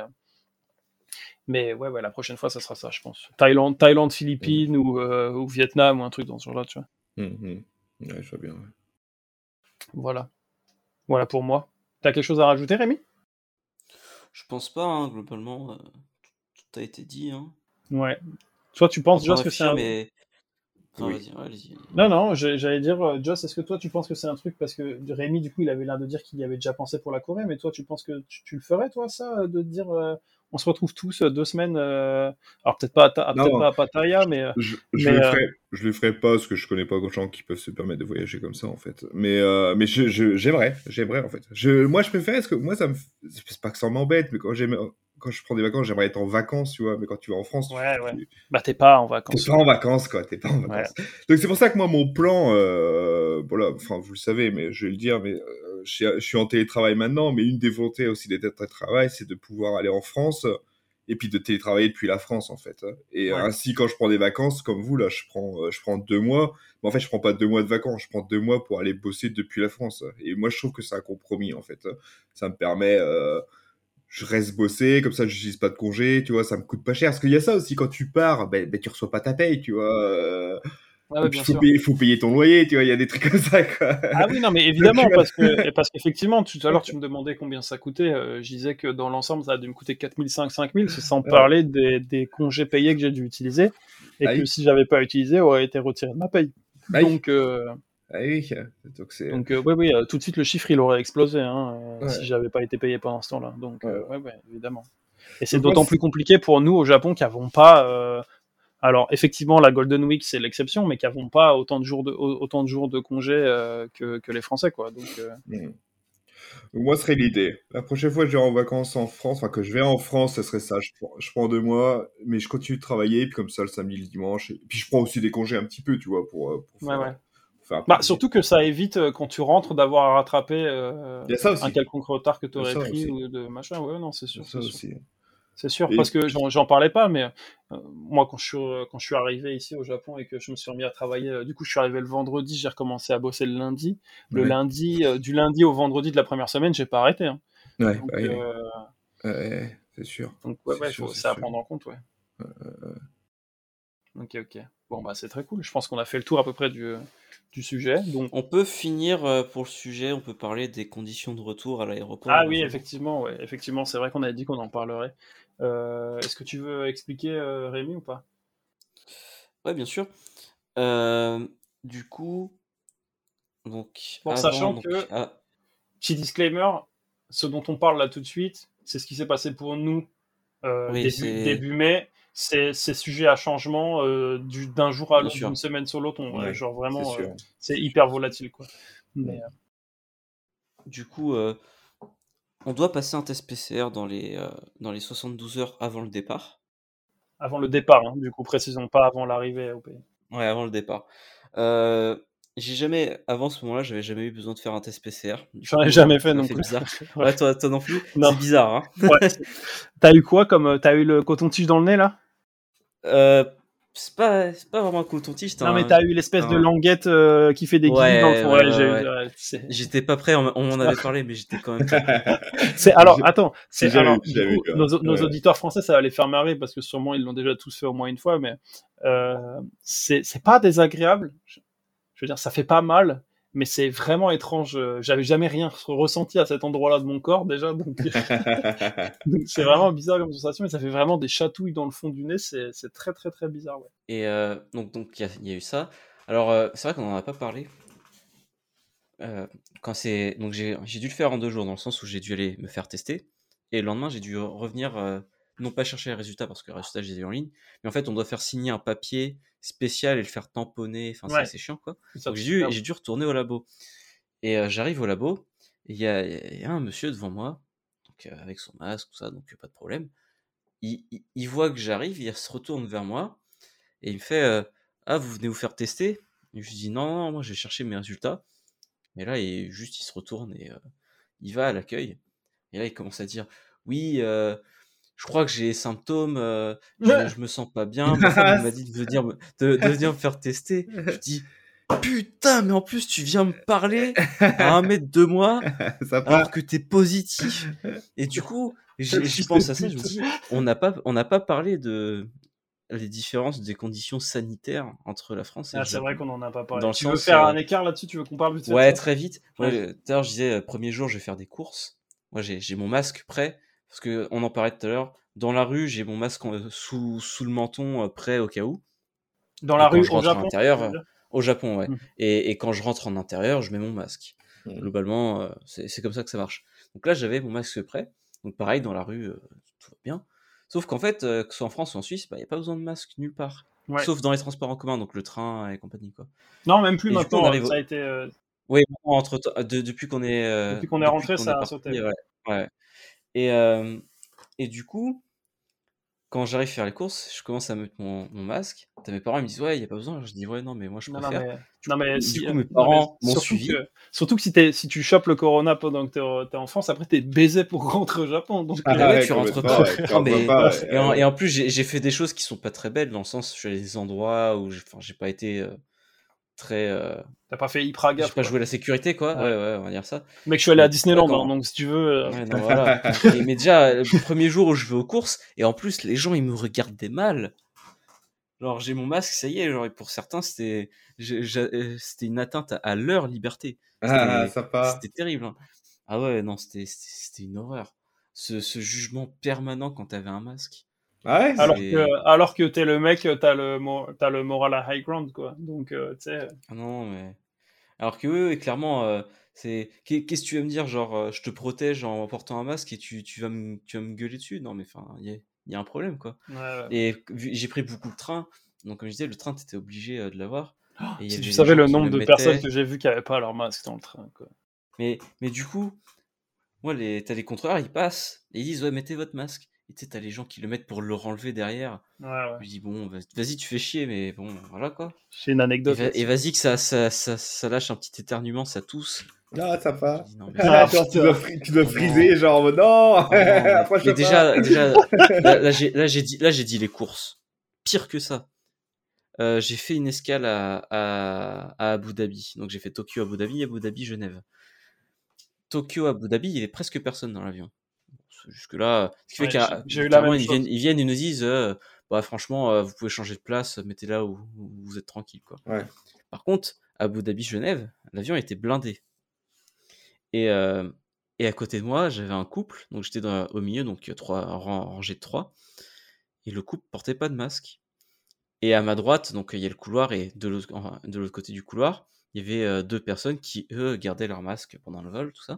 mais ouais, la prochaine fois, ça sera ça, je pense. Thaïlande, Mm. Philippines ou Vietnam ou un truc dans ce genre-là, tu vois. Mm. Ouais, je vois bien. Ouais. Voilà, voilà pour moi. T'as quelque chose à rajouter, Rémi? Je pense pas, hein, globalement, tout a été dit, hein. Ouais. Toi, tu Je suis en penses, train de Joss, que c'est réfléchir, un... mais enfin, Oui. vas-y, ouais, allez-y. Non, non, j'allais dire, Joss, est-ce que toi, tu penses que c'est un truc, parce que Rémi, du coup, il avait l'air de dire qu'il y avait déjà pensé pour la Corée, mais toi, tu penses que tu le ferais, toi, ça, de te dire, on se retrouve tous 2 semaines, alors peut-être pas peut-être Non, pas à Pattaya, mais je le ferai pas parce que je connais pas de gens qui peuvent se permettre de voyager comme ça en fait. Mais j'aimerais en fait. Moi je préfère parce que moi c'est pas que ça m'embête, mais quand je prends des vacances, j'aimerais être en vacances, tu vois. Mais quand tu vas en France, ouais, ouais. Bah, t'es pas en t'es vacances, pas ouais. en vacances quoi, t'es pas en Ouais, vacances. Donc c'est pour ça que moi mon plan, voilà, enfin vous le savez, mais je vais le dire, mais je suis en télétravail maintenant, mais une des volontés aussi d'être en télétravail, c'est de pouvoir aller en France et puis de télétravailler depuis la France en fait. Et ouais. ainsi quand je prends des vacances comme vous là, je prends 2 mois, mais en fait je prends pas 2 mois de vacances, je prends 2 mois pour aller bosser depuis la France. Et moi je trouve que c'est un compromis en fait. Ça me permet je reste bosser, comme ça j'utilise pas de congé, tu vois, ça me coûte pas cher. Parce qu'il y a ça aussi, quand tu pars, ben, tu reçois pas ta paye, tu vois. Ouais, Et ouais, puis bien sûr. faut payer ton loyer, tu vois, il y a des trucs comme ça, quoi. Ah oui, non, mais Donc, évidemment, parce qu'effectivement, tout à l'heure, tu me demandais combien ça coûtait. Je disais que dans l'ensemble, ça a dû me coûter 4 500, c'est sans ouais. parler des congés payés que j'ai dû utiliser, et que Aïe, si j'avais pas utilisé, aurait été retiré de ma paye. aïe, Donc, aïe. Donc c'est... oui, tout de suite, le chiffre, il aurait explosé, hein, si Ouais, j'avais pas été payé pendant ce temps-là. Donc, ouais. ouais, évidemment. Et c'est Donc moi, d'autant plus compliqué pour nous au Japon qui n'avons pas. Alors, effectivement, la Golden Week, c'est l'exception, mais qui n'avons pas autant de jours de congés que les Français, quoi. Donc, hmm. Donc, moi, ce serait l'idée. La prochaine fois que je vais en vacances en France, enfin que je vais en France, ce serait ça. Je prends 2 mois, mais je continue de travailler, puis comme ça, le samedi, le dimanche. Et puis je prends aussi des congés un petit peu, tu vois, ouais, ouais. pour faire un peu Bah, de vie. surtout que ça évite, quand tu rentres, d'avoir à rattraper Il y a ça un aussi. quelconque retard que tu Il y a aurais ça pris aussi. ou de machin. Ouais, non, c'est Il y a sûr, ça c'est sûr. aussi. C'est sûr, Et parce que j'en parlais pas, mais moi, quand je suis arrivé ici au Japon et que je me suis remis à travailler, du coup, je suis arrivé le vendredi, j'ai recommencé à bosser le lundi. Le ouais, lundi, du lundi au vendredi de la première semaine, j'ai pas arrêté, hein. ouais, Donc, ouais, ouais, ouais, c'est sûr, c'est c'est à sûr. prendre en compte, ouais. Ok, ok. Bon, bah, c'est très cool. Je pense qu'on a fait le tour à peu près du sujet. Donc, On peut finir pour le sujet, on peut parler des conditions de retour à l'aéroport ah oui, éventuellement. effectivement, ouais. Effectivement, c'est vrai qu'on avait dit qu'on en parlerait. Est-ce que tu veux expliquer, Rémi, ou pas? Ouais, bien sûr. Euh, du coup, donc Bon, avant, sachant donc que, ah, petit disclaimer, ce dont on parle là tout de suite, c'est ce qui s'est passé pour nous oui, c'est début mai. C'est sujet à changement d'un jour à bien l'autre, d'une sûr. semaine sur l'autre. Ouais, Genre c'est vraiment, sûr. c'est C'est sûr. hyper volatile, quoi. Mais Mm. Du coup, on doit passer un test PCR dans les 72 heures avant le départ. avant le départ, hein, du coup, précisons pas avant l'arrivée au pays. Ouais, avant le départ. Euh, j'ai jamais, avant ce moment-là, j'avais jamais eu besoin de faire un test PCR. Du J'en ai coup, jamais fait ça m'a non fait plus. bizarre. Ouais. Ouais, toi non plus. Non. C'est bizarre, hein. Ouais. T'as eu quoi comme. T'as eu le coton-tige dans le nez, là? Euh, c'est pas vraiment un coton-tige, Non, mais t'as eu l'espèce de languette qui fait des guillis dans le Ouais, fond. ouais, Ouais, ouais, ouais. c'est... J'étais pas prêt, on m'en avait parlé, mais j'étais quand même pas prêt. Alors, J'ai attends. Alors, j'ai du jamais eu, coup, quoi. nos Ouais. auditeurs français, ça va les faire marrer parce que sûrement ils l'ont déjà tous fait au moins une fois, mais c'est pas désagréable. Je veux dire, ça fait pas mal, mais c'est vraiment étrange. J'avais jamais rien ressenti à cet endroit-là de mon corps déjà, donc donc c'est vraiment bizarre comme sensation, et ça fait vraiment des chatouilles dans le fond du nez. C'est très très très bizarre. Ouais. Et donc il y a eu ça. Alors c'est vrai qu'on en a pas parlé. Donc j'ai dû le faire en 2 jours, dans le sens où j'ai dû aller me faire tester, et le lendemain j'ai dû revenir, non pas chercher les résultats parce que les résultats je les ai eu en ligne, mais en fait on doit faire signer un papier spécial et le faire tamponner, enfin c'est Ouais. assez chiant quoi. Ça, Donc c'est j'ai super. dû retourner au labo, et j'arrive au labo, et il y a un monsieur devant moi, donc avec son masque, tout ça, donc pas de problème. Il voit que j'arrive, il se retourne vers moi, et il me fait ah, vous venez vous faire tester? Et je lui dis non, non, moi j'ai cherché mes résultats. Et là, il se retourne et il va à l'accueil. Et là, il commence à dire oui, je crois que j'ai des symptômes, je me sens pas bien. Ma femme m'a dit de venir me faire tester. Je dis putain, mais en plus, tu viens me parler à 1 mètre de moi Ça alors part. que t'es positif. Et du coup, je pense à ça, je me dis on n'a pas parlé de les différences des conditions sanitaires entre la France et le Ah, c'est vrai Japon. qu'on en a pas Dans parlé. le Tu veux sens, faire un écart là-dessus? Tu veux qu'on parle vite fait de ouais, ça? très vite. Ouais. Tout à l'heure, je disais, premier jour, je vais faire des courses. Moi, j'ai mon masque prêt, parce que on en parlait tout à l'heure. Dans la rue, j'ai mon masque sous le menton, prêt au cas où. Dans Et la quand rue je au rentre en Japon, tu veux intérieur, dire? au Japon, ouais. Hmm. Et quand je rentre en intérieur, je mets mon masque. Mm. Globalement, c'est comme ça que ça marche. Donc là, j'avais mon masque prêt. Donc pareil, dans la rue, tout va bien. Sauf qu'en fait, que ce soit en France ou en Suisse, il n'y a pas besoin de masque nulle part. Ouais. Sauf dans les transports en commun, donc le train et compagnie, quoi. Non, même plus Et du coup, on maintenant. arrive Ça a au... été Oui, depuis depuis qu'on est est rentré, parti, ouais. ouais. Ouais. Et du coup, quand j'arrive faire les courses, je commence à mettre mon masque. T'as mes parents, ils me disent ouais, il y a pas besoin. Je dis ouais, non, mais moi je Non, non, préfère. mais, non, mais Du si, coup, mes non, mais parents m'ont suivi. surtout que si tu chopes le corona pendant que t'es en France, après t'es baisé pour rentrer au Japon. Donc, Mais ouais, Ouais, tu rentres complètement, pas. ouais, tu Non, rentres mais pas, et en plus, j'ai fait des choses qui sont pas très belles, dans le sens, je suis allé à des endroits où j'ai pas été très. t'as pas fait hyper J'ai gaffe, pas quoi. joué la sécurité, quoi. Ouais. Ouais, on va dire ça. Mec, je suis allé à Mais ouais, Disneyland, hein, donc si tu veux. Ouais, non, voilà. Mais déjà, le premier jour où je vais aux courses, et en plus, les gens, ils me regardaient mal. Genre, j'ai mon masque, ça y est, genre, et pour certains, c'était une atteinte à leur liberté. Ah, C'était, ça part. c'était terrible, hein. Ah ouais, non, c'était une horreur. Ce jugement permanent quand t'avais un masque. Ah ouais, C'est. Alors que t'es le mec, t'as le moral à high ground, quoi. Donc, tu sais. Ah non, mais. Alors que eux, clairement, Qu'est-ce que tu vas me dire? Genre, je te protège en portant un masque et tu vas me gueuler dessus? Non, mais enfin, il y a un problème, quoi. Ouais, ouais. Et j'ai pris beaucoup de trains. Donc, comme je disais, le train, t'étais obligé de l'avoir. Et il y Si tu avait des savais gens le qui nombre le de personnes mettaient. que j'ai vues qui avaient pas leur masque dans le train, quoi. Mais du coup, moi, t'as les contrôleurs, ils passent et ils disent, ouais, mettez votre masque. Et tu sais, t'as les gens qui le mettent pour le renlever derrière. Ouais, ouais. Je dis, bon, vas-y, tu fais chier, mais bon, voilà, quoi. J'ai une anecdote Et là-dessus. vas-y que ça lâche un petit éternuement, ça tousse. ah, ça Je part. dis, non, mais Ah, Genre, putain. tu dois oh friser, non. genre, en mode, non, Oh non, mais approche déjà, pas. là, j'ai dit les courses. Pire que ça. J'ai fait une escale à Abu Dhabi. Donc j'ai fait Tokyo, Abu Dhabi, Genève. Tokyo, Abu Dhabi, il y avait presque personne dans l'avion. Jusque-là, ce qui fait Ouais, j'ai eu la clairement, même chose. ils viennent, ils nous disent, bah franchement, vous pouvez changer de place, mettez là où vous êtes tranquille, quoi. Ouais. Par contre, Abu Dhabi, Genève, l'avion était blindé. Et à côté de moi, j'avais un couple, donc j'étais au milieu, donc rangée de 3, et le couple portait pas de masque. Et à ma droite, donc il y a le couloir, et de l'autre côté du couloir, il y avait 2 personnes qui, eux, gardaient leur masque pendant le vol, tout ça.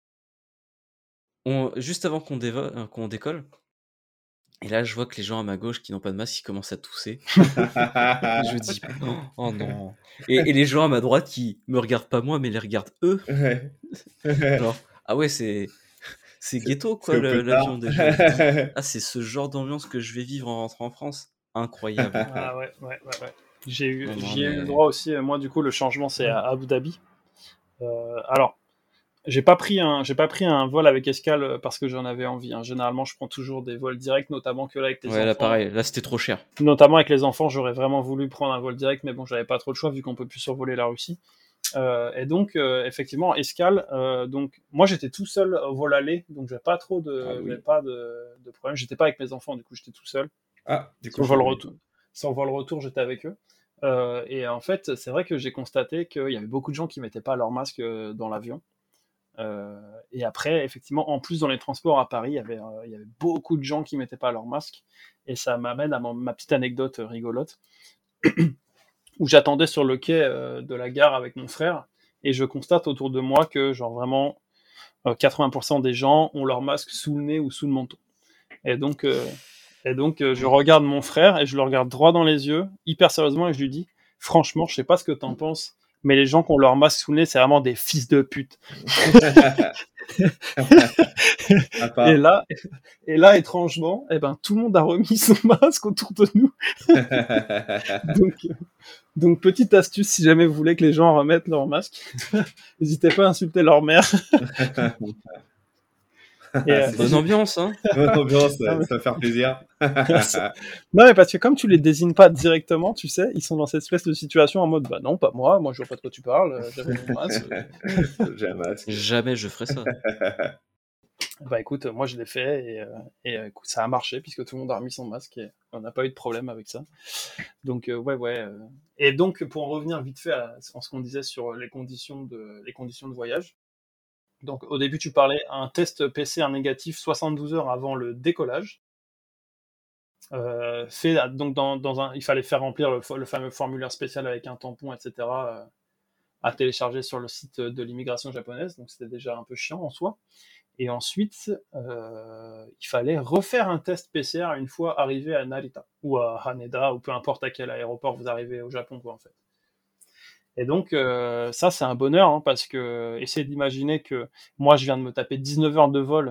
Juste avant qu'on décolle, et là, je vois que les gens à ma gauche qui n'ont pas de masque, ils commencent à tousser. Je me dis, oh non. Et les gens à ma droite qui me regardent pas moi, mais les regardent eux. Ouais. Genre, ah ouais, c'est ghetto, C'est quoi, open l'avion, bar. déjà. Je me dis, ah, c'est ce genre d'ambiance que je vais vivre en rentrant en France. Incroyable. Ah ouais. Non, non, J'y ai eu le mais. droit aussi. Moi, du coup, le changement, c'est à Abu Dhabi. Alors, j'ai pas pris un vol avec escale parce que j'en avais envie, hein. Généralement, je prends toujours des vols directs, notamment que là, avec les Ouais, là, enfants. pareil. Là, c'était trop cher. Notamment avec les enfants, j'aurais vraiment voulu prendre un vol direct, mais bon, j'avais pas trop de choix vu qu'on peut plus survoler la Russie. Et donc, effectivement, escale. Donc, moi, j'étais tout seul au vol aller, donc j'avais pas trop Ah oui. j'avais pas de problème. J'étais pas avec mes enfants, du coup, j'étais tout seul. Ah, du coup, Sur le je vol l'avais. retour, j'étais avec eux. Et en fait, c'est vrai que j'ai constaté qu'il y avait beaucoup de gens qui mettaient pas leur masque dans l'avion. Et après, effectivement, en plus dans les transports à Paris, il y avait beaucoup de gens qui mettaient pas leur masque. Et ça m'amène à ma petite anecdote rigolote, où j'attendais sur le quai de la gare avec mon frère, et je constate autour de moi que genre vraiment 80% des gens ont leur masque sous le nez ou sous le menton. Et donc, je regarde mon frère et je le regarde droit dans les yeux, hyper sérieusement, et je lui dis, franchement, je sais pas ce que t'en penses, mais les gens qui ont leur masque sous le nez, c'est vraiment des fils de pute. Et là, étrangement, tout le monde a remis son masque autour de nous. Donc, petite astuce, si jamais vous voulez que les gens remettent leur masque, n'hésitez pas à insulter leur mère. Bonne ambiance, hein. Bonne ambiance, ça va faire plaisir. Non, mais parce que comme tu les désignes pas directement, tu sais, ils sont dans cette espèce de situation en mode, bah non, pas moi je vois pas de quoi tu parles, j'avais mon masque. J'ai un masque. Jamais je ferais ça. Bah écoute, moi je l'ai fait et écoute, ça a marché puisque tout le monde a remis son masque et on n'a pas eu de problème avec ça. Donc ouais. Et donc pour en revenir vite fait à ce qu'on disait sur les conditions de voyage. Donc au début tu parlais un test PCR négatif 72 heures avant le décollage. Fait donc il fallait faire remplir le fameux formulaire spécial avec un tampon, etc. À télécharger sur le site de l'immigration japonaise. Donc c'était déjà un peu chiant en soi. Et ensuite, il fallait refaire un test PCR une fois arrivé à Narita ou à Haneda ou peu importe à quel aéroport vous arrivez au Japon, quoi, en fait. Et donc ça c'est un bonheur, hein, parce que essayez d'imaginer que moi je viens de me taper 19 heures de vol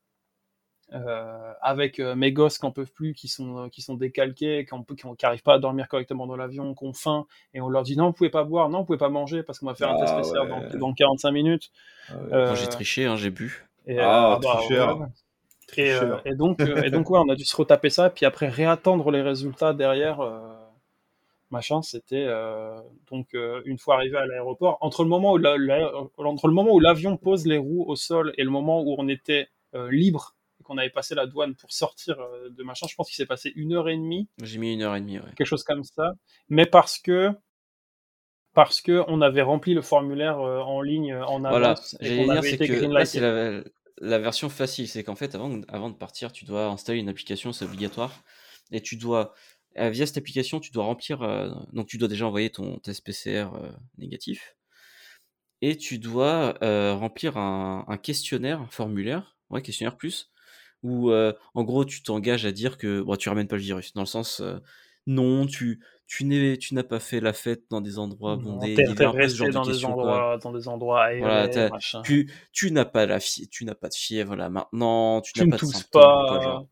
avec mes gosses qui en peuvent plus, qui sont décalqués, qui arrivent pas à dormir correctement dans l'avion, qui ont faim, et on leur dit non vous pouvez pas boire, non vous pouvez pas manger parce qu'on va faire un test PCR dans 45 minutes. Moi j'ai triché, hein, j'ai bu. Tricheur. Ouais. Et donc ouais, on a dû se retaper ça, puis après réattendre les résultats derrière. Machin, c'était donc une fois arrivé à l'aéroport, entre le moment où l'avion pose les roues au sol et le moment où on était libre et qu'on avait passé la douane pour sortir de machin, je pense qu'il s'est passé 1h30. J'ai mis 1h30, ouais. Quelque chose comme ça, mais parce que on avait rempli le formulaire en ligne en avance. Voilà, j'allais dire, c'est que là, c'est la version facile, c'est qu'en fait, avant de partir, tu dois installer une application, c'est obligatoire, et tu dois, via cette application, tu dois remplir, donc tu dois déjà envoyer ton test PCR négatif, et tu dois remplir un questionnaire, un formulaire, questionnaire plus, où en gros, tu t'engages à dire que tu ramènes pas le virus, dans le sens, non, tu n'as pas fait la fête dans des endroits bondés, t'es resté dans des endroits aérés, voilà, machin. Tu n'as pas de fièvre là maintenant, tu n'as ne pas de tousses symptômes, pas, quoi, genre.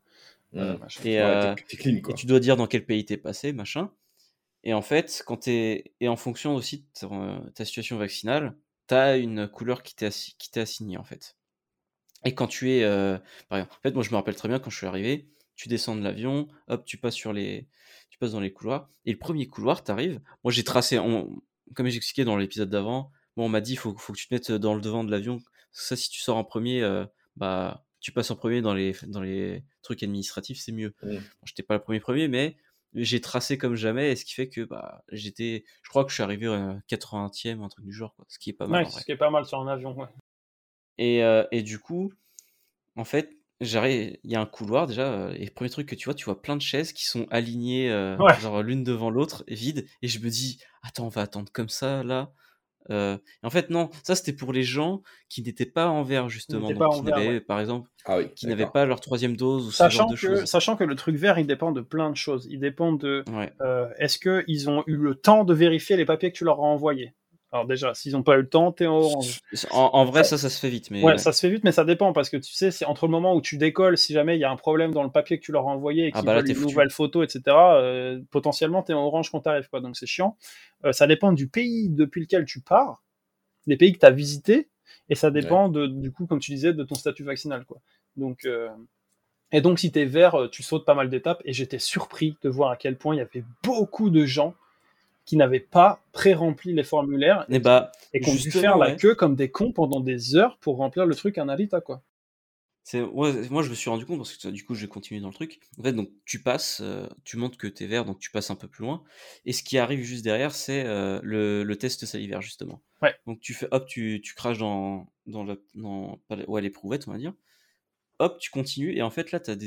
T'es clean, quoi. Et tu dois dire dans quel pays t'es passé, machin. Et en fait, et en fonction aussi de ta situation vaccinale, t'as une couleur qui t'est assignée, en fait. Et quand tu es, par exemple, en fait, moi je me rappelle très bien quand je suis arrivé, tu descends de l'avion, hop, tu passes dans les couloirs, et le premier couloir, t'arrives. Moi j'ai tracé, comme j'expliquais dans l'épisode d'avant, on m'a dit faut que tu te mettes dans le devant de l'avion. Ça, si tu sors en premier, tu passes en premier dans les trucs administratifs, c'est mieux. Bon, j'étais pas le premier, mais j'ai tracé comme jamais, et ce qui fait que je crois que je suis arrivé 80e, un truc du genre, quoi, ce qui est pas mal. Ouais, ce qui est pas mal sur un avion, ouais. Et du coup, en fait, il y a un couloir déjà, et le premier truc que tu vois plein de chaises qui sont alignées, genre l'une devant l'autre, et vides, et je me dis, attends, on va attendre comme ça là. Et en fait, non, ça c'était pour les gens qui n'étaient pas en vert, justement, donc qui n'avaient, par exemple, qui n'avaient pas leur 3e dose ou ce genre de choses. Sachant que le truc vert, il dépend de plein de choses. Il dépend de est-ce qu'ils ont eu le temps de vérifier les papiers que tu leur as envoyés. Alors déjà, s'ils n'ont pas eu le temps, t'es en orange. En vrai, ça se fait vite. Mais... Ouais, ça se fait vite, mais ça dépend, parce que tu sais, c'est entre le moment où tu décolles, si jamais il y a un problème dans le papier que tu leur as envoyé et qu'ils veulent une nouvelle photo, etc., potentiellement, t'es en orange quand t'arrives, quoi. Donc c'est chiant. Ça dépend du pays depuis lequel tu pars, des pays que t'as visités, et ça dépend du coup, comme tu disais, de ton statut vaccinal, quoi. Donc, et donc, si t'es vert, tu sautes pas mal d'étapes, et j'étais surpris de voir à quel point il y avait beaucoup de gens qui n'avaient pas pré-rempli les formulaires et qui ont dû faire la queue comme des cons pendant des heures pour remplir le truc à Narita, quoi. Moi, je me suis rendu compte parce que du coup, j'ai continué dans le truc. En fait, donc tu passes, tu montres que t'es vert, donc tu passes un peu plus loin. Et ce qui arrive juste derrière, c'est le test salivaire, justement. Ouais. Donc tu fais, hop, tu craches dans l'éprouvette, on va dire. Hop, tu continues. Et en fait, là, t'as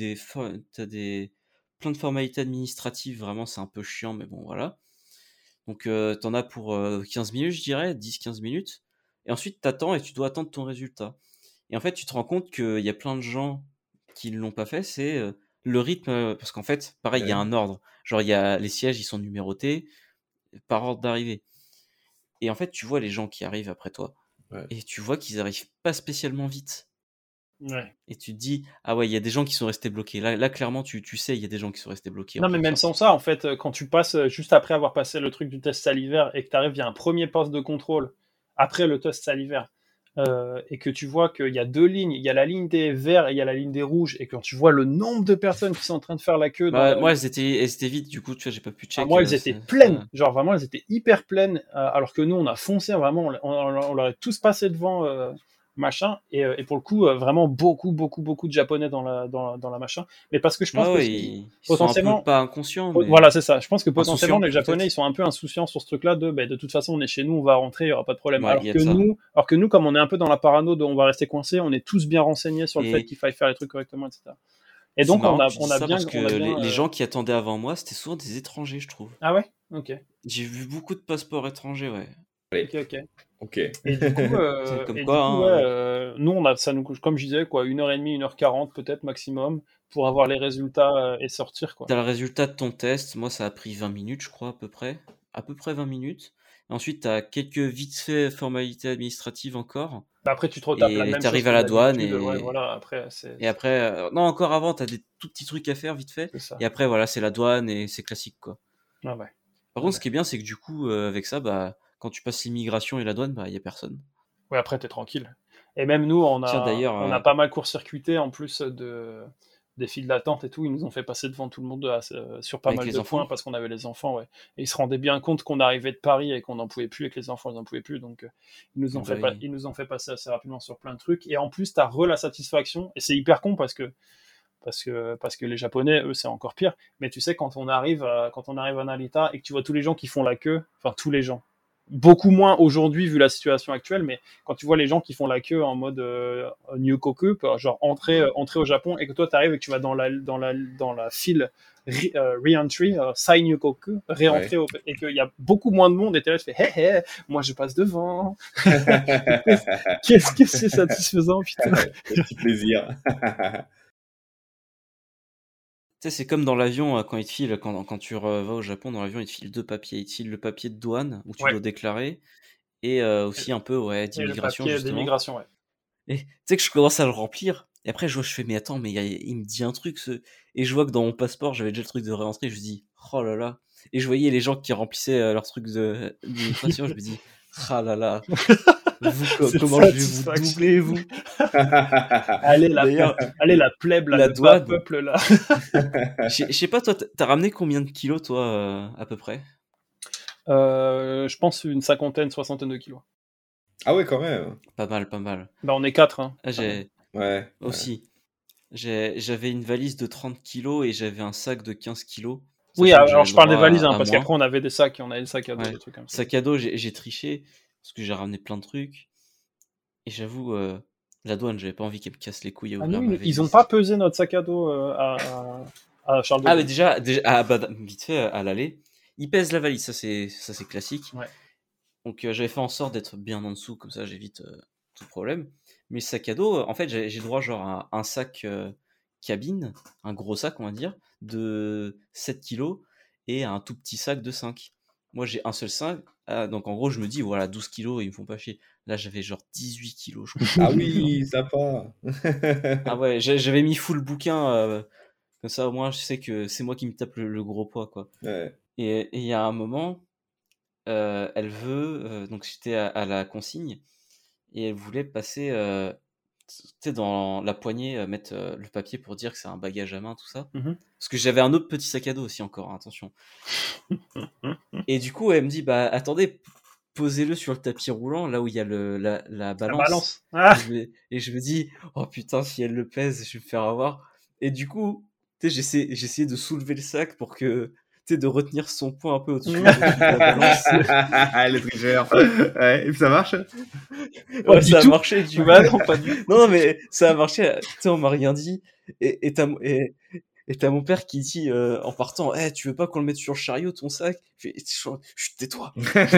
plein de formalités administratives. Vraiment, c'est un peu chiant, mais bon, voilà. Donc t'en as pour 15 minutes, je dirais, 10-15 minutes. Et ensuite, t'attends et tu dois attendre ton résultat. Et en fait, tu te rends compte qu'il y a plein de gens qui ne l'ont pas fait. C'est le rythme, parce qu'en fait, pareil, il y a un ordre. Genre, il y a les sièges, ils sont numérotés par ordre d'arrivée. Et en fait, tu vois les gens qui arrivent après toi. Ouais. Et tu vois qu'ils arrivent pas spécialement vite. Ouais. Et tu te dis, ah ouais, il y a des gens qui sont restés bloqués. Là clairement, tu sais, il y a des gens qui sont restés bloqués. Non, mais même sans ça, en fait, quand tu passes juste après avoir passé le truc du test salivaire et que tu arrives, il y a un premier poste de contrôle après le test salivaire, et que tu vois qu'il y a 2 lignes, il y a la ligne des verts et il y a la ligne des rouges, et quand tu vois le nombre de personnes qui sont en train de faire la queue. Moi, elles étaient vite, du coup, tu vois, j'ai pas pu check. Moi, elles étaient pleines, genre vraiment, elles étaient hyper pleines, alors que nous, on a foncé, vraiment, on leur est tous passé devant. Machin, et pour le coup, vraiment beaucoup de Japonais dans la machin, mais parce que je pense que ils potentiellement sont un peu pas inconscients, mais voilà, c'est ça. Je pense que potentiellement insouciants, les Japonais, peut-être. ils sont un peu insouciants sur ce truc-là de toute façon, on est chez nous, on va rentrer, il y aura pas de problème. Ouais, Alors il y a de ça. que nous, comme on est un peu dans la parano de on va rester coincé, on est tous bien renseignés sur le Et fait qu'il faille faire les trucs correctement, etc. Et c'est donc marrant que tu on dises a ça bien, parce que les gens qui attendaient avant moi, c'était souvent des étrangers, je trouve. Ah ouais, ok, J'ai vu beaucoup de passeports étrangers, ouais. Ok. Et du coup, C'est comme quoi, ouais, nous ça nous couche, comme je disais, quoi, 1h30, 1h40 peut-être maximum pour avoir les résultats et sortir, quoi. t'as le résultat de ton test. Moi, ça a pris 20 minutes, je crois, à peu près. À peu près 20 minutes. Et ensuite, t'as quelques vite fait formalités administratives encore. Bah après, tu te retapes la Et même chose t'arrives à que la douane. d'habitude, ouais, voilà. Après, Et après, non, encore avant, t'as des tout petits trucs à faire vite fait. c'est ça. Et après, voilà, c'est la douane et c'est classique, quoi. Ah ouais. Par contre, ce qui est bien, c'est que du coup, avec ça, bah, quand tu passes l'immigration et la douane, bah, y a personne. Ouais, après, t'es tranquille. Et même nous, Tiens, d'ailleurs, on a pas mal court-circuité en plus des files d'attente et tout. Ils nous ont fait passer devant tout le monde sur pas avec mal les de enfants. points parce qu'on avait les enfants, ouais. Et ils se rendaient bien compte qu'on arrivait de Paris et qu'on n'en pouvait plus et que les enfants, ils n'en pouvaient plus. Donc, ils nous ont ils nous ont fait passer assez rapidement sur plein de trucs. Et en plus, t'as la satisfaction. Et c'est hyper con parce que les Japonais, eux, c'est encore pire. Mais tu sais, quand on arrive à Narita et que tu vois tous les gens qui font la queue, enfin tous les gens, beaucoup moins aujourd'hui vu la situation actuelle, mais quand tu vois les gens qui font la queue en mode Nyokoku, genre entrer au Japon, et que toi tu arrives et que tu vas dans la file re-entry, Sai Nyokoku, réentrer, et qu'il y a beaucoup moins de monde, et t'es là, tu fais hé hé, moi je passe devant. Qu'est-ce que c'est satisfaisant, putain. Petit plaisir. Tu sais, c'est comme dans l'avion, quand ils te filent, quand tu vas au Japon, dans l'avion, ils te filent 2 papiers. Ils te filent le papier de douane, où tu Ouais. dois déclarer, et aussi un peu, ouais, Et le d'immigration, papier justement. d'immigration, ouais. Et tu sais que je commence à le remplir, et après, je fais, mais attends, mais il me dit un truc, et je vois que dans mon passeport, j'avais déjà le truc de réentrée, je me dis, oh là là. Et je voyais les gens qui remplissaient leur truc d'immigration, je me dis, ah là là. Comment je vais vous doubler, vous? Allez, D'ailleurs, la plèbe, là, la le bas douane. peuple, là. Je sais pas, toi, t'as ramené combien de kilos, toi, à peu près? Je pense une cinquantaine, soixantaine de kilos. Ah ouais, quand même. Pas mal, pas mal. Bah, on est 4, hein. Ouais. Aussi. J'avais une valise de 30 kilos et j'avais un sac de 15 kilos. Oui, Sachant que alors j'avais je le parle des droit valises, hein, à parce moins. qu'après on avait des sacs, on avait des sacs à dos, Ouais. des trucs comme ça. Sac à dos, j'ai triché parce que j'ai ramené plein de trucs. Et j'avoue, la douane, j'avais pas envie qu'elle me casse les couilles à ouvrir ma valise. Ils ont pas pesé notre sac à dos à Charles de Ah, Gaulle. mais déjà vite fait, à l'aller, ils pèsent la valise, ça c'est classique. Ouais. Donc j'avais fait en sorte d'être bien en dessous, comme ça j'évite tout problème. Mais le sac à dos, en fait, j'ai droit genre à un sac cabine, un gros sac, on va dire, de 7 kilos et un tout petit sac de 5. Moi, j'ai un seul sac, donc en gros, je me dis, voilà, 12 kilos, ils me font pas chier. Là, j'avais genre 18 kilos, je crois. Ah oui, sympa. Ah ouais, j'avais mis full bouquin, comme ça, au moins, je sais que c'est moi qui me tape le gros poids, quoi. Ouais. Et il y a un moment, elle veut, donc j'étais à la consigne, et elle voulait passer tu sais, dans la poignée, mettre le papier pour dire que c'est un bagage à main, tout ça. Mhm. Parce que j'avais un autre petit sac à dos aussi encore, hein, attention. Et du coup, elle me dit, bah attendez, posez-le sur le tapis roulant, là où il y a la La balance. balance. Ah Et je me dis, oh putain, si elle le pèse, je vais me faire avoir. Et du coup, tu sais, j'essayais de soulever le sac pour que, tu sais, de retenir son poids un peu au-dessus de la balance. Le tricheur. Ouais, et puis ça marche. Ouais, du ça a tout. marché, du coup. Bah non, pas du tout. Non, mais ça a marché, tu sais, on m'a rien dit. Et t'as mon père qui dit, en partant, tu veux pas qu'on le mette sur le chariot, ton sac? Je fais, chut, tais-toi.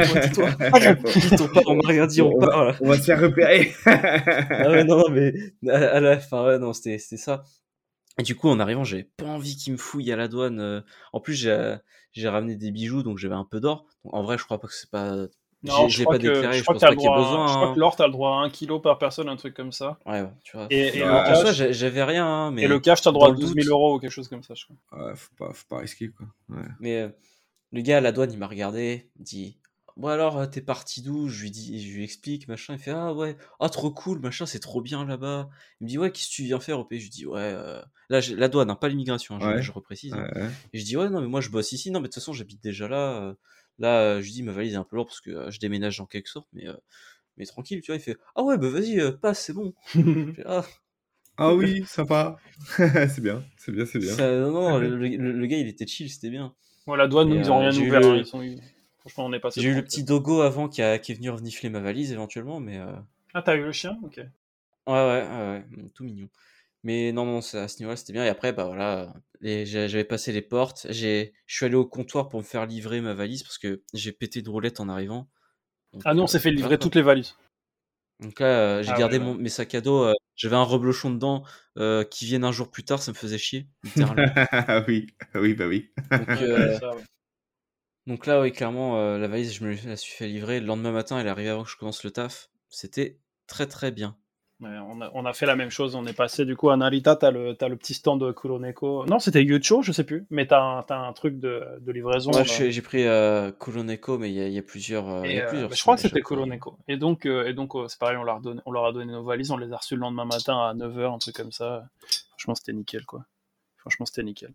Ton père, on m'a rien dit, on part. On va se faire repérer. Ah ouais, non, mais à la fin, ouais, non, c'était ça. Et du coup, en arrivant, j'avais pas envie qu'ils me fouillent à la douane. En plus, j'ai ramené des bijoux, donc j'avais un peu d'or. Donc, en vrai, je crois pas que c'est pas. Non, J'ai pas déclaré, je je crois pense que t'as pas le qu'il y ait droit. besoin. Je crois Hein. que l'or, t'as le droit à 1 kilo par personne, un truc comme ça. Ouais, tu vois. Et en le soi, cash, j'avais rien, hein, mais. t'as le droit à dans le 12 doute. 000 euros ou quelque chose comme ça, je crois. Ouais, faut pas risquer, quoi. Ouais. Mais le gars à la douane, il m'a regardé, il dit. Bon alors, t'es parti d'où? Je lui explique, machin. Il fait ah ouais, ah trop cool, machin, c'est trop bien là-bas. Il me dit ouais, qu'est-ce que tu viens faire au pays? Je lui dis ouais, là la douane, hein, pas l'immigration, hein, Ouais. je reprécise. Hein. Ouais. Et je dis ouais, non mais moi je bosse ici, non mais de toute façon j'habite déjà là. Je lui dis ma valise est un peu lourde parce que je déménage en quelque sorte, mais tranquille, tu vois. Il fait ah ouais, bah vas-y, passe, c'est bon. Je fais, ah, Ah oui, sympa. C'est bien. non, le gars il était chill, c'était bien. Ouais, la douane, nous, Et, ils ont rien j'ai eu ouvert. le- Franchement, on est passé J'ai eu le tranquille. petit dogo avant qui est venu renifler ma valise éventuellement, mais. Ah, t'as eu le chien? Ok. Ouais, tout mignon. Mais non, à ce niveau-là, c'était bien. Et après, bah voilà, j'avais passé les portes. Je suis allé au comptoir pour me faire livrer ma valise parce que j'ai pété de roulette en arrivant. Donc, Ah non, on s'est fait voilà, livrer quoi. toutes les valises. Donc là, j'ai Ah gardé ouais, ouais. mes sacs à dos. J'avais un reblochon dedans qui viennent un jour plus tard, ça me faisait chier, littéralement. Oui, bah oui. Donc, Ouais, c'est ça, ouais. donc là, oui, clairement, la valise, je me la suis fait livrer. Le lendemain matin, elle est arrivée avant que je commence le taf. C'était très très bien. Ouais, on a fait la même chose. On est passé du coup à Narita. T'as le petit stand de Kuroneko. Non, c'était Yucho, je sais plus. Mais t'as un truc de livraison. Moi, j'ai pris Kuroneko, mais il y a plusieurs, il y a plusieurs Je crois que stands à c'était chaque fois. Kuroneko. Et donc c'est pareil, on leur a donné nos valises. On les a reçues le lendemain matin à 9h, un truc comme ça. Franchement, c'était nickel, quoi. Franchement, c'était nickel.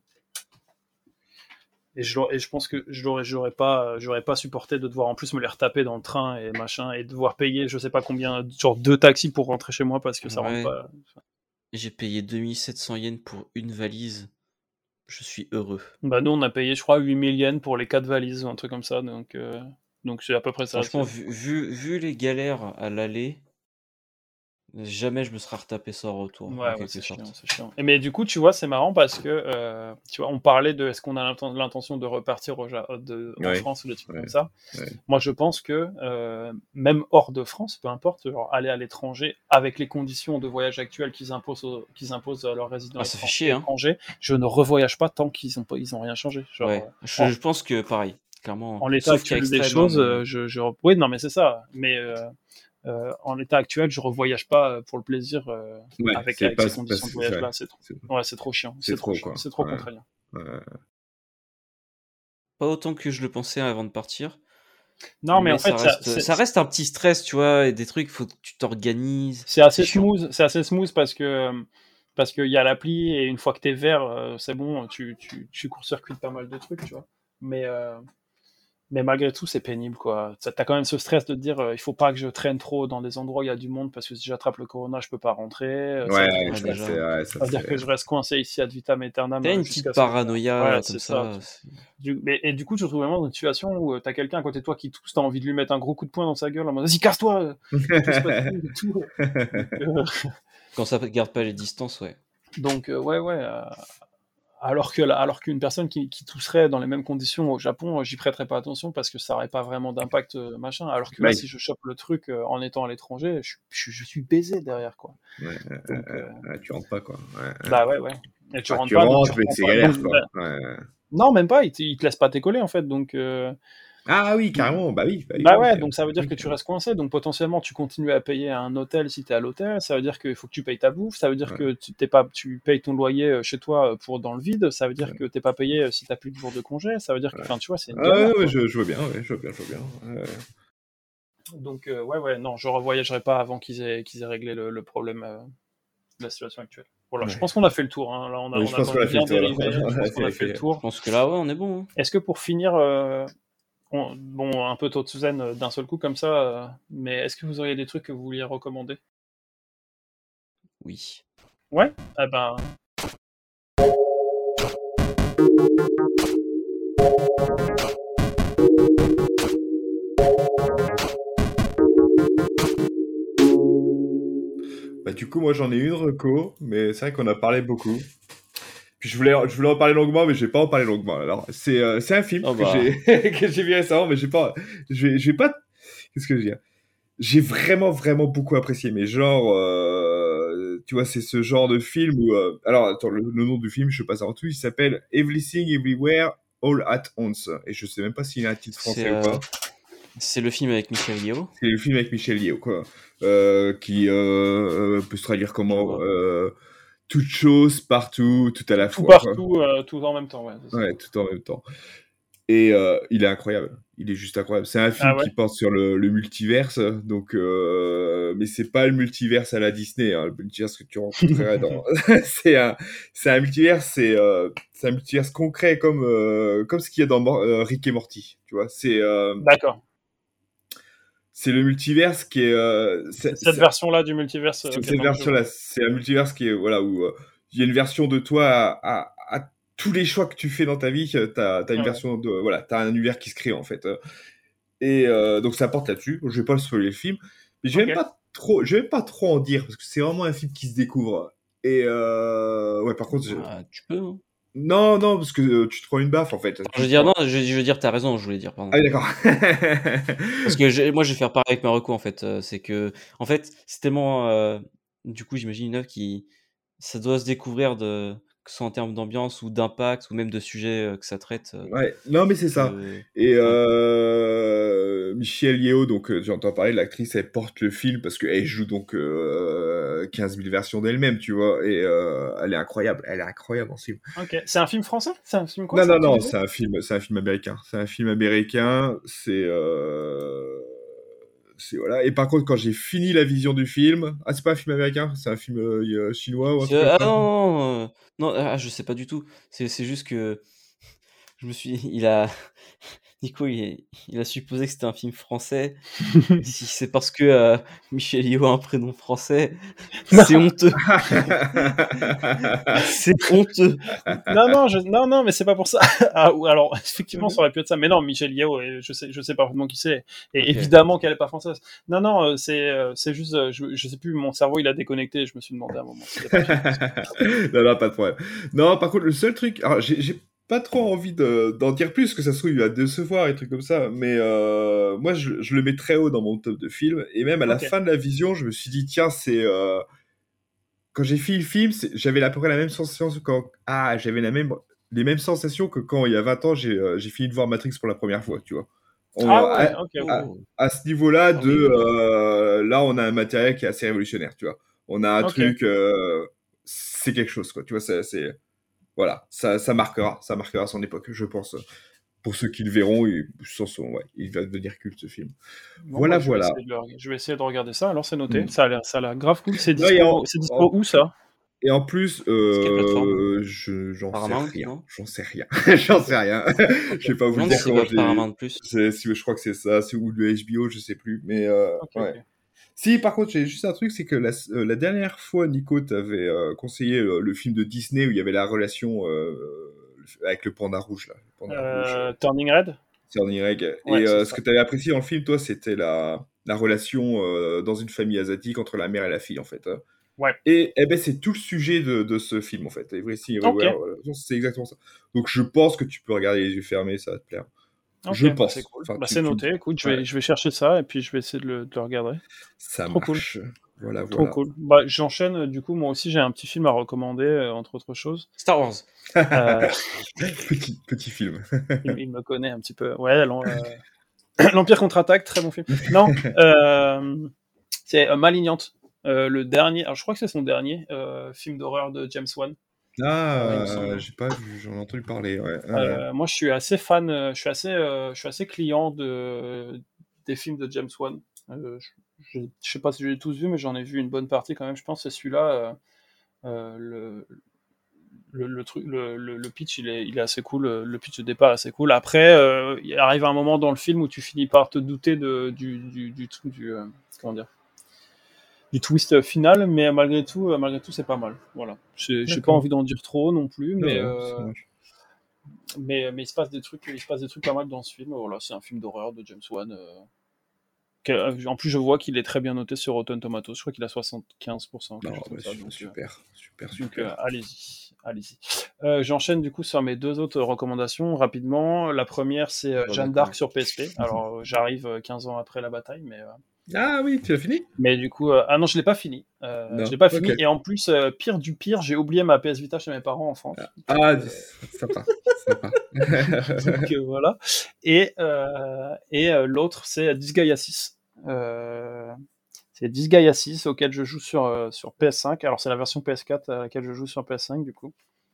Et je pense que j'aurais pas supporté de devoir en plus me les retaper dans le train et machin, et devoir payer je sais pas combien, genre 2 taxis pour rentrer chez moi parce que ça rentre Ouais. pas. J'ai payé 2700 yens pour une valise. Je suis heureux. Bah nous on a payé je crois 8000 yens pour les 4 valises ou un truc comme ça, donc c'est à peu près ça. Franchement, vu les galères à l'aller, jamais je me serais retapé ça au retour, en Ouais, quelque c'est chiant, sorte. c'est chiant. Et mais du coup, tu vois, c'est marrant parce que, tu vois, on parlait de est-ce qu'on a l'intention de repartir en Ouais, France ou des trucs ouais, comme ça. ouais. Moi, je pense que même hors de France, peu importe, genre aller à l'étranger avec les conditions de voyage actuelles qu'ils imposent à leurs résidents Ah, ça fait chier, hein. étrangers, je ne revoyage pas tant qu'ils ont rien changé. Genre, Ouais. Je pense que pareil, clairement. en l'état Sauf cas actuel des extrême, hein, choses, mais... oui, non, mais c'est ça. Mais en l'état actuel, je revoyage pas pour le plaisir Ouais, avec c'est pas, ces conditions de voyage-là. C'est trop chiant. c'est trop, quoi. C'est trop Ouais. contraignant. Pas autant que je le pensais avant de partir. Non, mais en fait, ça reste un petit stress, tu vois, et des trucs, faut que tu t'organises. c'est assez chiant. smooth. C'est assez smooth parce qu'il y a l'appli et une fois que t'es vert, c'est bon, tu court-circuites pas mal de trucs, tu vois. Mais malgré tout, c'est pénible, quoi. T'as quand même ce stress de te dire, il faut pas que je traîne trop dans des endroits où il y a du monde parce que si j'attrape le corona, je peux pas rentrer. Ça veut dire que je reste coincé ici ad vitam aeternam. T'as une petite paranoïa comme ça. Et du coup, tu te retrouves vraiment dans une situation où t'as quelqu'un à côté de toi qui tousse, t'as envie de lui mettre un gros coup de poing dans sa gueule en mode vas-y, casse-toi! Tout. Quand ça garde pas les distances, ouais. Donc, ouais. Alors qu'une personne qui tousserait dans les mêmes conditions au Japon, j'y prêterais pas attention parce que ça aurait pas vraiment d'impact, machin. Alors que là, si je chope le truc en étant à l'étranger, je suis baisé derrière, quoi. Ouais, donc, tu rentres pas, quoi. Ouais. Bah ouais. Et tu rentres tu pas. rentres, mais c'est galère, quoi. Non, même pas. Ils te laissent pas t'écoller, en fait. Donc. Ah oui, carrément, bah oui. Bah ouais, donc ça veut dire que tu restes coincé, donc potentiellement tu continues à payer un hôtel si t'es à l'hôtel, ça veut dire qu'il faut que tu payes ta bouffe, ça veut dire que tu payes ton loyer chez toi pour dans le vide, ça veut dire que t'es pas payé si t'as plus de jours de congé, ça veut dire que, enfin tu vois, c'est une galère. Ouais, je vois bien, je vois bien. Donc ouais, non, je revoyagerai pas avant qu'ils aient réglé le problème de la situation actuelle. Voilà, je pense qu'on a fait le tour, hein. Là, on a bien dérivé, je pense qu'on a fait le tour. Je pense que là, ouais, on est bon. Hein. Est-ce que pour finir... Bon, un peu Totsuzen d'un seul coup comme ça, mais est-ce que vous auriez des trucs que vous vouliez recommander? Oui. Ouais? Eh ben, Bah, du coup, moi, j'en ai une reco, mais c'est vrai qu'on a parlé beaucoup. Puis je voulais en parler longuement, mais je vais pas en parler longuement. Alors, c'est un film Oh que bah, que j'ai vu récemment, mais je vais pas, qu'est-ce que je veux dire? J'ai vraiment, vraiment beaucoup apprécié, mais genre, tu vois, c'est ce genre de film où, alors, attends, le nom du film, je passe en tout, il s'appelle Everything Everywhere All at Once. Et je sais même pas s'il a un titre c'est français ou pas. c'est le film avec Michel Yeo. C'est le film avec Michel Yeo, quoi. Qui peut se traduire Je comment vois. toute chose, partout, tout à la tout fois, quoi. partout, tout en même temps, ouais, c'est ça. Ouais, tout en même temps. Et il est incroyable. Il est juste incroyable. C'est un Ah film ouais? qui porte sur le multiverse, donc mais c'est pas le multiverse à la Disney, hein, le multiverse que tu rencontrerais dans. C'est un multiverse, c'est un multiverse concret comme ce qu'il y a dans Rick et Morty. Tu vois, D'accord. c'est le multiverse qui est C'est cette version-là du multiverse, c'est ok, cette non mais je vois. version-là, c'est un multiverse qui est voilà où il y a une version de toi à tous les choix que tu fais dans ta vie, t'as une Ouais. version de voilà, t'as un univers qui se crée en fait. Et donc ça porte là-dessus. Je vais pas le spoiler le film, mais Ok. je vais même pas trop en dire parce que c'est vraiment un film qui se découvre. Et ouais, par contre, Ah, tu peux, hein. non, non, parce que tu te prends une baffe en fait. Je veux Tu te dire, prends. non, je veux dire, t'as raison, je voulais dire, Ah pardon. oui, d'accord. Parce que moi, je vais faire pareil avec Marocco, en fait. C'est que, en fait, c'est tellement, du coup, j'imagine une œuvre qui, ça doit se découvrir que ce soit en termes d'ambiance ou d'impact ou même de sujets que ça traite, Ouais, non mais c'est ça. que, Et ouais. Michelle Yeoh, donc j'entends parler, l'actrice, elle porte le film parce qu'elle joue donc 15 000 versions d'elle-même, tu vois, et elle est incroyable en ce film. Ok. C'est un film français? C'est un film quoi, Non, ça, non, tu non, disais? c'est un film américain. C'est un film américain, c'est voilà. Et par contre, quand j'ai fini la vision du film, ah, c'est pas un film américain, c'est un film chinois ou un truc comme Ah ça. non, non, non, non, ah, je sais pas du tout. C'est juste que je me suis, il a, Nico, il a supposé que c'était un film français. Si c'est parce que Michel Yeoh a un prénom français, c'est honteux. C'est honteux. Non, non, non, non, mais c'est pas pour ça. Ah, alors, effectivement, ça aurait pu être ça. Mais non, Michel Yeo, je sais parfaitement qui c'est. Et Ok. évidemment qu'elle est pas française. Non, non, c'est juste, je sais plus, mon cerveau, il a déconnecté. Et je me suis demandé à un moment s'il y avait un film français. Non, non, pas de problème. Non, par contre, le seul truc, alors j'ai pas trop envie d'en dire plus, que ça se trouve, il va décevoir et trucs comme ça, mais moi, je le mets très haut dans mon top de films, et même à la Ok. fin de la vision, je me suis dit, tiens, quand j'ai fini le film, j'avais à peu près la même sensation que j'avais les mêmes sensations que quand, il y a 20 ans, j'ai fini de voir Matrix pour la première fois, tu vois. On, Ah ouais, à, ok, ok. à- à ce niveau-là Ah oui, là, on a un matériel qui est assez révolutionnaire, tu vois. On a un Ok. truc, c'est quelque chose, quoi. Tu vois, voilà, ça marquera son époque, je pense. Pour ceux qui le verront, ouais, il va devenir culte ce film. Bon, Voilà, bah, voilà. je vais essayer de regarder ça. Alors, c'est noté. Mm. Ça a l'air grave cool. Non, C'est dispo où, ça? et en plus, c'est quelle plateforme? j'en sais Paramount, rien, non? j'en sais rien, j'en Ok, sais rien. ok. Je vais pas Je vous me le demande si dire c'est comment pas Paramount Plus. je crois que c'est ça, c'est ou le HBO, je sais plus, mais Ok, ouais. ok. Si, par contre, j'ai juste un truc, c'est que la dernière fois, Nico t'avait conseillé le film de Disney où il y avait la relation avec le panda rouge, là. Le panda rouge, Turning Red? Turning Red. Ouais, Et c'est ce ça. que t'avais apprécié dans le film, toi, c'était la relation dans une famille asiatique entre la mère et la fille, en fait. Ouais. Et eh ben, c'est tout le sujet de ce film, en fait. Everything Ok. Everywhere, c'est exactement ça. Donc, je pense que tu peux regarder les yeux fermés, ça va te plaire. Ok, Je bah c'est pense. cool. Enfin, Bah c'est noté. Écoute, ouais, je vais chercher ça et puis je vais essayer de le regarder. ça Trop cool. marche. Voilà, Trop voilà. cool. Bah, j'enchaîne. Du coup, moi aussi, j'ai un petit film à recommander, entre autres choses. Star Wars. Euh, Petit film. il me connaît un petit peu. Ouais, l'Empire contre-attaque, très bon film. Non, c'est Malignante. Le dernier, alors je crois que c'est son dernier film d'horreur de James Wan. Ouais, il me Ah, semble. j'ai pas vu, j'en ai entendu parler, ouais. Moi, je suis assez fan, je suis assez client des films de James Wan. Je sais pas si je les ai tous vus, mais j'en ai vu une bonne partie quand même. Je pense que c'est celui-là, le, le pitch, il est assez cool. Le pitch de départ est assez cool. Après, il arrive un moment dans le film où tu finis par te douter comment dire, du twist final, mais malgré tout, c'est pas mal. Voilà. J'ai pas D'accord. envie d'en dire trop non plus, Non, non, ça marche. mais il se passe des trucs, pas mal dans ce film. Voilà, c'est un film d'horreur de James Wan. En plus, je vois qu'il est très bien noté sur Rotten Tomatoes. Je crois qu'il a 75%, quelque Non, chose comme bah, ça. Donc, super, super, donc super. allez-y. J'enchaîne du coup sur mes deux autres recommandations rapidement. La première, c'est Bon, Jeanne d'accord. d'Arc sur PSP. Alors, j'arrive 15 ans après la bataille, Ah oui, tu as fini? mais du coup, ah non, je l'ai pas fini. Je Non, l'ai pas ok. fini. Et en plus, pire du pire, j'ai oublié ma PS Vita chez mes parents en France. Ah, sympa, sympa. Donc voilà. Et l'autre, c'est Disgaea 6. C'est Disgaea 6 auquel je joue sur PS5. Alors, c'est la version PS4 à laquelle je joue sur PS5, du coup.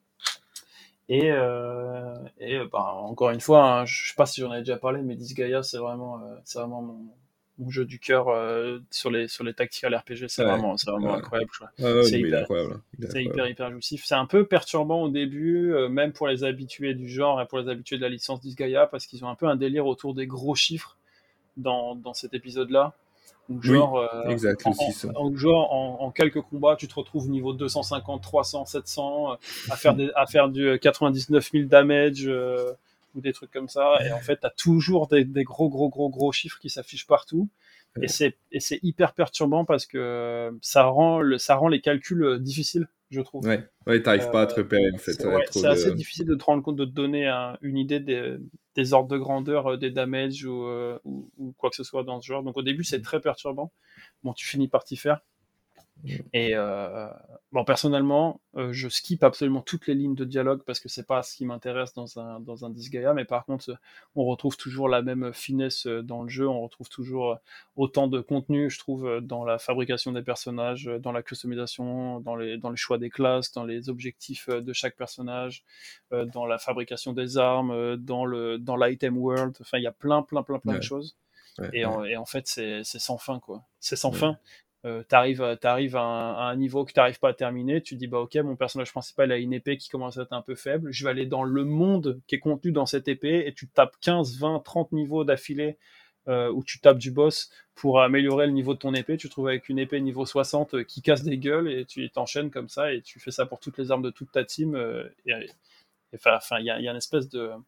Bah, encore une fois, hein, je sais pas si j'en avais déjà parlé, mais Disgaea, c'est vraiment mon jeu du cœur sur les tactical RPG. C'est Ouais, vraiment ouais. incroyable. Je Ouais, non, C'est mais il est hyper, incroyable, hein. Il est c'est incroyable. hyper jouissif. C'est un peu perturbant au début, même pour les habitués du genre et pour les habitués de la licence Disgaea, parce qu'ils ont un peu un délire autour des gros chiffres dans cet épisode-là. Où Oui, genre, exact, le 6. en quelques combats, tu te retrouves niveau 250, 300, 700, à faire du 99 000 damage ou des trucs comme ça. Et en fait, tu as toujours des gros chiffres qui s'affichent partout. Et c'est hyper perturbant parce que ça rend les calculs difficiles, je trouve. Ouais, ouais, t'arrives pas à te repérer, en fait. Ça va être Ouais, trop c'est assez de... difficile de te rendre compte, de te donner une idée des ordres de grandeur, des damages ou quoi que ce soit dans ce genre. Donc au début, c'est très perturbant. Bon, tu finis par t'y faire. Et bon, personnellement, je skip absolument toutes les lignes de dialogue parce que c'est pas ce qui m'intéresse dans un Disgaea, mais par contre, on retrouve toujours la même finesse dans le jeu, on retrouve toujours autant de contenu, je trouve, dans la fabrication des personnages, dans la customisation, dans les choix des classes, dans les objectifs de chaque personnage, dans la fabrication des armes, dans l'item world. Enfin, il y a plein de Ouais, choses. ouais, Et en fait, c'est sans fin, quoi. C'est sans ouais. fin. T'arrives à un niveau que t'arrives pas à terminer, tu dis bah ok, mon personnage principal a une épée qui commence à être un peu faible, je vais aller dans le monde qui est contenu dans cette épée, et tu tapes 15, 20, 30 niveaux d'affilée où tu tapes du boss pour améliorer le niveau de ton épée. Tu te trouves avec une épée niveau 60 qui casse des gueules, et tu t'enchaînes comme ça, et tu fais ça pour toutes les armes de toute ta team. Enfin, il y a une espèce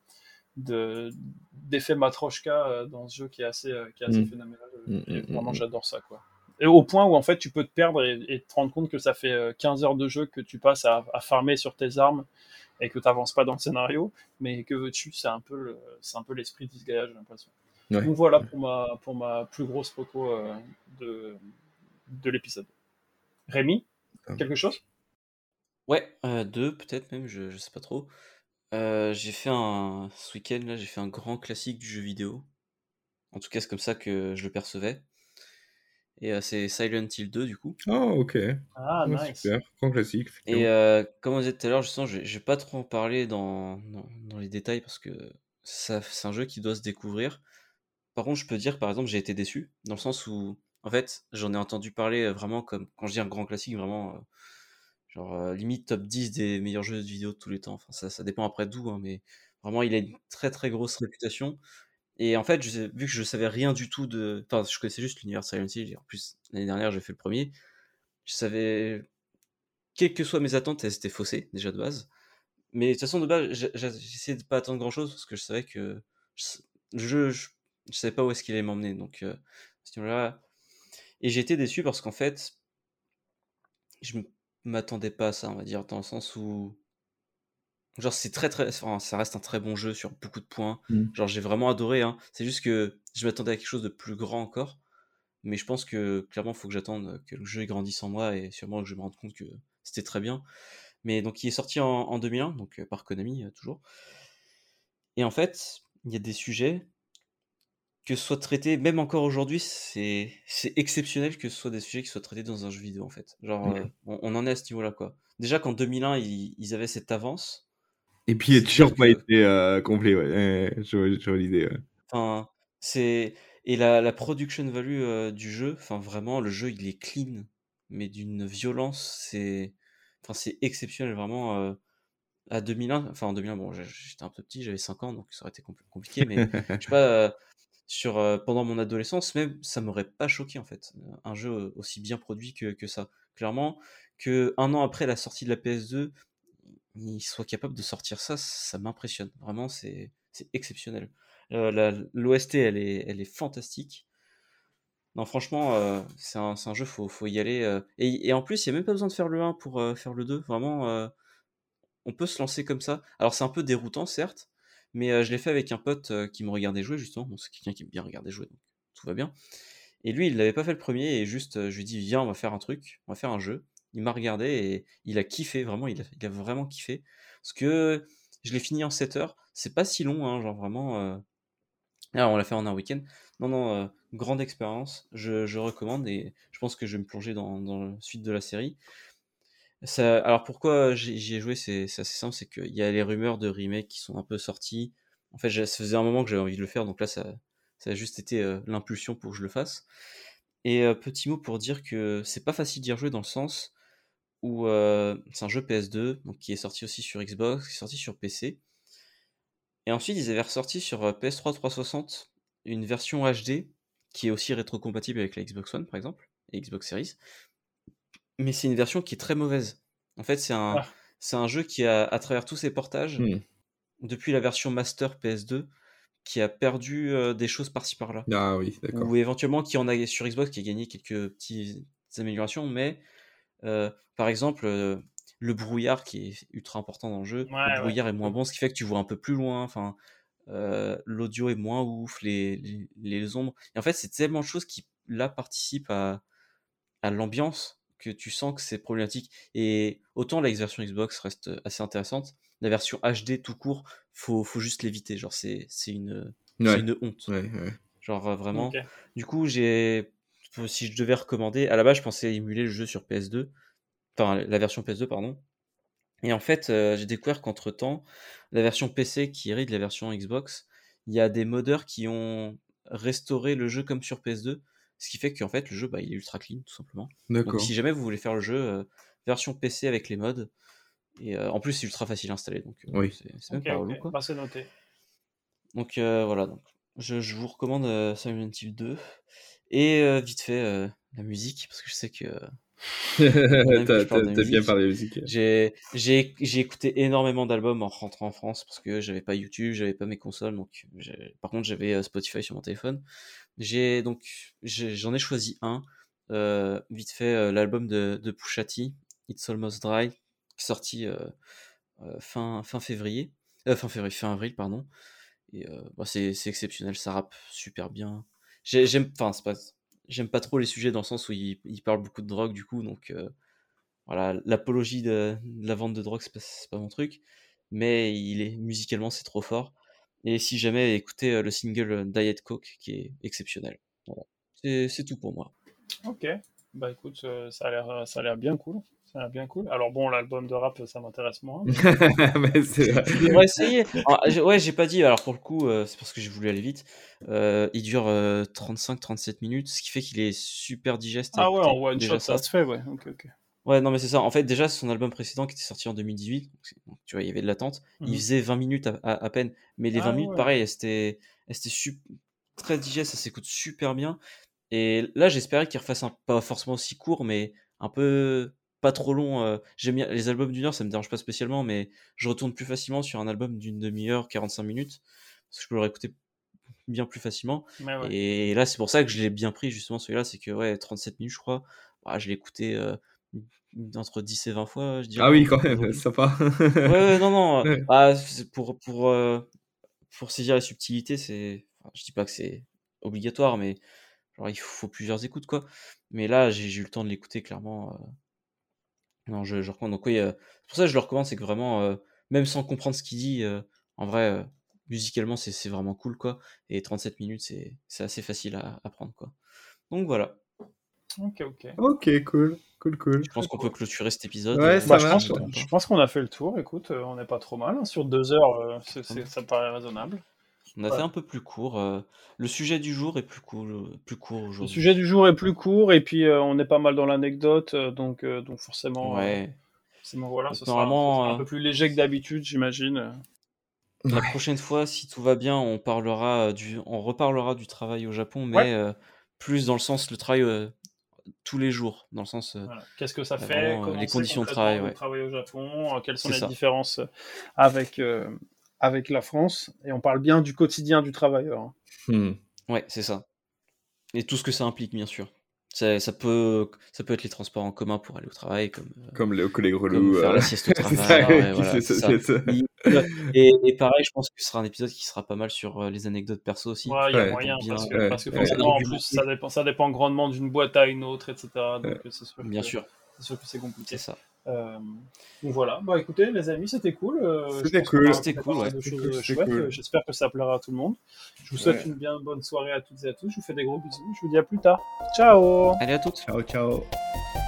d'effet Matroshka dans ce jeu qui est assez Mm. phénoménal. Mm, Et mm, vraiment, mm, j'adore ça, quoi. Et au point où en fait tu peux te perdre et te rendre compte que ça fait 15 heures de jeu que tu passes à farmer sur tes armes et que tu n'avances pas dans le scénario, mais que veux-tu, c'est un peu l'esprit de Disgaea, j'ai l'impression. mm. Ouais. Donc voilà pour ma plus grosse reco de l'épisode. Rémi, quelque chose? Ouais, deux peut-être même, je sais pas trop. Ce week-end là, j'ai fait un grand classique du jeu vidéo. En tout cas, c'est comme ça que je le percevais. Et c'est Silent Hill 2 du coup. Oh, ok. Ah, Ouais, nice. super. Grand classique, Et effectivement. comme on disait tout à l'heure, justement, je vais pas trop en parler dans les détails parce que c'est un jeu qui doit se découvrir. Par contre, je peux dire, par exemple, j'ai été déçu, dans le sens où, en fait, j'en ai entendu parler vraiment comme, quand je dis un grand classique, vraiment, genre, limite top 10 des meilleurs jeux de vidéo de tous les temps. Enfin, ça dépend après d'où, hein, mais vraiment, il a une très très grosse réputation. Et en fait, vu que je savais rien du tout de. Enfin, je connaissais juste l'univers Silent Hill, et en plus, l'année dernière, j'ai fait le premier. Je savais. Quelles que soient mes attentes, elles étaient faussées, déjà de base. Mais de toute façon, de base, j'essayais de pas attendre grand chose parce que je savais que je, je savais pas où est-ce qu'il allait m'emmener. Donc, à ce niveau-là. Et j'ai été déçu parce qu'en fait, je m'attendais pas à ça, on va dire, dans le sens où. Genre, c'est très très. Enfin, ça reste un très bon jeu sur beaucoup de points. Mm. Genre, j'ai vraiment adoré, hein. C'est juste que je m'attendais à quelque chose de plus grand encore. Mais je pense que clairement, il faut que j'attende que le jeu grandisse en moi et sûrement que je me rende compte que c'était très bien. Mais donc, il est sorti en 2001, donc par Konami, toujours. Et en fait, il y a des sujets que ce soit traité, même encore aujourd'hui, c'est exceptionnel que ce soit des sujets qui soient traités dans un jeu vidéo, en fait. Genre, Ouais. on en est à ce niveau-là, quoi. Déjà qu'en 2001, ils avaient cette avance, Et puis, il a c'est dire toujours pas que, été complet, ouais. Je vois l'idée, ouais. enfin, c'est... Et la production value du jeu, enfin, vraiment, le jeu, il est clean, mais d'une violence, c'est... Enfin, c'est exceptionnel, vraiment. à 2001, enfin en 2001, bon, j'étais un peu petit, j'avais 5 ans, donc ça aurait été compliqué, mais je sais pas, pendant mon adolescence, même, ça m'aurait pas choqué en fait, un jeu aussi bien produit que ça. Clairement, que un an après la sortie de la PS2, il soit capable de sortir ça, ça m'impressionne. Vraiment, c'est exceptionnel. L'OST, elle est fantastique. Non, franchement, c'est un jeu, faut y aller. Et en plus, il n'y a même pas besoin de faire le 1 pour faire le 2. Vraiment, on peut se lancer comme ça. Alors, c'est un peu déroutant, certes, mais je l'ai fait avec un pote qui me regardait jouer, justement. Bon, c'est quelqu'un qui aime bien regarder jouer, donc tout va bien. Et lui, il n'avait pas fait le premier, et juste, je lui ai dit, viens, on va faire un truc, on va faire un jeu. Il m'a regardé et il a kiffé, vraiment, il a vraiment kiffé. Parce que je l'ai fini en 7 heures. C'est pas si long, hein, genre vraiment. Ah, on l'a fait en un week-end. Non, non, grande expérience. Je recommande et je pense que je vais me plonger dans la suite de la série. Alors pourquoi j'y ai joué, c'est assez simple, c'est qu'il y a les rumeurs de remake qui sont un peu sorties. En fait, ça faisait un moment que j'avais envie de le faire, donc là, ça a juste été l'impulsion pour que je le fasse. Et petit mot pour dire que c'est pas facile d'y rejouer dans le sens où c'est un jeu PS2, donc qui est sorti aussi sur Xbox, qui est sorti sur PC. Et ensuite, ils avaient ressorti sur PS3 360 une version HD qui est aussi rétrocompatible avec la Xbox One, par exemple, et Xbox Series. Mais c'est une version qui est très mauvaise. En fait, Ah, c'est un jeu qui a, à travers tous ses portages, Hmm. depuis la version Master PS2, qui a perdu des choses par-ci par-là. Ah oui, d'accord. Ou éventuellement qui en a sur Xbox, qui a gagné quelques petites améliorations, mais par exemple, le brouillard qui est ultra important dans le jeu, le ouais, ouais. brouillard est moins bon, ce qui fait que tu vois un peu plus loin. Enfin, l'audio est moins ouf, les ombres. Et en fait, c'est tellement de choses qui là participent à l'ambiance que tu sens que c'est problématique. Et autant la version Xbox reste assez intéressante, la version HD tout court, faut juste l'éviter. Genre, c'est Ouais, une honte. ouais, ouais. Genre, Ok. vraiment. Du coup, si je devais recommander, à la base, je pensais émuler le jeu sur PS2, enfin la version PS2, pardon. Et en fait, j'ai découvert qu'entre-temps, la version PC qui hérite de la version Xbox, il y a des modeurs qui ont restauré le jeu comme sur PS2, ce qui fait qu'en fait, le jeu, bah, il est ultra clean, tout simplement. Donc D'accord. si jamais vous voulez faire le jeu, version PC avec les mods, et en plus, c'est ultra facile à installer, donc Oui. c'est même Ok, pas relou, ok. quoi. Bah, c'est noté. Donc voilà, donc je vous recommande Silent Hill 2. Et vite fait, la musique, parce que je sais que on aime que je parle de T'as bien musique. parlé musique. J'ai écouté énormément d'albums en rentrant en France parce que j'avais pas YouTube, j'avais pas mes consoles, donc par contre j'avais Spotify sur mon téléphone. J'en ai choisi un, vite fait, l'album de Pusha T, It's Almost Dry, qui est sorti fin février, fin avril, pardon. Et bah, c'est exceptionnel, ça rappe super bien. Enfin, j'aime pas trop les sujets dans le sens où il parle beaucoup de drogue du coup, donc voilà, l'apologie de la vente de drogue, c'est pas mon truc, mais musicalement, c'est trop fort. Et si jamais, écoutez le single Diet Coke qui est exceptionnel. Voilà. C'est tout pour moi. Ok. Bah écoute, ça a l'air bien cool. Ça a l'air bien cool. Alors bon, l'album de rap, ça m'intéresse moins, mais Mais c'est Tu devrais essayer. Alors, ouais, j'ai pas dit, alors pour le coup, c'est parce que j'ai voulu aller vite. Il dure 35-37 minutes, ce qui fait qu'il est super digeste à ah ouais, en écouter. one Déjà shot, ça ça. se fait, ouais. Ok, ok. Ouais, non, mais c'est ça. En fait, déjà, son album précédent qui était sorti en 2018, donc, tu vois, il y avait de l'attente. Il Mhm. faisait 20 minutes à peine. Mais les 20 Ah minutes, ouais. pareil, elles étaient très digeste, ça s'écoute super bien. Et là, j'espérais qu'il refasse pas forcément aussi court, mais un peu pas trop long. J'aime bien les albums d'une heure, ça me dérange pas spécialement, mais je retourne plus facilement sur un album d'une demi-heure, 45 minutes, parce que je peux le réécouter bien plus facilement. Mais ouais. Et là, c'est pour ça que je l'ai bien pris, justement, celui-là, c'est que, ouais, 37 minutes, je crois, bah, je l'ai écouté entre 10 et 20 fois, je Ah dirais, oui, quand même, aujourd'hui. sympa. Ouais, ouais, non, non, Ouais. c'est pour saisir les subtilités, enfin, je dis pas que c'est obligatoire, mais genre, il faut plusieurs écoutes, quoi. Mais là, j'ai eu le temps de l'écouter, clairement. Non, je recommande. Donc, oui, c'est pour ça que je le recommande, c'est que vraiment, même sans comprendre ce qu'il dit, en vrai, musicalement, c'est vraiment cool, quoi. Et 37 minutes, c'est assez facile à prendre, quoi. Donc, voilà. Ok, ok. Ok, cool, cool, cool. Je pense Très qu'on peut cool. clôturer cet épisode, Ouais, Bah, ça je si ça pense, ne marche. te dérange je pas. pense qu'on a fait le tour. Écoute, on n'est pas trop mal, hein. Sur 2 heures, ça me paraît raisonnable. On a Ouais. fait un peu plus court. Le sujet du jour est plus court Le sujet aujourd'hui. du jour est plus court et puis on est pas mal dans l'anecdote, donc forcément, Ouais. Sinon, voilà, Donc, ce sera normalement, un peu plus léger que d'habitude, j'imagine. la Ouais. prochaine fois, si tout va bien, on reparlera du travail au Japon, Ouais. mais plus dans le sens le travail tous les jours, dans le sens Voilà. Qu'est-ce que ça fait? vraiment Comment les c'est conditions de concrètement travail, de ouais. travailler au Japon? Quelles sont C'est les ça. différences avec, avec la France? Et on parle bien du quotidien du travailleur. Hein. Hmm. Ouais, c'est ça. Et tout ce que ça implique, bien sûr. Ça peut être les transports en commun pour aller au travail, Comme les collègues comme relous. faire la sieste au C'est ça, travail. Ouais, qui voilà, c'est c'est ça. ça. c'est ça. Et pareil, je pense que ce sera un épisode qui sera pas mal sur les anecdotes perso aussi. Ouais, il y a Ouais. moyen, Bien, parce que Ouais. forcément, en plus, argumenter. ça dépend grandement d'une boîte à une autre, etc. Donc, Bien sûr, c'est sûr que c'est c'est compliqué. ça. Donc voilà, bah écoutez les amis, c'était cool. Je C'était pense qu'on a cool. raconté C'était pas cool, mal ouais. de C'était choses cool, c'était chouettes. cool. J'espère que ça plaira à tout le monde. Je vous souhaite Ouais. une bien bonne soirée à toutes et à tous. Je vous fais des gros bisous. Je vous dis à plus tard. Ciao. Allez, à toutes. Ciao, ciao.